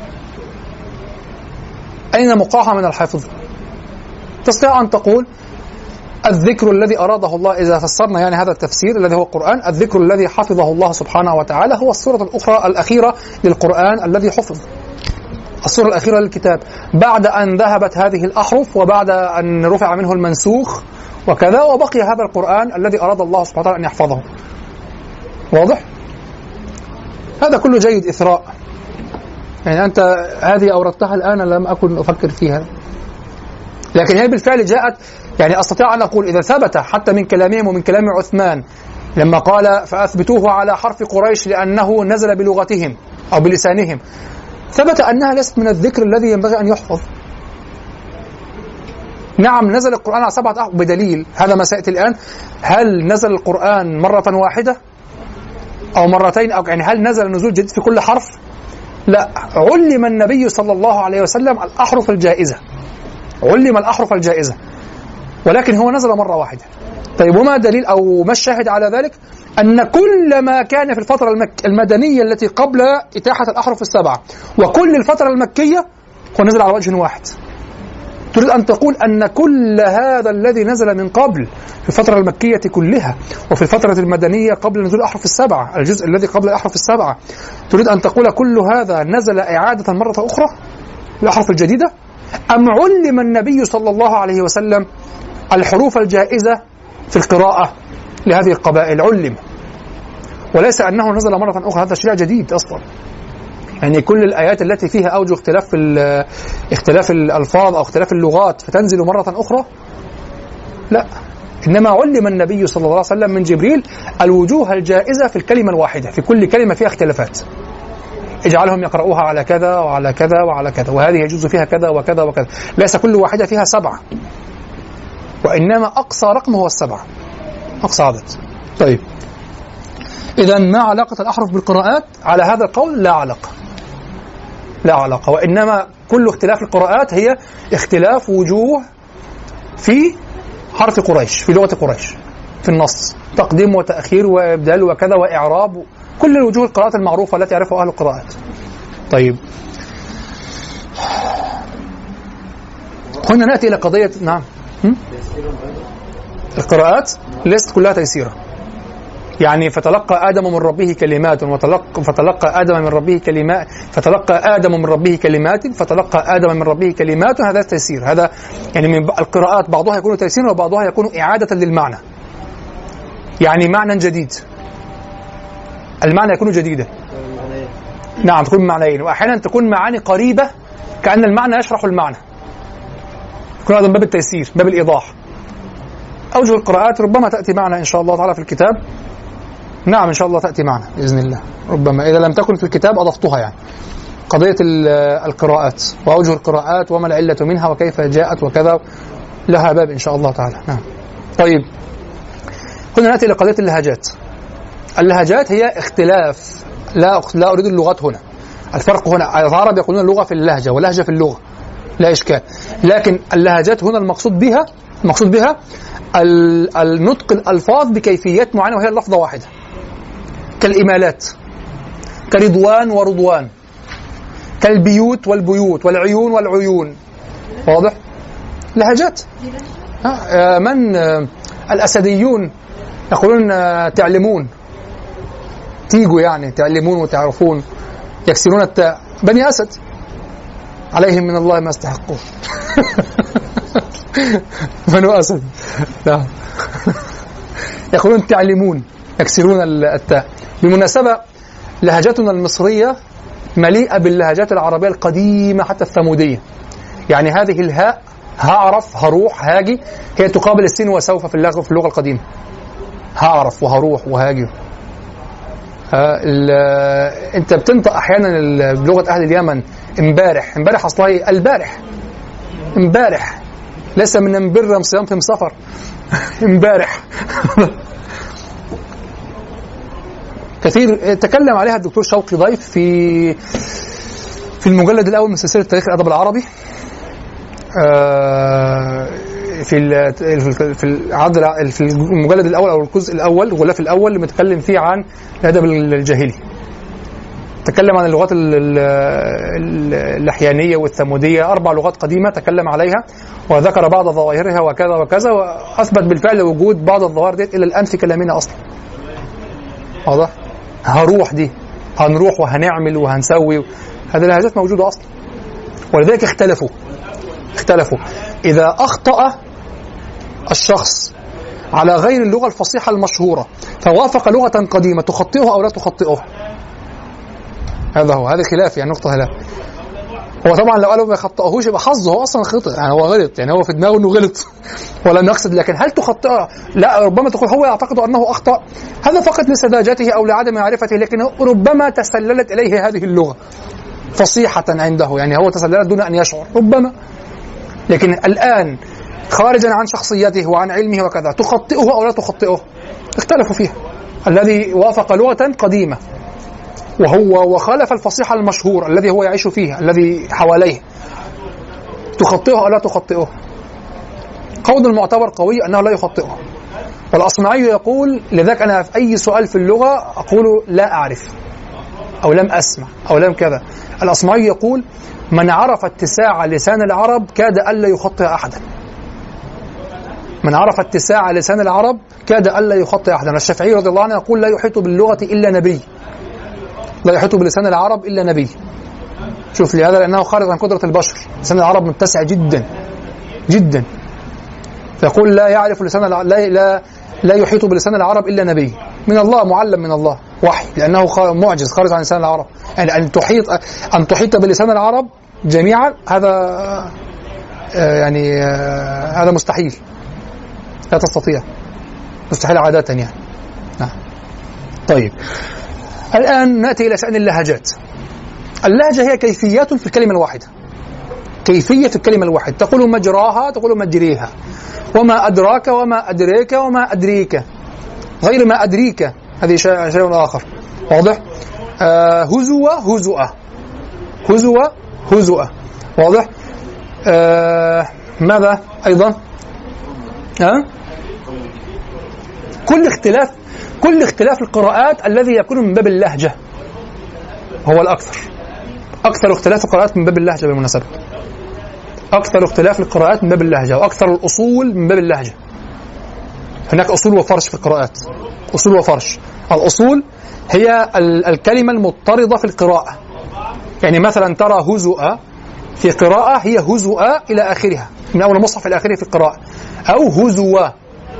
أين موقعها من الحفظ؟ تستطيع أن تقول الذكر الذي أراده الله، إذا فسرنا يعني هذا التفسير الذي هو القرآن، الذكر الذي حفظه الله سبحانه وتعالى هو السورة الأخرى الأخيرة للقرآن الذي حفظ، السورة الأخيرة للكتاب، بعد أن ذهبت هذه الأحرف وبعد أن رفع منه المنسوخ وكذا، وبقي هذا القرآن الذي أراد الله سبحانه وتعالى أن يحفظه. واضح؟ هذا كله جيد إثراء، يعني أنت هذه أوردتها الآن لم أكن أفكر فيها، لكن هي بالفعل جاءت. يعني أستطيع أن أقول إذا ثبت حتى من كلامهم ومن كلام عثمان لما قال فأثبتوه على حرف قريش لأنه نزل بلغتهم أو بلسانهم، ثبت أنها ليست من الذكر الذي ينبغي أن يحفظ. نعم نزل القرآن على سبعة أحرف بدليل، هذا ما سيأتي الآن. هل نزل القرآن مرة واحدة أو مرتين، أو يعني هل نزل نزول جديد في كل حرف؟ لا، علم النبي صلى الله عليه وسلم الأحرف الجائزة، علم الأحرف الجائزة، ولكن هو نزل مرة واحدة. طيب وما دليل أو ما الشاهد على ذلك؟ أن كل ما كان في الفترة المك... المدنية التي قبل إتاحة الأحرف السبعة وكل الفترة المكية هو نزل على وجه واحد. تريد أن تقول أن كل هذا الذي نزل من قبل في الفترة المكية كلها وفي الفترة المدنية قبل نزول الأحرف السبعة، الجزء الذي قبل الأحرف السبعة، تريد أن تقول كل هذا نزل إعادة مرة أخرى الأحرف الجديدة؟ أم علم النبي صلى الله عليه وسلم الحروف الجائزة في القراءة لهذه القبائل؟ علم، وليس أنه نزل مرة أخرى، هذا شيء جديد أصلا. يعني كل الآيات التي فيها أوجه اختلاف في اختلاف الألفاظ أو اختلاف اللغات فتنزل مرة أخرى؟ لا، إنما علم النبي صلى الله عليه وسلم من جبريل الوجوه الجائزة في الكلمة الواحدة، في كل كلمة فيها اختلافات، اجعلهم يقرؤوها على كذا وعلى كذا وعلى كذا، وهذه يجوز فيها كذا وكذا وكذا، ليس كل واحدة فيها سبعة، وإنما أقصى رقم هو السبعة، أقصى عدد. طيب إذا ما علاقة الأحرف بالقراءات؟ على هذا القول لا علاقة، لا علاقة، وإنما كل اختلاف القراءات هي اختلاف وجوه في حرف قريش، في لغة قريش، في النص، تقديم وتأخير وإبدال وكذا وإعراب، كل الوجوه القراءات المعروفة التي يعرفها أهل القراءات. طيب هنا نأتي إلى قضية نعم القراءات ليست كلها تيسيرة. يعني فتلقى آدم من ربه كلمات وتلقى فتلقى آدم من ربه كلمات فتلقى آدم من ربه كلمات فتلقى آدم من ربه كلمات هذا تيسير. هذا يعني من القراءات بعضها يكون تيسيرا وبعضها يكون إعادة للمعنى، يعني معنى جديد، المعنى يكون جديدا. نعم تكون معنيين، وأحيانا تكون معاني قريبة كأن المعنى يشرح المعنى، يكون هذا من باب التيسير، باب الإيضاح. أوجه القراءات ربما تأتي معنا إن شاء الله تعالى في الكتاب. نعم إن شاء الله تأتي معنا بإذن الله، ربما إذا لم تكن في الكتاب أضفتها، يعني قضية القراءات وأوجه القراءات وما العلة منها وكيف جاءت وكذا، لها باب إن شاء الله تعالى. نعم. طيب كنا نأتي إلى قضية اللهجات. اللهجات هي اختلاف، لا لا أريد اللغات هنا، الفرق هنا العرب يقولون اللغة في اللهجة ولهجة في اللغة، لا إشكال، لكن اللهجات هنا المقصود بها المقصود بها النطق الألفاظ بكيفيات معينة وهي اللفظة واحدة، كالإمالات، كرضوان ورضوان، كالبيوت والبيوت، والعيون والعيون، واضح؟ لهجات. من الأسديون يقولون تعلمون، تيجوا يعني تعلمون وتعرفون، يكسرون التاء، بني أسد عليهم من الله ما يستحقون. بنو أسد. لا. يقولون تعلمون، يكسرون التاء. بالمناسبة لهجتنا المصرية مليئة باللهجات العربية القديمة حتى الثمودية. يعني هذه الهاء، هعرف، هروح، هاجي، هي تقابل السين وسوف في اللغة في اللغة القديمة. هعرف وهروح وهاجي. انت بتنطق احيانا بلغة اهل اليمن امبارح، امبارح اصلها ايه؟ البارح، امبارح، ليس من امبرم صيام في سفر. امبارح. كثير تكلم عليها الدكتور شوقي ضيف في في المجلد الاول من سلسلة تاريخ الادب العربي، في في العدل في المجلد الاول او الجزء الاول الغلاف الاول اللي متكلم فيه عن الادب الجاهلي. تكلم عن اللغات اللحيانيه والثموديه، اربع لغات قديمه تكلم عليها وذكر بعض ظواهرها وكذا وكذا، واثبت بالفعل وجود بعض الظواهر دي الى الان في كلامنا اصلا. واضح؟ هروح دي، هنروح وهنعمل وهنسوي، هذه اللهجات موجوده اصلا، ولذلك اختلفوا اختلفوا إذا أخطأ الشخص على غير اللغة الفصيحة المشهورة فوافق لغة قديمة تخطئه أو لا تخطئه. هذا هو، هذا خلاف يعني نقطة خلاف. هو طبعا لو قالوا ما يخطئهوش يبقى حظه، هو اصلا خطأ يعني، هو غلط يعني، هو في دماغه انه غلط ولم يقصد. لكن هل تخطئه؟ لا، ربما تقول هو يعتقد انه اخطأ، هذا فقط لسذاجته او لعدم معرفته، لكن ربما تسللت اليه هذه اللغة فصيحة عنده، يعني هو تسللت دون ان يشعر ربما. لكن الان خارجا عن شخصيته وعن علمه وكذا، تخطئه او لا تخطئه؟ اختلفوا فيها. الذي وافق لغة قديمة وهو وخالف الفصيح المشهور الذي هو يعيش فيه الذي حواليه، تخطئه أو لا تخطئه؟ قول المعتبر قوي أنه لا يخطئه. والأصمعي يقول لذلك أنا في أي سؤال في اللغة أقول لا أعرف أو لم أسمع أو لم كذا. الأصمعي يقول من عرف اتساع لسان العرب كاد ألا يخطئ أحدا. من عرف اتساع لسان العرب كاد ألا يخطئ أحدا. الشافعي رضي الله عنه يقول لا يحيط باللغة إلا نبي، لا يحيط بلسان العرب إلا نبي. شوف لهذا لأنه خارج عن قدرة البشر، لسان العرب متسع جدا جدا، فيقول لا يعرف لسان العرب، لا, لا, لا يحيط بلسان العرب إلا نبي من الله، معلم من الله، وحي، لأنه معجز خارج عن لسان العرب. يعني أن تحيط أن تحيط بلسان العرب جميعا هذا يعني هذا مستحيل، لا تستطيع، مستحيل عادة يعني. نعم. طيب الآن نأتي إلى شأن اللهجات. اللهجة هي كيفيات في الكلمة الواحدة، كيفية في الكلمة الواحدة، تقول مجراها، تقول مجريها، وما أدراك وما أدريك وما أدريك، غير ما أدريك هذه شيء, شيء آخر. واضح؟ آه هزوة هزوة هزوة هزوة. واضح؟ آه ماذا أيضا؟ أه؟ كل اختلاف كل اختلاف القراءات الذي يكون من باب اللهجة هو الأكثر. أكثر اختلاف القراءات من باب اللهجة بالمناسبة، أكثر اختلاف القراءات من باب اللهجة، وأكثر الأصول من باب اللهجة. هناك أصول وفرش في القراءات، أصول وفرش. الأصول هي الكلمة المضطردة في القراءة، يعني مثلا ترى هزؤ في قراءة هي هزؤ إلى آخرها، من أول المصحف إلى آخره في القراءة، أو هزوة.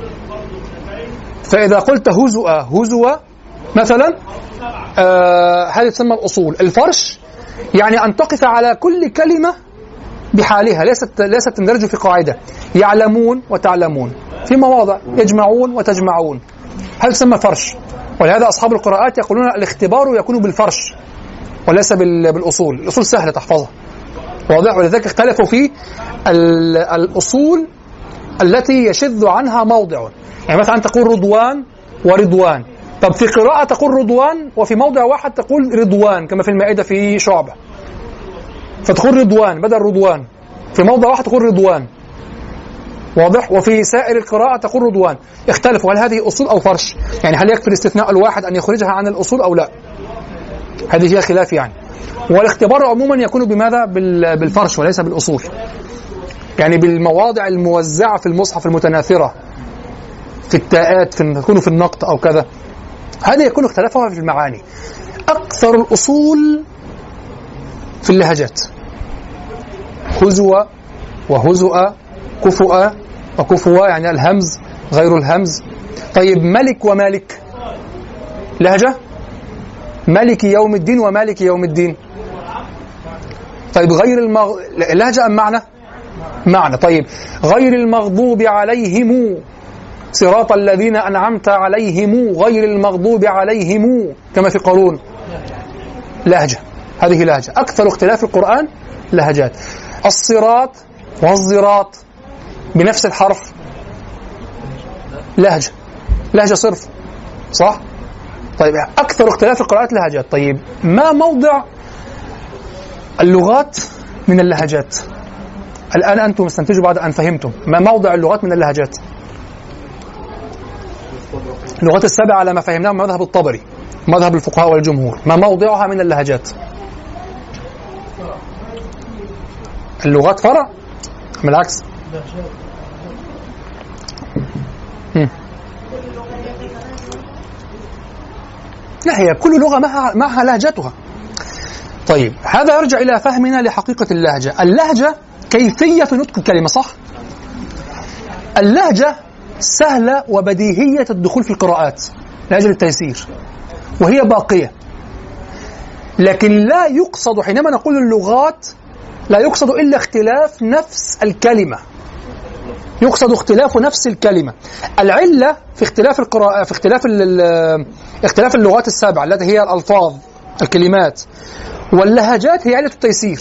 فإذا قلت هزؤ هزوة مثلا آه هذه تسمى الأصول. الفرش يعني أن تقف على كل كلمة بحالها، ليست ليست تندرج في قاعدة. يعلمون وتعلمون في مواضع، يجمعون وتجمعون، هذا تسمى فرش. ولهذا أصحاب القراءات يقولون الاختبار يكون بالفرش وليس بالأصول. الأصول سهلة تحفظها، واضح؟ ولذلك اختلفوا في الأصول التي يشذ عنها موضع. يعني مثلا تقول رضوان ورضوان، طب في قراءة تقول رضوان وفي موضع واحد تقول رضوان، كما في المائدة في شعبة، فتقول رضوان بدل رضوان، في موضع واحد تقول رضوان، واضح؟ وفي سائر القراءة تقول رضوان. اختلفوا هل هذه أصول أو فرش، يعني هل يكفي الاستثناء الواحد أن يخرجها عن الأصول أو لا. هذه هي خلاف يعني. والاختبار عموما يكون بماذا؟ بالفرش وليس بالأصول، يعني بالمواضع الموزعة في المصحف المتناثرة، في التاءات، في تكون في النقط أو كذا. هذا يكون اختلافها في المعاني. أكثر الأصول في اللهجات هزوة وهزؤة، كفؤة وكفوة، يعني الهمز غير الهمز. طيب ملك ومالك لهجة، مالك يوم الدين ومالك يوم الدين. طيب غير المغ... لهجة أم معنى؟ معنى. طيب غير المغضوب عليهم صراط الذين أنعمت عليهم غير المغضوب عليهم، كما في قارون، لهجة. هذه لهجة. أكثر اختلاف القرآن لهجات. الصراط والزراط بنفس الحرف لهجة، لهجة صرف، صح؟ طيب أكثر اختلاف القراءات لهجات. طيب ما موضع اللغات من اللهجات؟ الآن أنتم استنتجوا بعد أن فهمتم ما موضع اللغات من اللهجات. اللغات السبع على ما فهمناه من مذهب الطبري، مذهب الفقهاء والجمهور، ما موضعها من اللهجات؟ اللغات فرع من العكس. لا، هي كل لغة معها, معها لهجتها. طيب هذا يرجع إلى فهمنا لحقيقة اللهجة. اللهجة كيفية نطق الكلمة، صح؟ اللهجة سهلة وبديهية الدخول في القراءات لأجل التيسير، وهي باقية. لكن لا يقصد حينما نقول اللغات لا يقصد إلا اختلاف نفس الكلمة، يقصد اختلاف نفس الكلمة. العلة في اختلاف القراءة في اختلاف اختلاف اللغات السبع التي هي الألفاظ الكلمات واللهجات هي علة التيسير.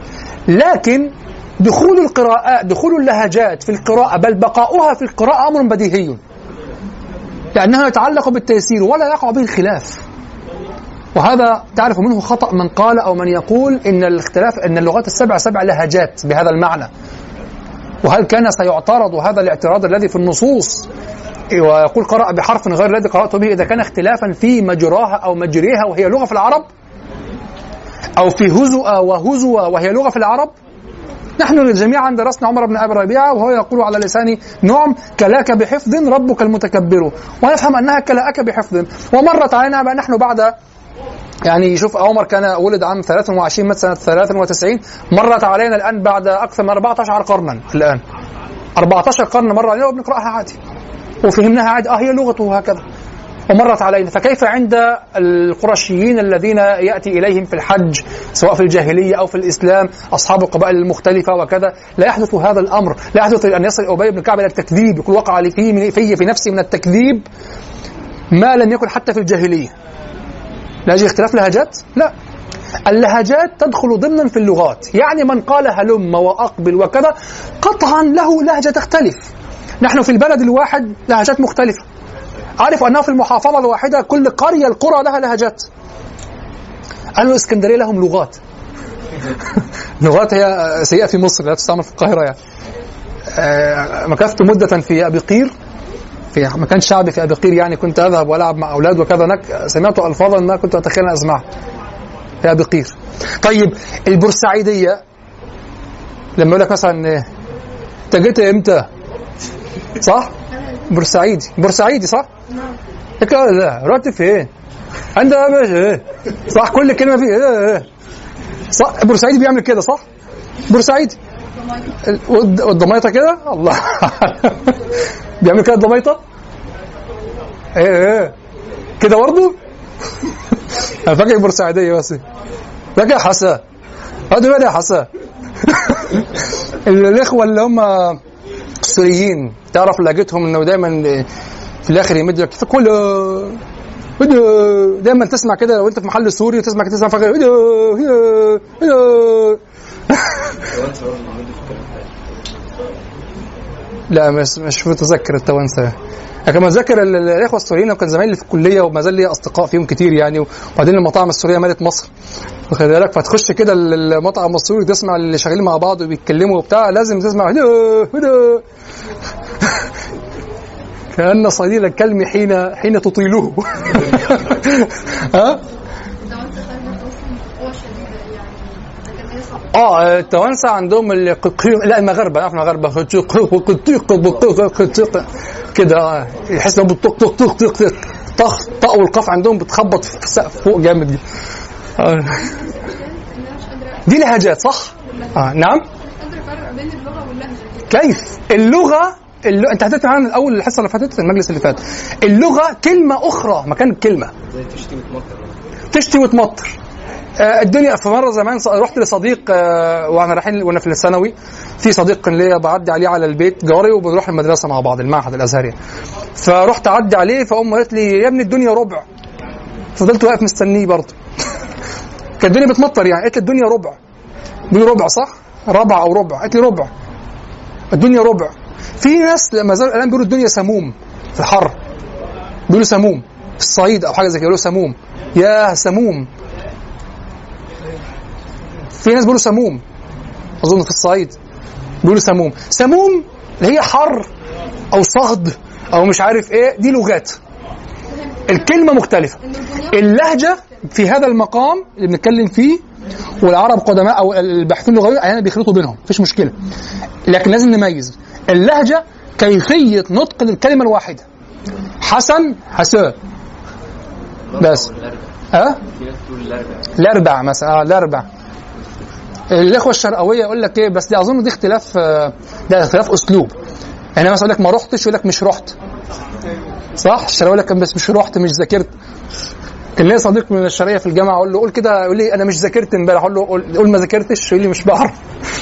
لكن دخول القراءات دخول اللهجات في القراءة بل بقاؤها في القراءة أمر بديهي، لأنها يتعلق بالتيسير ولا يقع به الخلاف. وهذا تعرف منه خطأ من قال أو من يقول إن الاختلاف إن اللغات السبع سبع لهجات بهذا المعنى. وهل كان سيعترض هذا الاعتراض الذي في النصوص ويقول قرأ بحرف غير الذي قرأت به إذا كان اختلافا في مجراها أو مجريها وهي لغة في العرب، أو في هزؤ وهزوة وهي لغة في العرب؟ نحن جميعا درسنا عمر بن أبي ربيعة وهو يقول على لسان نعم كلاك بحفظ ربك المتكبر، ونفهم أنها كلاك بحفظ. ومرت علينا بأن نحن بعد يعني شوف عمر كان ولد عام ثلاثة وعشرين مات سنة ثلاثة وتسعين، مرت علينا الآن بعد أكثر من أربعة عشر قرنا، الآن أربعة عشر قرن مر علينا وبنقرأها عادي وفهمناها عادي، آه هي لغته هكذا ومرت علينا. فكيف عند القرشيين الذين يأتي إليهم في الحج سواء في الجاهلية أو في الإسلام أصحاب القبائل المختلفة وكذا لا يحدث هذا الأمر، لا يحدث أن يصل أبي بن كعب إلى التكذيب، يقول وقع لي في في في نفسي من التكذيب ما لم يكن حتى في الجاهلية. لا يجي اختلاف لهجات؟ لا، اللهجات تدخل ضمنا في اللغات. يعني من قال هلم وأقبل وكذا قطعا له لهجة تختلف. نحن في البلد الواحد لهجات مختلفة، عارف أنه في المحافظة الواحدة كل قرية القرى لها لهجات. قالوا الإسكندرية لهم لغات لغات هي سيئة في مصر لا تستعمل في القاهرة. يعني آه مكثت مدة في أبي قير في مكان شعبي في أبي قير، يعني كنت أذهب وألعب مع أولاد وكذا، هناك سمعت ألفاظا ما كنت أتخيل أن أسمعها في أبي قير. طيب البورسعيدية لما يقول لك مثلا أنت جيت إمتى؟ صح؟ بورسعيدي بورسعيدي صح؟ نعم. لا رحت فين؟ عندها ايه؟ صح كل كلمة فيه ايه؟ صح بورسعيدي بيعمل كده صح؟ بورسعيدي والضميطة كده الله بيعمل كده الضميطة؟ ايه ايه كده برضه؟ انا فاكر بورسعيدية بس فاكر حسن هذا بقى يا حسن الإخوة اللي هم السوريين تعرف لهجتهم انه دايما في الاخر يمد لك كل دايما تسمع كده لو انت في محل سوري وتسمع كده تسمع فاكر لا مش مش متذكر التوانسه. لكن متذكر الاخوه السوريين وكان زمايلي في الكليه وما زال لي اصدقاء فيهم كتير يعني. وبعدين المطاعم السوريه مالت مصر واخد بالك، فتخش كده المطعم السوري تسمع اللي شغالين مع بعض وبيتكلموا وبتاع لازم تسمع كأن صليل الكلم حين حين تطيله ها اه التوانسه عندهم لا المغاربه نعرف المغاربه كده يحس انه بتطق طق طق طق طخ طق والقاف عندهم بتخبط في السقف فوق جامد. دي لهجات صح؟ اه نعم. كيف اللغه اللغة انت حدثت عنها الاول الحصه اللي فاتت في المجلس اللي فات. اللغه كلمه اخرى مكان الكلمه تشتي وتمطر تشتي وتمطر. آه الدنيا في مره زمان رحت لصديق آه وانا رايحين وانا في الثانوي في صديق ليا بعدي عليه على البيت جاري وبنروح المدرسه مع بعض المعهد الازهري. فرحت اعدي عليه فامه قالت لي يا ابني الدنيا ربع. فضلت واقف مستنيه برضه كانت الدنيا بتمطر يعني. قالت لي الدنيا ربع. بيقول ربع صح؟ ربع او ربع. قالت لي ربع الدنيا ربع. في ناس لما زالوا الان بيقولوا الدنيا سموم في الحر بيقولوا سموم في الصعيد او حاجه زي كده بيقولوا سموم يا سموم. في ناس بيقولوا سموم اظن في الصعيد بيقولوا سموم. سموم اللي هي حر او صهد او مش عارف ايه دي لغات الكلمه مختلفه. اللهجه في هذا المقام اللي بنتكلم فيه والعرب قدماء او الباحثين اللغويين احيانا بيخلطوا بينهم مفيش مشكله، لكن لازم نميز اللهجه كيفيه نطق الكلمه الواحده. حسن حسن بس ها الاربع مثلا اه الاربع. الاخوه الشرقويه يقول لك ايه بس دي اظن دي اختلاف ده اختلاف اسلوب. يعني مثلا يقول لك ما رحتش يقول لك مش رحت صح. الشرقويه يقول لك بس مش رحت مش ذاكرت كان ليا صديق من الشرقية في الجامعة أقول له قول كده، يقول لي أنا مش ذاكرت امبارح. أقول له قول ما ذاكرتش، يقول لي مش بعرف.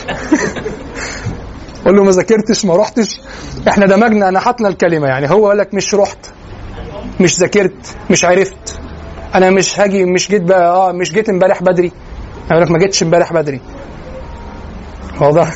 أقول له ما ذاكرتش ما رحتش. إحنا دمجنا أنا حطنا الكلمة، يعني هو قال لك مش رحت مش ذاكرت مش عرفت، أنا مش هاجي مش جيت بقى آه مش جيت امبارح بدري، أقول لك ما جيتش امبارح بدري. واضح؟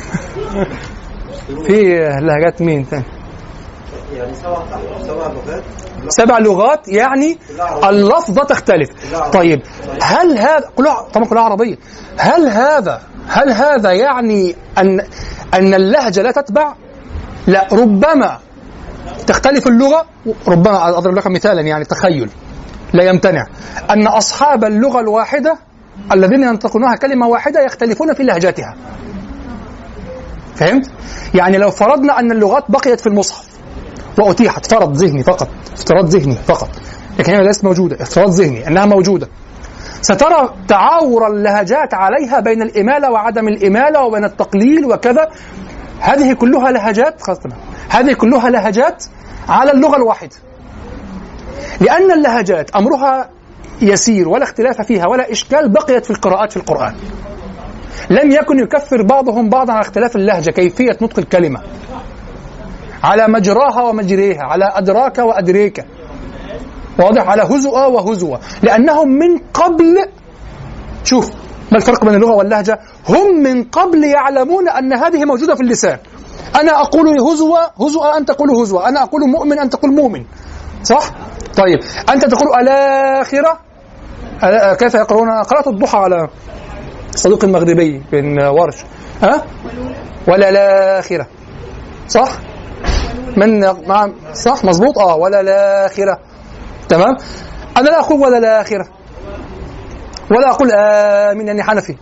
في لهجات مين تاني؟ يعني سبع سبع لغات سبع لغات يعني اللفظة تختلف. طيب هل هذا كلها طبعا كلها عربية، هل هذا هل هذا يعني أن أن اللهجة لا تتبع؟ لا، ربما تختلف اللغة. ربما أضرب لك مثالا يعني تخيل لا يمتنع أن أصحاب اللغة الواحدة الذين ينطقونها كلمة واحدة يختلفون في لهجاتها. فهمت؟ يعني لو فرضنا أن اللغات بقيت في المصحف وأتيحت، فرض ذهني فقط، افتراض ذهني فقط، لكن هي ليست موجودة، افتراض ذهني أنها موجودة، سترى تعاور اللهجات عليها بين الإمالة وعدم الإمالة وبين التقليل وكذا. هذه كلها لهجات خاصة، هذه كلها لهجات على اللغة الواحدة، لأن اللهجات أمرها يسير ولا اختلاف فيها ولا إشكال، بقيت في القراءات في القرآن. لم يكن يكفر بعضهم بعضا على اختلاف اللهجة، كيفية نطق الكلمة، على مجراها ومجريها، على أدراك وأدريك، واضح، على هزوة وهزوة، لأنهم من قبل، شوف ما الفرق بين اللغة واللهجة، هم من قبل يعلمون أن هذه موجودة في اللسان. أنا أقول هزوة هزوة، أنت تقول هزوة، أنا أقول مؤمن أنت تقول مؤمن، صح؟ طيب أنت تقول الآخرة، كيف يقرؤون؟ قرأت الضحى على صديق المغربي بن ورش، ها؟ ولا الآخرة، صح؟ من مع صح مظبوط اه ولا الآخرة، تمام. أنا لا أقول ولا الآخرة، ولا أقول آمين أني حنفي.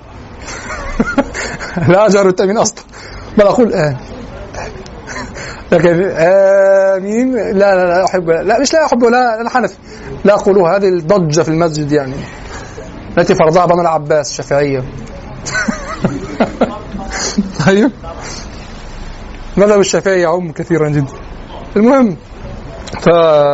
لا أجر التأمين أصلا، بل أقول آمين. لكن آمين لا لا لا أحب، لا مش لا أحب، لا أنا حنفي لا أقولها. هذه الضجة في المسجد يعني التي فرضها بنو العباس الشافعية. طيب مذهب الشافعي يعم كثيرا جدا. المهم، ف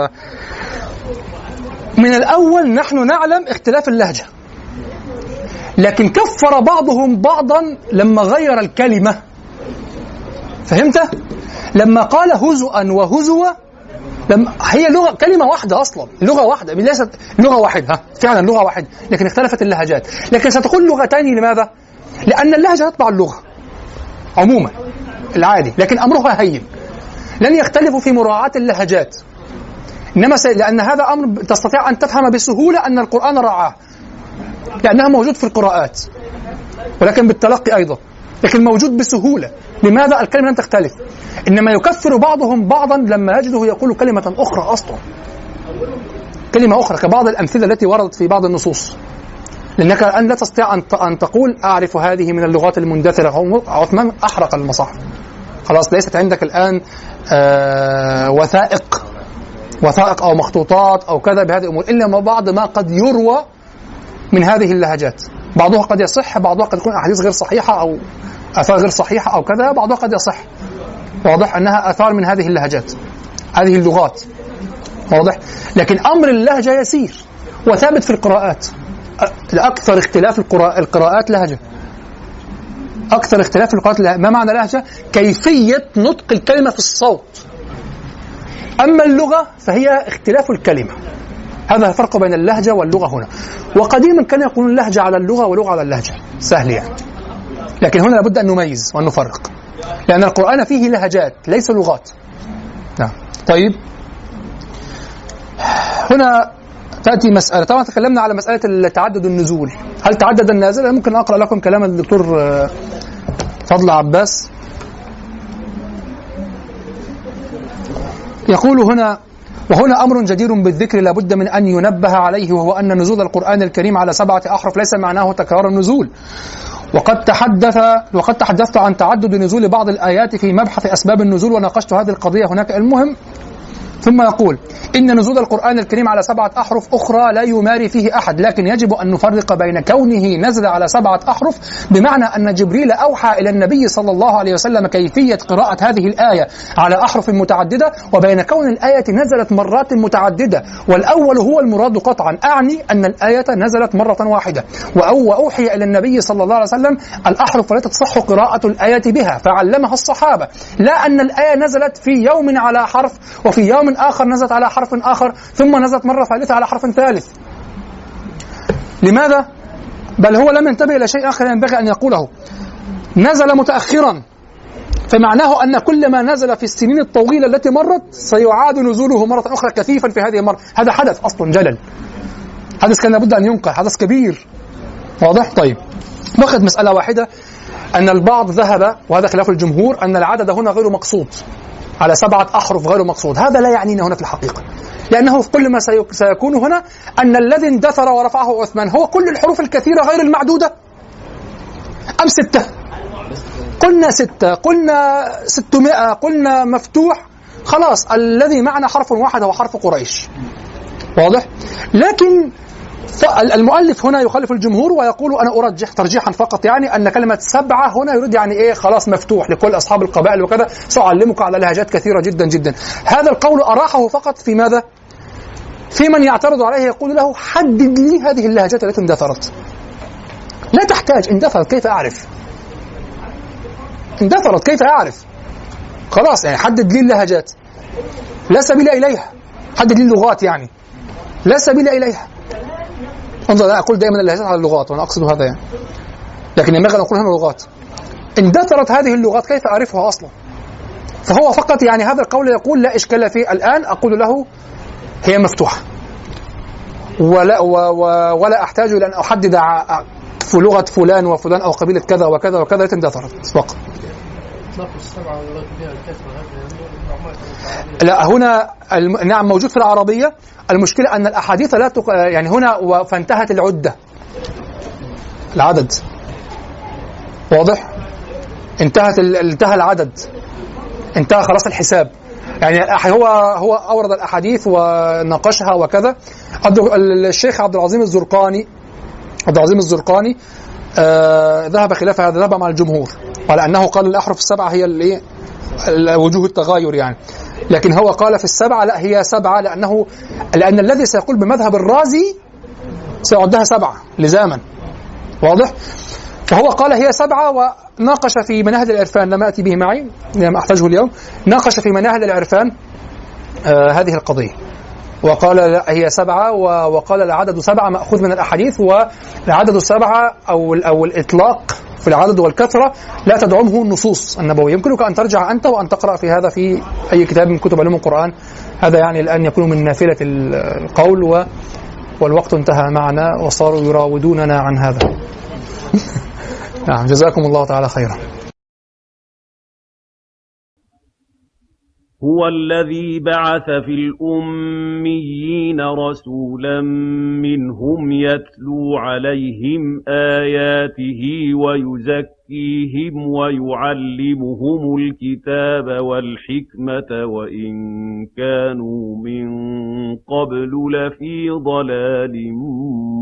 من الأول نحن نعلم اختلاف اللهجة، لكن كفر بعضهم بعضا لما غير الكلمة. فهمت؟ لما قال هزؤا وهزوة، لما هي لغة كلمة واحدة أصلا، لغة واحدة، ليست لغة واحدة، ها فعلا لغة واحدة، لكن اختلفت اللهجات. لكن ستقول لغتين، لماذا؟ لأن اللهجة تتبع اللغة عموما العادي، لكن أمرها هين، لن يختلفوا في مراعاة اللهجات، إنما س... لأن هذا أمر تستطيع أن تفهم بسهولة أن القرآن رعاه، لأنها موجود في القراءات، ولكن بالتلقي أيضا، لكن موجود بسهولة. لماذا؟ الكلمة لن تختلف. إنما يكفر بعضهم بعضا لما يجده يقول كلمة أخرى أصلا، كلمة أخرى، كبعض الأمثلة التي وردت في بعض النصوص، لأنك الآن لا تستطيع أن تقول أعرف هذه من اللغات المندثرة. عثمان أحرق المصاحف، خلاص ليست عندك الآن آه وثائق وثائق أو مخطوطات أو كذا بهذه الأمور، إلا ما بعض ما قد يروى من هذه اللهجات. بعضها قد يصح، بعضها قد يكون أحاديث غير صحيحة أو آثار غير صحيحة أو كذا، بعضها قد يصح، واضح أنها آثار من هذه اللهجات، هذه اللغات، واضح. لكن أمر اللهجة يسير وثابت في القراءات. أكثر اختلاف القراءات لهجة، أكثر اختلاف القراءات لهجة. ما معنى لهجة؟ كيفية نطق الكلمة في الصوت. أما اللغة فهي اختلاف الكلمة. هذا الفرق بين اللهجة واللغة هنا. وقديما كان يقولون اللهجة على اللغة ولغة على اللهجة، سهل يعني، لكن هنا لابد أن نميز وأن نفرق، لأن القرآن فيه لهجات ليس لغات. نعم. طيب هنا تأتي مسألة، طبعا تكلمنا على مسألة تعدد النزول، هل تعدد النازل؟ ممكن أقرأ لكم كلام الدكتور فضل عباس، يقول هنا: وهنا أمر جدير بالذكر لابد من أن ينبه عليه، وهو أن نزول القرآن الكريم على سبعة أحرف ليس معناه تكرار النزول. وقد تحدث وقد تحدثت عن تعدد نزول بعض الآيات في مبحث أسباب النزول وناقشت هذه القضية هناك. المهم ثم يقول إن نزول القرآن الكريم على سبعة أحرف أخرى لا يماري فيه أحد، لكن يجب أن نفرق بين كونه نزل على سبعة أحرف بمعنى أن جبريل أوحى إلى النبي صلى الله عليه وسلم كيفية قراءة هذه الآية على أحرف متعددة، وبين كون الآية نزلت مرات متعددة، والأول هو المراد قطعا. أعني أن الآية نزلت مرة واحدة وأوحي إلى النبي صلى الله عليه وسلم الأحرف التي تصح قراءة الآية بها فعلمها الصحابة، لا أن الآية نزلت في يوم على حرف وفي يوم آخر نزلت على حرف آخر ثم نزلت مرة ثالثة على حرف ثالث. لماذا؟ بل هو لم ينتبه إلى شيء آخر ينبغي أن يقوله. نزل متأخرا فمعناه أن كل ما نزل في السنين الطويلة التي مرت سيعاد نزوله مرة أخرى كثيفا في هذه المرة. هذا حدث أصلا جلل، حدث كان لابد أن ينقل، حدث كبير. واضح؟ طيب، بقت مسألة واحدة أن البعض ذهب، وهذا خلاف الجمهور، أن العدد هنا غير مقصود، على سبعة أحرف غير مقصود. هذا لا يعنينا هنا في الحقيقة، لأنه في كل ما سيكون هنا أن الذي اندثر ورفعه عثمان هو كل الحروف الكثيرة غير المعدودة أم ستة؟ قلنا ستة، قلنا ستمائة، قلنا مفتوح، خلاص الذي معنا حرف واحد هو حرف قريش. واضح؟ لكن المؤلف هنا يخالف الجمهور ويقول أنا أرجح ترجيحا فقط، يعني أن كلمة سبعة هنا يريد يعني إيه، خلاص مفتوح لكل أصحاب القبائل وكذا، سأعلمك على لهجات كثيرة جدا جدا. هذا القول أراحه فقط في ماذا؟ في من يعترض عليه يقول له حدد لي هذه اللهجات التي اندثرت. لا تحتاج، اندثرت كيف أعرف؟ اندثرت كيف أعرف؟ خلاص يعني حدد لي اللهجات، لا سبيل إليها. حدد لي اللغات، يعني لا سبيل إليها. انظر، لا أقول دائما اللهجات على اللغات وأنا أقصد هذا يعني، لكن ينبغي أن أقول هنا لغات. اندثرت هذه اللغات كيف أعرفها أصلا؟ فهو فقط يعني هذا القول يقول لا إشكال فيه. الآن أقول له هي مفتوحة ولا, ولا أحتاج إلى أن أحدد في لغة فلان وفلان أو قبيلة كذا وكذا وكذا اندثرت فقط. لا، هنا نعم موجود في العربية. المشكلة أن الأحاديث لا تق... يعني هنا فانتهت العدة، العدد واضح، انتهت ال... انتهى العدد، انتهى خلاص الحساب. يعني هو هو أورد الأحاديث وناقشها وكذا. الشيخ عبد العظيم الزرقاني عبد العظيم الزرقاني آه ذهب خلاف هذا، ذهب مع الجمهور على أنه قال الأحرف السبعة هي اللي وجوه التغاير يعني، لكن هو قال في السبعة لا هي سبعة، لأنه لأن الذي سيقول بمذهب الرازي سيعدها سبعة لزاما. واضح؟ فهو قال هي سبعة، وناقش في مناهل العرفان، لما أتي به معي لما أحتاجه اليوم، ناقش في مناهل العرفان آه هذه القضية، وقال لا هي سبعة، وقال العدد سبعة مأخوذ من الأحاديث، والعدد السبعة أو أو الإطلاق في العدد والكثرة لا تدعمه النصوص النبوية. يمكنك أن ترجع أنت وأن تقرأ في هذا في أي كتاب من كتب علوم القرآن. هذا يعني الآن يكون من نافلة القول، والوقت انتهى معنا وصاروا يراودوننا عن هذا. نعم، جزاكم الله تعالى خيرا. هو الذي بعث في الأميين رسولا منهم يتلو عليهم آياته ويزكيهم ويعلمهم الكتاب والحكمة وإن كانوا من قبل لفي ضلال